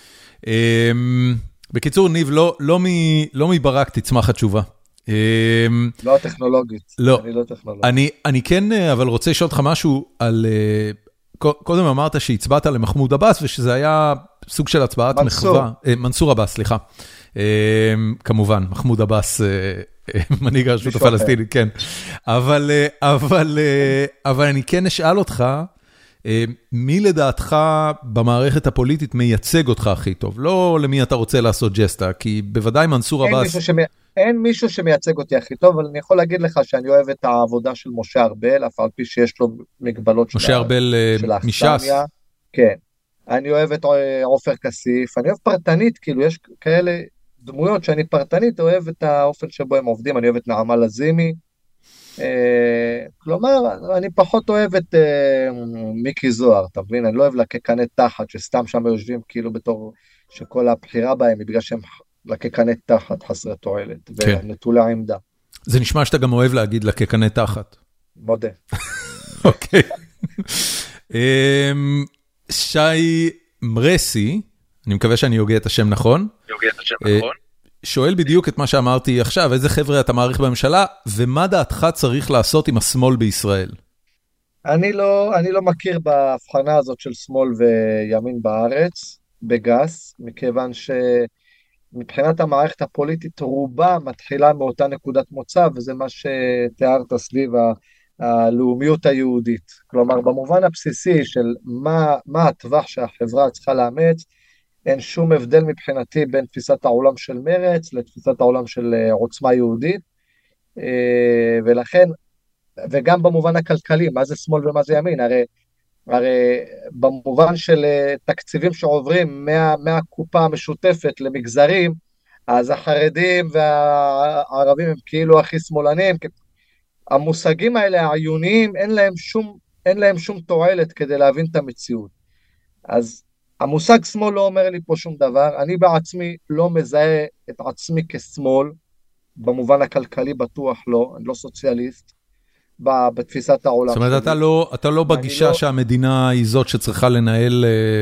בקיצור, ניב, לא מברק תצמח התשובה. לא הטכנולוגית. לא. אני כן, אבל רוצה לשאול אותך משהו על... קודם אמרת שהצבעת למחמוד עבאס, ושזה היה סוג של הצבעת מחווה. מנסור עבאס, סליחה. כמובן, מחמוד עבאס, מנהיג הרשות הפלסטינית, כן. אבל אני כן אשאל אותך, מי לדעתך במערכת הפוליטית מייצג אותך הכי טוב? לא למי אתה רוצה לעשות ג'סטה, כי בוודאי מנסור עבאס... אין מישהו שמייצג אותי הכי טוב, אבל אני יכול להגיד לך שאני אוהב את העבודה של משה ארבל, אף על פי שיש לו מגבלות של... משה ארבל מש"ס? כן. אני אוהב את עופר כסיף, אני אוהב פרטנית, כאילו יש כאלה דמויות שאני פרטנית אוהב את האופן שבו הם עובדים, אני אוהב את נעמה לזימי, כלומר, אני פחות אוהב את מיקי זוהר, אתה מבין? אני לא אוהב לקקני תחת, שסתם שם יושבים כאילו בתור שכל הבחירה בהם, בגלל שהם לקקני תחת חסרי תועלת, ונטולי העמדה. זה נשמע שאתה גם אוהב להגיד לקקני תחת. מודה. אוקיי. שי מרסי, אני מקווה שאני יוגע את השם נכון. יוגע את השם נכון. שואל בדיוק את מה שאמרתי עכשיו, איזה חבר'ה אתה מעריך בממשלה, ומה דעתך צריך לעשות עם השמאל בישראל? אני לא, אני לא מכיר בהבחנה הזאת של שמאל וימין בארץ, בגס, מכיוון שמבחינת המערכת הפוליטית רובה מתחילה מאותה נקודת מוצא, וזה מה שתיארת סביב הלאומיות היהודית. כלומר, במובן הבסיסי של מה, מה הטווח שהחברה צריכה לאמץ, אין שום הבדל מבחינתי בין תפיסת העולם של מרץ לתפיסת העולם של עוצמה יהודית, ולכן, וגם במובן הכלכלי, מה זה שמאל ומה זה ימין, הרי, הרי במובן של תקציבים שעוברים מה, מהקופה המשותפת למגזרים, אז החרדים והערבים הם כאילו הכי שמאלנים, המושגים האלה העיוניים, אין להם שום, אין להם שום תועלת כדי להבין את המציאות. אז המושג שמאל לא אומר לי פה שום דבר, אני בעצמי לא מזהה את עצמי כשמאל, במובן הכלכלי בטוח לא, אני לא סוציאליסט, בתפיסת העולם. זאת אומרת, אתה לא, אתה לא בגישה שהמדינה היא זאת שצריכה לנהל,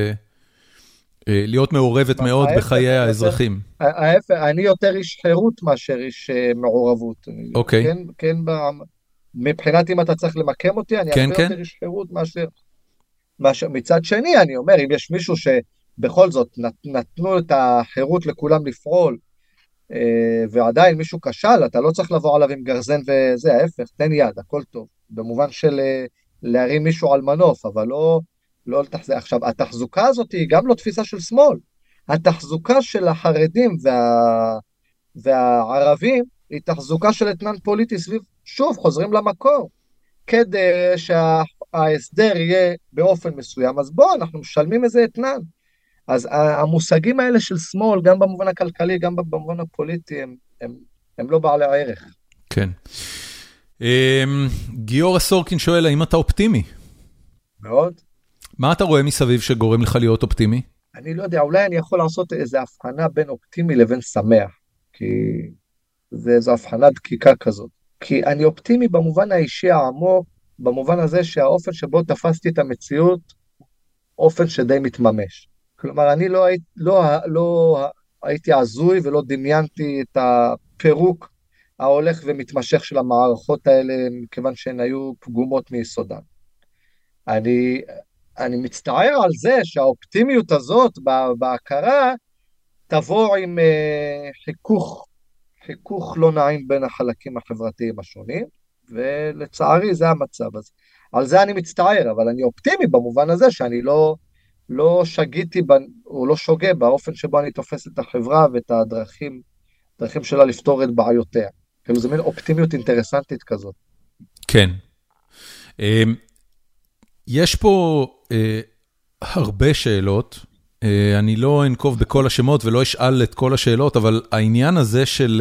להיות מעורבת מאוד בחיי האזרחים. ההפך, אני יותר איש חירות מאשר איש מעורבות. אוקיי. כן, כן, מבחינת אם אתה צריך למקם אותי, אני יותר איש חירות מאשר... מצד שני, אני אומר, אם יש מישהו שבכל זאת נתנו את החירות לכולם לפעול, ועדיין מישהו כשל, אתה לא צריך לבוא עליו עם גרזן וזה, ההפך, תן יד, הכל טוב, במובן של להרים מישהו על מנוף, אבל לא, לא לתחזק. עכשיו, התחזוקה הזאת היא גם לא תפיסה של שמאל, התחזוקה של החרדים וה, והערבים, היא תחזוקה של אתנן פוליטי סביב, שוב, חוזרים למקור, כדי שההסדר יהיה באופן מסוים, אז בוא, אנחנו משלמים איזה אתנן, אז המושגים האלה של שמאל, גם במובן הכלכלי, גם במובן הפוליטי, הם, הם, הם לא בעלי הערך. כן. גיורא סורקין שואל, האם אתה אופטימי? מאוד. מה אתה רואה מסביב שגורם לך להיות אופטימי? אני לא יודע, אולי אני יכול לעשות איזו הבחנה בין אופטימי לבין שמח, כי זה איזו הבחנה דקיקה כזאת. כי אני אופטימי במובן האישי העמוק, במובן הזה שהאופן שבו תפסתי את המציאות, אופן שדי מתממש. כלומר, אני לא, היית, לא, לא הייתי עזוי ולא דמיינתי את הפירוק ההולך ומתמשך של המערכות האלה, מכיוון שהן היו פגומות מיסודן. אני, אני מצטער על זה שהאופטימיות הזאת בהכרה תבוא עם חיכוך, חיכוך לא נעים בין החלקים החברתיים השונים, ולצערי זה המצב הזה. על זה אני מצטער, אבל אני אופטימי במובן הזה שאני לא... לא שגיתי, או לא שוגה באופן שבו אני תופס את החברה ואת הדרכים, דרכים שלה לפתור את בעיותיה. כאילו זה מין אופטימיות אינטרסנטית כזאת. כן. יש פה הרבה שאלות, אני לא אנקוב בכל השמות ולא אשאל את כל השאלות, אבל העניין הזה של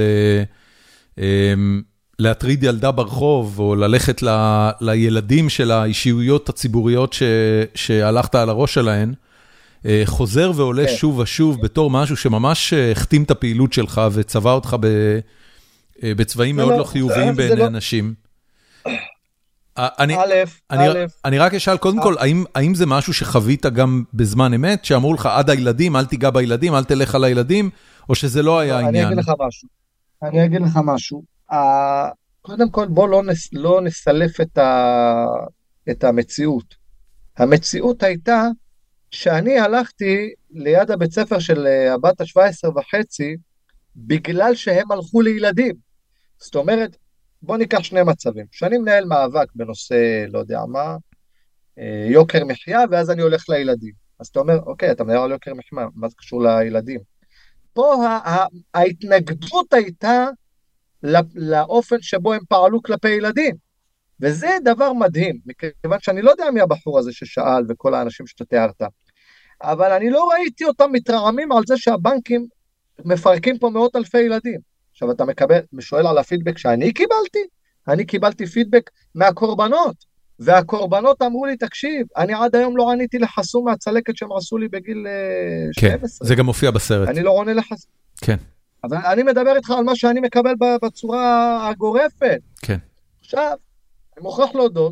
להטריד ילדה ברחוב, או ללכת ל, לילדים של האישיויות הציבוריות ש, שהלכת על הראש שלהן, חוזר ועולה כן. שוב ושוב בתור משהו שממש החתים את הפעילות שלך, וצבע אותך ב, בצבעים מאוד לא, לא חיוביים בעיני לא... אנשים. אני, א', אני, א', אני רק אשאל, קודם כל, האם, האם זה משהו שחווית גם בזמן אמת, שאמרו לך עד הילדים, אל תיגע בילדים, אל תלך על הילדים, או שזה לא היה אני העניין? אני אגיד לך משהו. אני אגיד לך משהו. קודם כל בוא לא, נס, לא נסלף את, ה, את המציאות. המציאות הייתה שאני הלכתי ליד הבית ספר של הבת ה-שבע עשרה וחצי, בגלל שהם הלכו לילדים. זאת אומרת, בוא ניקח שני מצבים. שאני מנהל מאבק בנושא, לא יודע מה, יוקר מחיה, ואז אני הולך לילדים. אז אתה אומר, אוקיי, אתה מדבר על יוקר מחיה, מה זה קשור לילדים? פה ההתנגדות הייתה, לאופן שבו הם פעלו כלפי ילדים, וזה דבר מדהים, מכיוון שאני לא יודע מי הבחור הזה ששאל, וכל האנשים שאתה תיארת, אבל אני לא ראיתי אותם מתרעמים על זה שהבנקים מפרקים פה מאות אלפי ילדים. עכשיו אתה מקבל, משואל על הפידבק שאני קיבלתי, אני קיבלתי פידבק מהקורבנות, והקורבנות אמרו לי, תקשיב, אני עד היום לא עניתי לחסום מהצלקת שהם עשו לי בגיל כן, שתים עשרה. זה גם מופיע בסרט. אני לא עונה לחסום. כן. אבל אני מדבר איתך על מה שאני מקבל בצורה הגורפת. כן. עכשיו, אני מוכרח להודות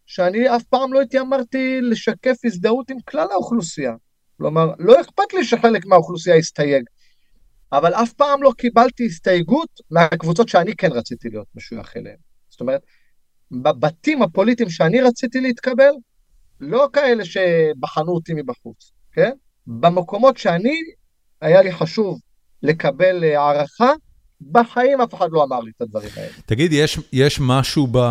שאני אף פעם לא התיימרתי לשקף הזדהות עם כלל האוכלוסייה. כלומר, לא אכפת לי שחלק מהאוכלוסייה יסתייג, אבל אף פעם לא קיבלתי הסתייגות מהקבוצות שאני כן רציתי להיות משוייך אליהן. זאת אומרת, בבתים הפוליטיים שאני רציתי להתקבל, לא כאלה שבחנו אותי מבחוץ, כן? במקומות שאני, היה לי חשוב לקבל הערכה, בחיים אף אחד לא אמר לי את הדברים האלה. תגיד, יש, יש משהו ב,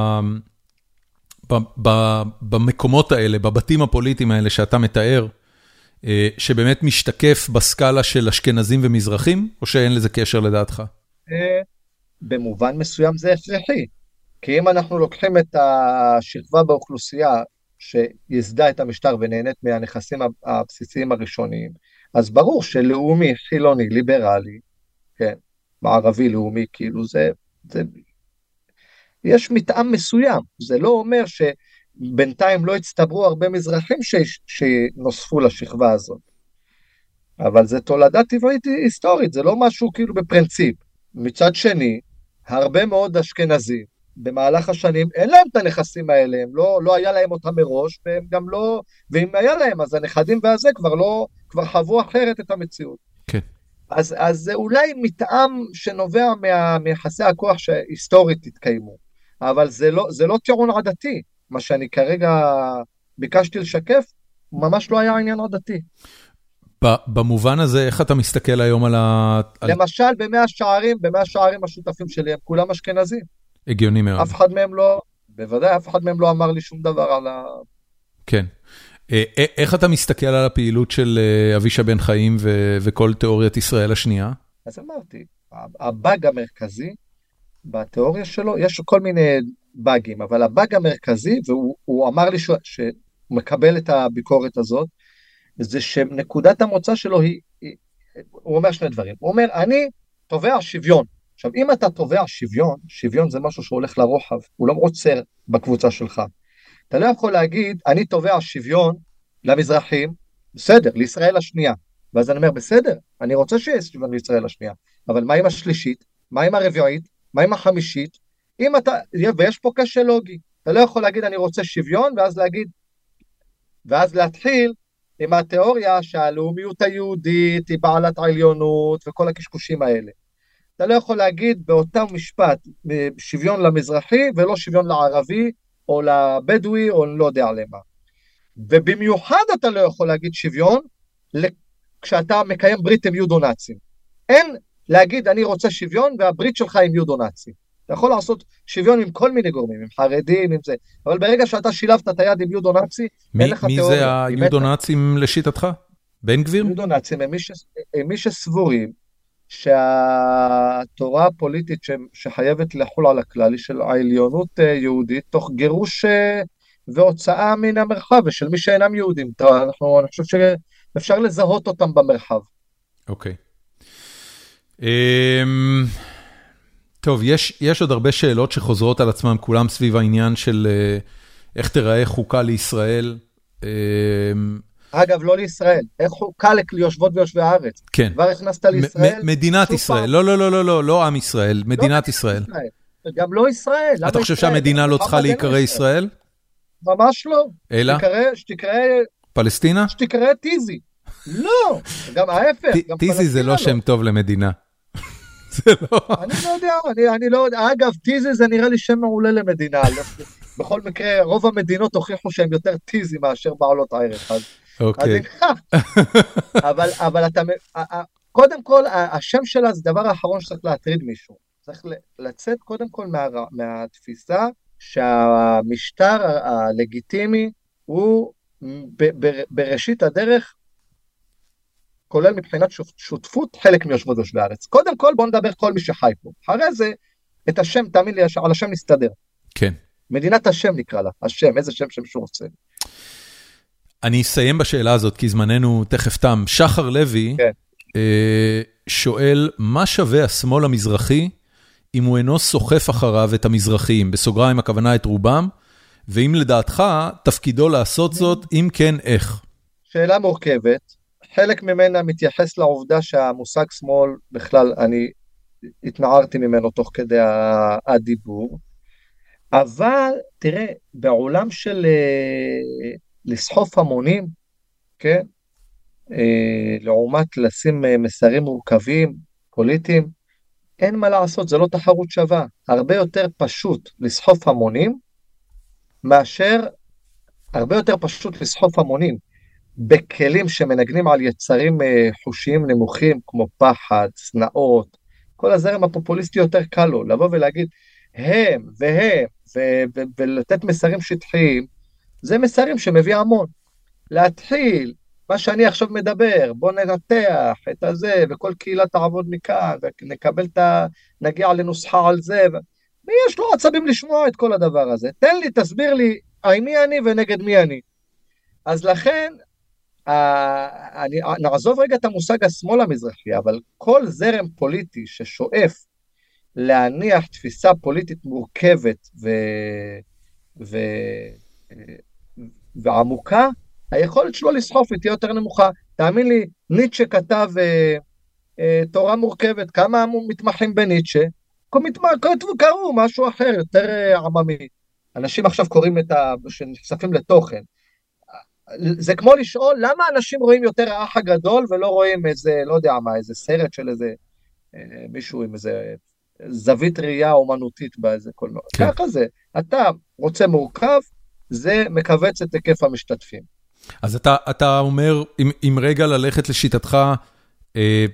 ב, ב, במקומות האלה, בבתים הפוליטיים האלה שאתה מתאר, שבאמת משתקף בסקאלה של אשכנזים ומזרחים, או שאין לזה קשר לדעתך? במובן מסוים זה הכרחי, כי אם אנחנו לוקחים את השכבה באוכלוסייה, שיסדה את המשטר ונהנית מהנכסים הבסיסיים הראשוניים, אז ברור שלאומי, חילוני, ליברלי, כן, מערבי לאומי, כאילו זה, זה, יש מטעם מסוים, זה לא אומר שבינתיים לא הצטברו הרבה מזרחים ש, שנוספו לשכבה הזאת, אבל זה תולדה טבעית היסטורית, זה לא משהו כאילו בפרינציפ. מצד שני, הרבה מאוד אשכנזים, במהלך השנים, אין להם את הנכסים האלה, הם לא, לא היה להם אותם מראש, והם גם לא, ואם היה להם, אז הנכדים והזה כבר לא, כבר חוו אחרת את המציאות. כן. אז, אז זה אולי מטעם שנובע מה, מיחסי הכוח שהיסטורית התקיימו, אבל זה לא, זה לא טיעון עדתי, מה שאני כרגע ביקשתי לשקף, ממש לא היה עניין עדתי. במובן הזה, איך אתה מסתכל היום על ה... למשל, במאה השערים, במאה השערים השותפים שלי, הם כולם אשכנזים. הגיוני מאוד. אף אחד מהם לא, בוודאי, אף אחד מהם לא אמר לי שום דבר על ה... כן. איך אתה מסתכל על הפעילות של אבישע בן חיים וכל תיאוריית ישראל השנייה? אז אמרתי, הבאג המרכזי בתיאוריה שלו, יש כל מיני באגים, אבל הבאג המרכזי, והוא אמר לי שהוא מקבל את הביקורת הזאת, זה שנקודת המוצא שלו היא, הוא אומר שני דברים. הוא אומר, אני תובע שוויון. עכשיו, אם אתה תובע שוויון, שוויון זה משהו שהולך לרוחב, הוא לא עוצר בקבוצה שלך. אתה לא יכול להגיד, אני תובע שוויון למזרחים, בסדר, לישראל השנייה. ואז אני אומר, בסדר, אני רוצה שיהיה שוויון לישראל השנייה, אבל מה עם השלישית? מה עם הרביעית? מה עם החמישית? אם אתה, ויש פה קשה לוגי, אתה לא יכול להגיד, אני רוצה שוויון, ואז להגיד, ואז להתחיל עם התיאוריה שהלאומיות היהודית היא בעלת עליונות וכל הקשקושים האלה. אתה לא יכול להגיד באותם משפט שוויון למזרחי ולא שוויון לערבי או לבדואי או לא יודע למה. ובמיוחד אתה לא יכול להגיד שוויון כשאתה מקיים ברית עם יודו-נאצים. אין להגיד אני רוצה שוויון והברית שלך עם יודו-נאצים. אתה יכול לעשות שוויון עם כל מיני גורמים, עם חרדים, עם זה, אבל ברגע שאתה שילבת את היד עם יודו-נאצי, אין לך תיאוריה. מי זה היודו-נאצים לשיטתך? בן גביר? יודו-נאצים הם מי שסבורים שהתורה הפוליטית שחייבת לחול על הכלל היא של העליונות יהודית, תוך גירוש והוצאה מן המרחב, ושל מי שאינם יהודים. אנחנו, אני חושב שאפשר לזהות אותם במרחב. אוקיי. אמ... טוב, יש, יש עוד הרבה שאלות שחוזרות על עצמם, כולם סביב העניין של איך תראה חוקה לישראל. אגב, לא לישראל, איך חוקה ליושבות ויושבי הארץ. כן. כבר הכנסת לישראל. מדינת ישראל, לא, לא, לא, לא, לא, לא עם ישראל, מדינת ישראל. גם לא ישראל. אתה חושב שהמדינה לא צריכה להיקרא ישראל? ממש לא. אלא? שתקרא... פלסטינה? שתקרא טיזי. לא, גם ההפך. טיזי זה לא שם טוב למדינה. זה לא... אני לא יודע, אני, אני לא יודע, אגב, טיזי זה נראה לי שם מעולה למדינה, בכל מקרה, רוב המדינות הוכיחו שהם יותר טיזי מאשר בעלות הערך, אז... אוקיי. אבל, אבל אתה, קודם כל, השם שלה זה דבר האחרון שצריך להטריד מישהו, צריך לצאת קודם כל מה, מהתפיסה שהמשטר הלגיטימי הוא ב, ב, בראשית הדרך, כולל מבחינת שותפות חלק מיושבות יושבי הארץ. קודם כל בוא נדבר כל מי שחי פה. אחרי זה, את השם, תאמין לי, על השם נסתדר. כן. מדינת השם נקרא לה, השם, איזה שם שם שהוא רוצה. אני אסיים בשאלה הזאת, כי זמננו תכף תם. שחר לוי כן. אה, שואל, מה שווה השמאל המזרחי, אם הוא אינו סוחף אחריו את המזרחיים, בסוגריים הכוונה את רובם, ואם לדעתך תפקידו לעשות זאת, אם כן איך? שאלה מורכבת. חלק ממנה מתייחס לעובדה שהמושג שמאל בכלל אני התנערתי ממנו תוך כדי הדיבור, אבל תראה, בעולם של לסחוף המונים, כן? לעומת לשים מסרים מורכבים, פוליטיים, אין מה לעשות, זה לא תחרות שווה. הרבה יותר פשוט לסחוף המונים, מאשר, הרבה יותר פשוט לסחוף המונים, בכלים שמנגנים על יצרים חושיים נמוכים, כמו פחד, שנאות, כל הזרם הפופוליסטי יותר קל לו, לבוא ולהגיד, הם והם, ו- ו- ולתת מסרים שטחיים, זה מסרים שמביא המון. להתחיל, מה שאני עכשיו מדבר, בוא ננתח את הזה, וכל קהילה תעבוד מכאן, ונקבל את ה... נגיע לנוסחה על זה, ו... ויש לו עצבים לשמוע את כל הדבר הזה. תן לי, תסביר לי, אי מי אני ונגד מי אני. אז לכן, אני, נעזוב רגע את המושג השמאל המזרחי, אבל כל זרם פוליטי ששואף להניח תפיסה פוליטית מורכבת ו, ו, ועמוקה, היכולת שלו לסחוף היא תהיה יותר נמוכה. תאמין לי, ניטשה כתב uh, uh, תורה מורכבת, כמה מתמחים בניטשה, קראו משהו אחר, יותר uh, עממי. אנשים עכשיו קוראים את ה... שנחשפים לתוכן. זה כמו לשאול, למה אנשים רואים יותר האח הגדול, ולא רואים איזה, לא יודע מה, איזה סרט של איזה, מישהו עם איזה זווית ראייה אומנותית באיזה קולנוע. כן. ככה זה, אתה רוצה מורכב, זה מקווץ את היקף המשתתפים. אז אתה, אתה אומר, אם, אם רגע ללכת לשיטתך, אה,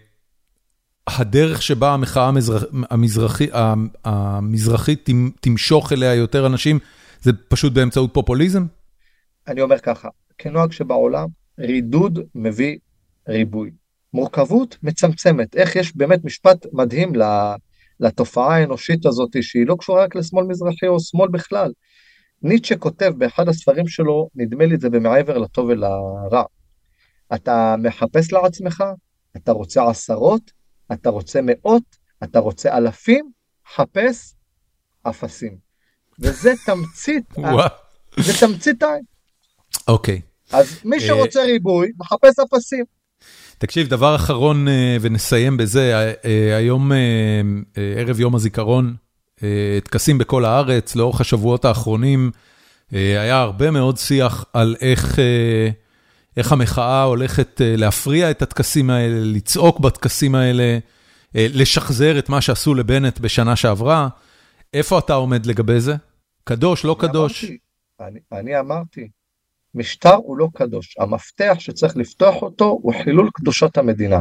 הדרך שבה המחאה המזרח, המזרחי, המזרחית תמשוך אליה יותר אנשים, זה פשוט באמצעות פופוליזם? אני אומר ככה, כנוהג שבעולם, רידוד מביא ריבוי. מורכבות מצמצמת. איך יש באמת משפט מדהים לתופעה האנושית הזאת, שהיא לא קשורה רק לשמאל מזרחי או שמאל בכלל. ניטשה כותב באחד הספרים שלו, נדמה לי זה במעבר לטוב ולרע. אתה מחפש לעצמך, אתה רוצה עשרות, אתה רוצה מאות, אתה רוצה אלפים, חפש אפסים. וזה תמצית, זה תמצית העין. אוקיי. אז מי שרוצה ריבוי, מחפש אפסים. תקשיב, דבר אחרון, ונסיים בזה, היום ערב יום הזיכרון, תקסים בכל הארץ, לאורך השבועות האחרונים, היה הרבה מאוד שיח על איך, איך המחאה הולכת להפריע את התקסים האלה, לצעוק בתקסים האלה, לשחזר את מה שעשו לבנט בשנה שעברה. איפה אתה עומד לגבי זה? קדוש, לא קדוש? אמרתי, אני, אני אמרתי, משטר הוא לא קדוש. המפתח שצריך לפתוח אותו הוא חילול קדושת המדינה.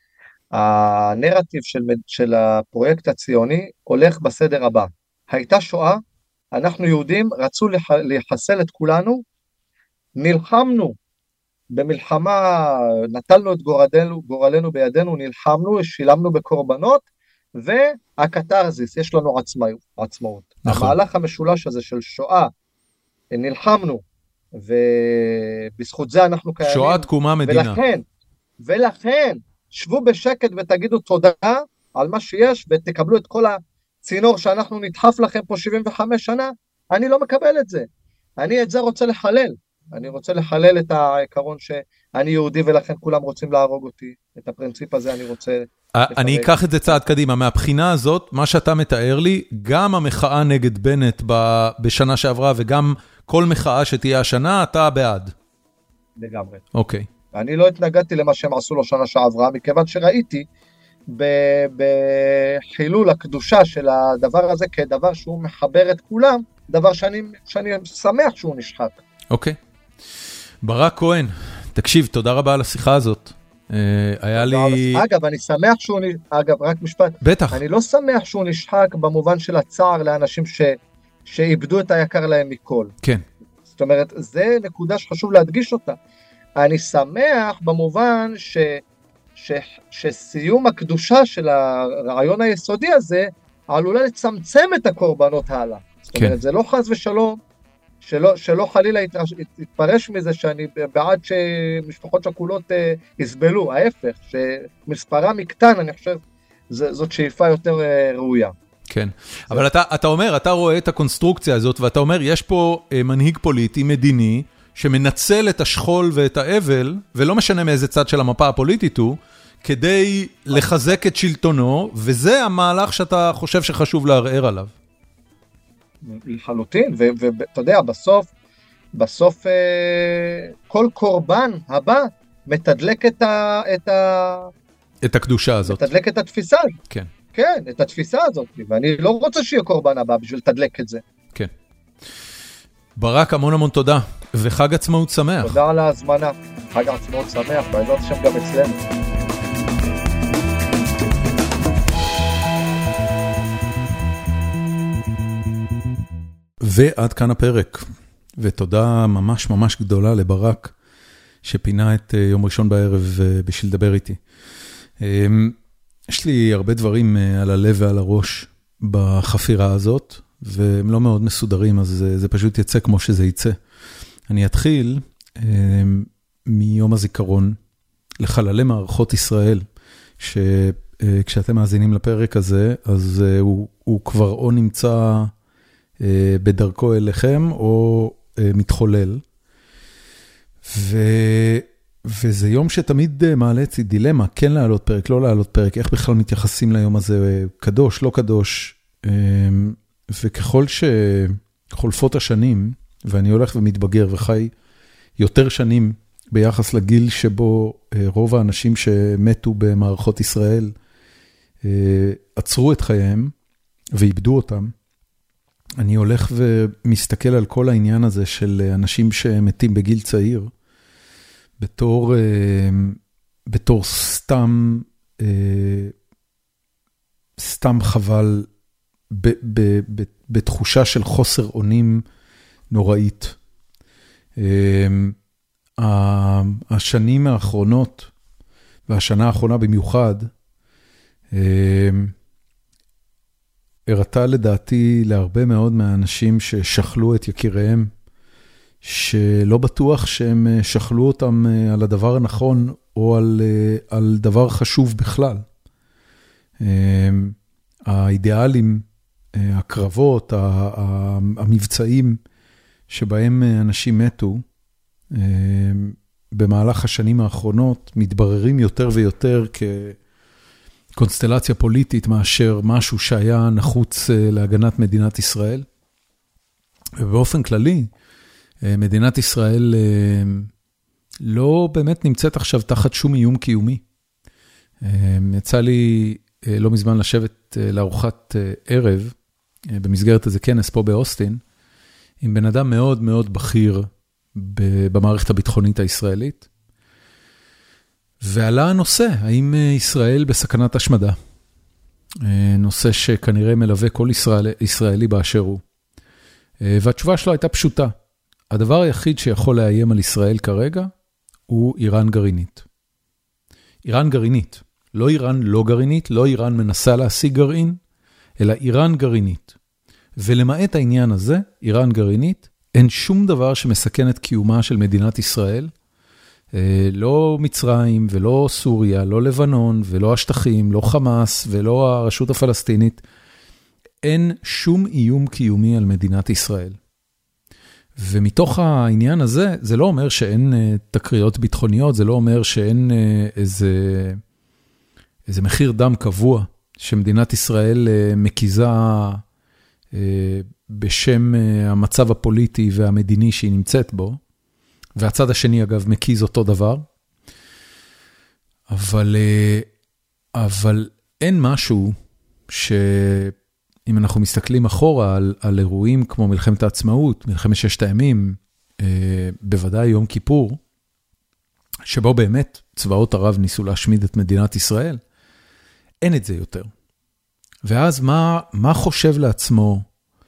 הנרטיב של, של הפרויקט הציוני הולך בסדר הבא. הייתה שואה, אנחנו יהודים רצו לח, לחסל את כולנו, נלחמנו במלחמה, נטלנו את גורלנו, גורלנו בידינו, נלחמנו, שילמנו בקורבנות, והקטרזיס, יש לנו עצמאות. עצמאות. נכון. המהלך המשולש הזה של שואה, נלחמנו, ובזכות זה אנחנו קיימים. שואה תקומה מדינה. ולכן, ולכן, שבו בשקט ותגידו תודה על מה שיש, ותקבלו את כל הצינור שאנחנו נדחף לכם פה שבעים וחמש שנה, אני לא מקבל את זה. אני את זה רוצה לחלל. אני רוצה לחלל את העיקרון שאני יהודי ולכן כולם רוצים להרוג אותי. את הפרינציפ הזה אני רוצה... אני אקח את זה צעד קדימה. מהבחינה הזאת, מה שאתה מתאר לי, גם המחאה נגד בנט בשנה שעברה, וגם כל מחאה שתהיה השנה, אתה בעד. לגמרי. אוקיי. אני לא התנגדתי למה שהם עשו לו שנה שעברה, מכיוון שראיתי בחילול הקדושה של הדבר הזה, כדבר שהוא מחבר את כולם, דבר שאני, שאני שמח שהוא נשחק. אוקיי. ברק כהן, תקשיב, תודה רבה על השיחה הזאת. היה לי... אגב, אני שמח שהוא, אגב, רק משפט. בטח. אני לא שמח שהוא נשחק במובן של הצער לאנשים ש... שאיבדו את היקר להם מכל. כן. זאת אומרת, זה נקודה שחשוב להדגיש אותה. אני שמח במובן ש... ש... שסיום הקדושה של הרעיון היסודי הזה, עלולה לצמצם את הקורבנות הלאה. זאת אומרת, כן. זה לא חס ושלום, שלא, שלא חלילה יתפרש מזה שאני בעד שמשפחות שכולות uh, יסבלו, ההפך, שמספרם יקטן, אני חושב, זה, זאת שאיפה יותר uh, ראויה. כן, אבל אתה, אתה אומר, אתה רואה את הקונסטרוקציה הזאת, ואתה אומר, יש פה uh, מנהיג פוליטי, מדיני, שמנצל את השכול ואת האבל, ולא משנה מאיזה צד של המפה הפוליטית הוא, כדי לחזק את שלטונו, וזה המהלך שאתה חושב שחשוב לערער עליו. לחלוטין, ואתה יודע, בסוף, בסוף כל קורבן הבא מתדלק את ה... את הקדושה הזאת. מתדלק את התפיסה. כן. כן, את התפיסה הזאת, ואני לא רוצה שיהיה קורבן הבא בשביל לתדלק את זה. כן. ברק, המון המון תודה, וחג עצמאות שמח. תודה על ההזמנה, חג עצמאות שמח, בעזרת השם גם אצלנו. ועד כאן הפרק, ותודה ממש ממש גדולה לברק, שפינה את יום ראשון בערב בשביל לדבר איתי. יש לי הרבה דברים על הלב ועל הראש בחפירה הזאת, והם לא מאוד מסודרים, אז זה, זה פשוט יצא כמו שזה יצא. אני אתחיל מיום הזיכרון לחללי מערכות ישראל, שכשאתם מאזינים לפרק הזה, אז הוא, הוא כבר או נמצא בדרכו אליכם, או מתחולל. ו... וזה יום שתמיד מעלה אצלי דילמה, כן לעלות פרק, לא לעלות פרק, איך בכלל מתייחסים ליום הזה, קדוש, לא קדוש, וככל שחולפות השנים, ואני הולך ומתבגר וחי יותר שנים ביחס לגיל שבו רוב האנשים שמתו במערכות ישראל עצרו את חייהם ואיבדו אותם, אני הולך ומסתכל על כל העניין הזה של אנשים שמתים בגיל צעיר, בתור, בתור סתם, סתם חבל, ב, ב, ב, בתחושה של חוסר אונים נוראית. השנים האחרונות, והשנה האחרונה במיוחד, הראתה לדעתי להרבה מאוד מהאנשים ששכלו את יקיריהם, שלא בטוח שהם שכלו אותם על הדבר הנכון, או על, על דבר חשוב בכלל. האידיאלים, הקרבות, המבצעים, שבהם אנשים מתו, במהלך השנים האחרונות, מתבררים יותר ויותר כקונסטלציה פוליטית, מאשר משהו שהיה נחוץ להגנת מדינת ישראל. ובאופן כללי, מדינת ישראל לא באמת נמצאת עכשיו תחת שום איום קיומי. יצא לי לא מזמן לשבת לארוחת ערב, במסגרת איזה כנס פה באוסטין, עם בן אדם מאוד מאוד בכיר במערכת הביטחונית הישראלית, ועלה הנושא, האם ישראל בסכנת השמדה? נושא שכנראה מלווה כל ישראל, ישראלי באשר הוא. והתשובה שלו הייתה פשוטה. הדבר היחיד שיכול לאיים על ישראל כרגע, הוא איראן גרעינית. איראן גרעינית. לא איראן לא גרעינית, לא איראן מנסה להשיג גרעין, אלא איראן גרעינית. ולמעט העניין הזה, איראן גרעינית, אין שום דבר שמסכן את קיומה של מדינת ישראל, לא מצרים ולא סוריה, לא לבנון ולא השטחים, לא חמאס ולא הרשות הפלסטינית, אין שום איום קיומי על מדינת ישראל. ומתוך העניין הזה, זה לא אומר שאין תקריות ביטחוניות, זה לא אומר שאין איזה, איזה מחיר דם קבוע, שמדינת ישראל מקיזה בשם המצב הפוליטי והמדיני שהיא נמצאת בו, והצד השני אגב מקיז אותו דבר, אבל, אבל אין משהו שאם אנחנו מסתכלים אחורה על, על אירועים כמו מלחמת העצמאות, מלחמת ששת הימים, בוודאי יום כיפור, שבו באמת צבאות ערב ניסו להשמיד את מדינת ישראל, אין את זה יותר. ואז מה, מה חושב לעצמו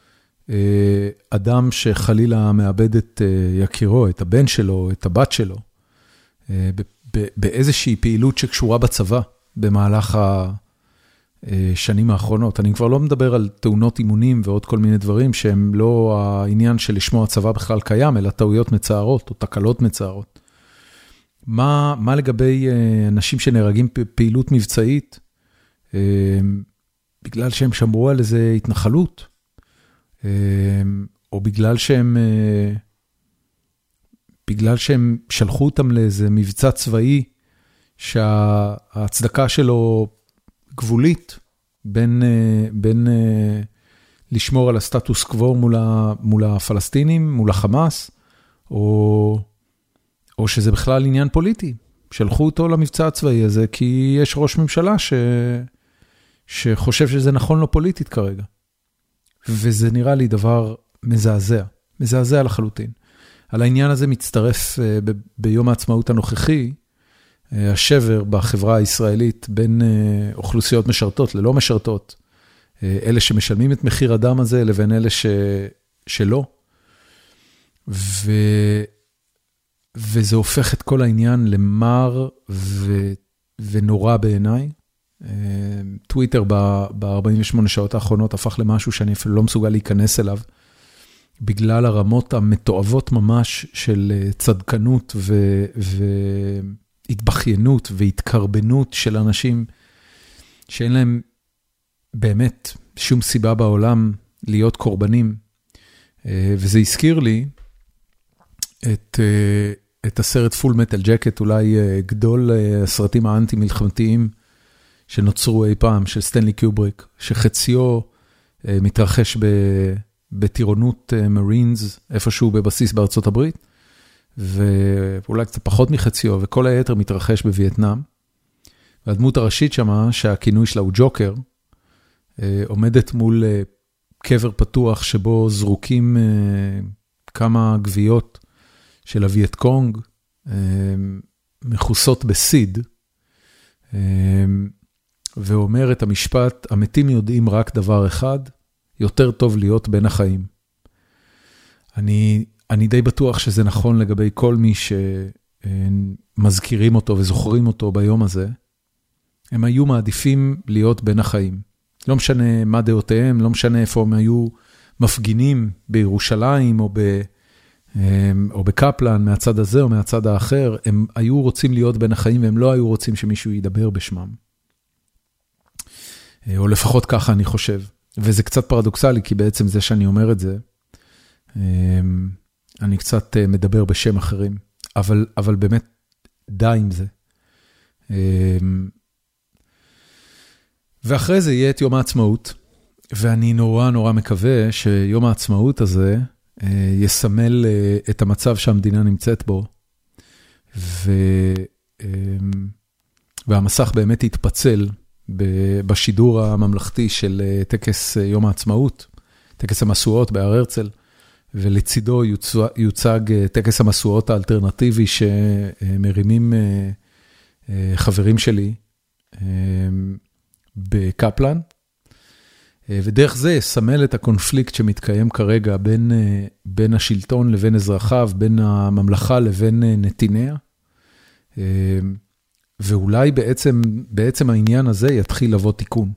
אדם שחלילה מאבד את יקירו, את הבן שלו, את הבת שלו, באיזושהי פעילות שקשורה בצבא, במהלך השנים האחרונות. אני כבר לא מדבר על תאונות אימונים ועוד כל מיני דברים, שהם לא העניין של לשמוע הצבא בכלל קיים, אלא טעויות מצערות או תקלות מצערות. מה, מה לגבי אנשים שנהרגים בפעילות מבצעית, בגלל שהם שמרו על איזה התנחלות, או בגלל שהם, בגלל שהם שלחו אותם לאיזה מבצע צבאי, שההצדקה שלו גבולית, בין, בין לשמור על הסטטוס קוו מול, ה, מול הפלסטינים, מול החמאס, או, או שזה בכלל עניין פוליטי. שלחו אותו למבצע הצבאי הזה, כי יש ראש ממשלה ש, שחושב שזה נכון לו פוליטית כרגע. וזה נראה לי דבר מזעזע, מזעזע לחלוטין. על העניין הזה מצטרף ב, ביום העצמאות הנוכחי, השבר בחברה הישראלית בין אוכלוסיות משרתות ללא משרתות, אלה שמשלמים את מחיר הדם הזה לבין אלה ש... שלא. ו... וזה הופך את כל העניין למר ו... ונורא בעיניי. טוויטר ב-ארבעים ושמונה שעות האחרונות הפך למשהו שאני אפילו לא מסוגל להיכנס אליו, בגלל הרמות המתועבות ממש של צדקנות ו... ו... התבחיינות והתקרבנות של אנשים שאין להם באמת שום סיבה בעולם להיות קורבנים. וזה הזכיר לי את, את הסרט פול מטל ג'קט, אולי גדול הסרטים האנטי-מלחמתיים שנוצרו אי פעם, של סטנלי קיובריק, שחציו מתרחש בטירונות מרינס, איפשהו בבסיס בארצות הברית, ואולי קצת פחות מחציו, וכל היתר מתרחש בווייטנאם. והדמות הראשית שמה, שהכינוי שלה הוא ג'וקר, עומדת מול קבר פתוח, שבו זרוקים כמה גוויות של הווייט קונג, מחוסות בסיד, ואומר את המשפט, המתים יודעים רק דבר אחד, יותר טוב להיות בין החיים. אני... אני די בטוח שזה נכון לגבי כל מי שמזכירים אותו וזוכרים אותו ביום הזה. הם היו מעדיפים להיות בין החיים. לא משנה מה דעותיהם, לא משנה איפה הם היו מפגינים בירושלים או, ב, או בקפלן, מהצד הזה או מהצד האחר. הם היו רוצים להיות בין החיים והם לא היו רוצים שמישהו ידבר בשמם. או לפחות ככה אני חושב. וזה קצת פרדוקסלי, כי בעצם זה שאני אומר את זה, אני קצת מדבר בשם אחרים, אבל, אבל באמת די עם זה. ואחרי זה יהיה את יום העצמאות, ואני נורא נורא מקווה שיום העצמאות הזה יסמל את המצב שהמדינה נמצאת בו, ו, והמסך באמת יתפצל בשידור הממלכתי של טקס יום העצמאות, טקס המשואות בהר הרצל, ולצידו יוצג טקס המשואות האלטרנטיבי שמרימים חברים שלי בקפלן, ודרך זה יסמל את הקונפליקט שמתקיים כרגע בין, בין השלטון לבין אזרחיו, בין הממלכה לבין נתיניה, ואולי בעצם, בעצם העניין הזה יתחיל לבוא תיקון.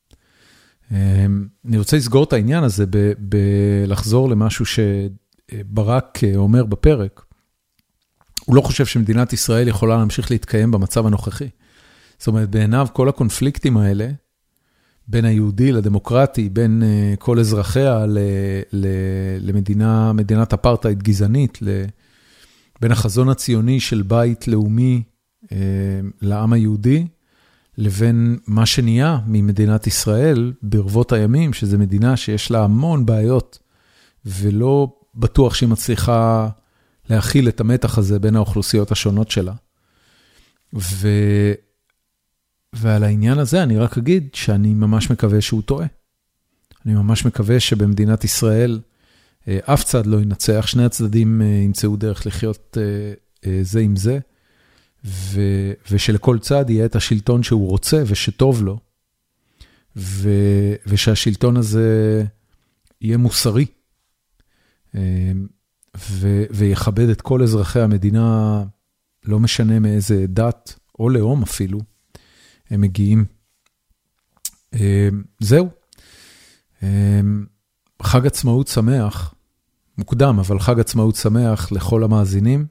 אני רוצה לסגור את העניין הזה בלחזור למשהו שברק אומר בפרק. הוא לא חושב שמדינת ישראל יכולה להמשיך להתקיים במצב הנוכחי. זאת אומרת, בעיניו כל הקונפליקטים האלה, בין היהודי לדמוקרטי, בין כל אזרחיה למדינה, מדינת אפרטהייד גזענית, בין החזון הציוני של בית לאומי לעם היהודי, לבין מה שנהיה ממדינת ישראל ברבות הימים, שזו מדינה שיש לה המון בעיות, ולא בטוח שהיא מצליחה להכיל את המתח הזה בין האוכלוסיות השונות שלה. ו... ועל העניין הזה אני רק אגיד שאני ממש מקווה שהוא טועה. אני ממש מקווה שבמדינת ישראל אף צד לא ינצח, שני הצדדים ימצאו דרך לחיות זה עם זה, ו, ושלכל צד יהיה את השלטון שהוא רוצה ושטוב לו, ו, ושהשלטון הזה יהיה מוסרי, ו, ויכבד את כל אזרחי המדינה, לא משנה מאיזה דת או לאום אפילו, הם מגיעים. זהו. חג עצמאות שמח, מוקדם, אבל חג עצמאות שמח לכל המאזינים.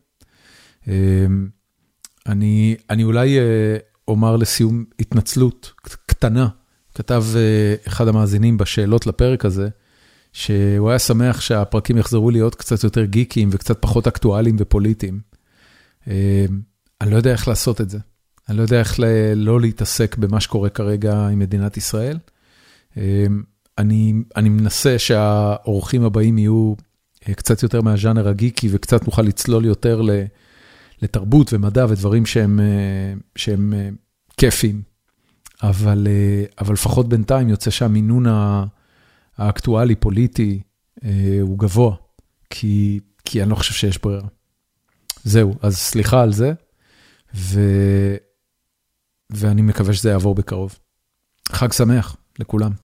אני, אני אולי אומר לסיום התנצלות קטנה, כתב אחד המאזינים בשאלות לפרק הזה, שהוא היה שמח שהפרקים יחזרו להיות קצת יותר גיקיים וקצת פחות אקטואליים ופוליטיים. אני לא יודע איך לעשות את זה. אני לא יודע איך לא להתעסק במה שקורה כרגע עם מדינת ישראל. אני, אני מנסה שהאורחים הבאים יהיו קצת יותר מהז'אנר הגיקי, וקצת נוכל לצלול יותר לתרבות ומדע ודברים שהם, שהם כיפים. אבל, אבל לפחות בינתיים יוצא שהמינון האקטואלי, פוליטי, הוא גבוה, כי, כי אני לא חושב שיש ברירה. זהו, אז סליחה על זה, ו, ואני מקווה שזה יעבור בקרוב. חג שמח לכולם.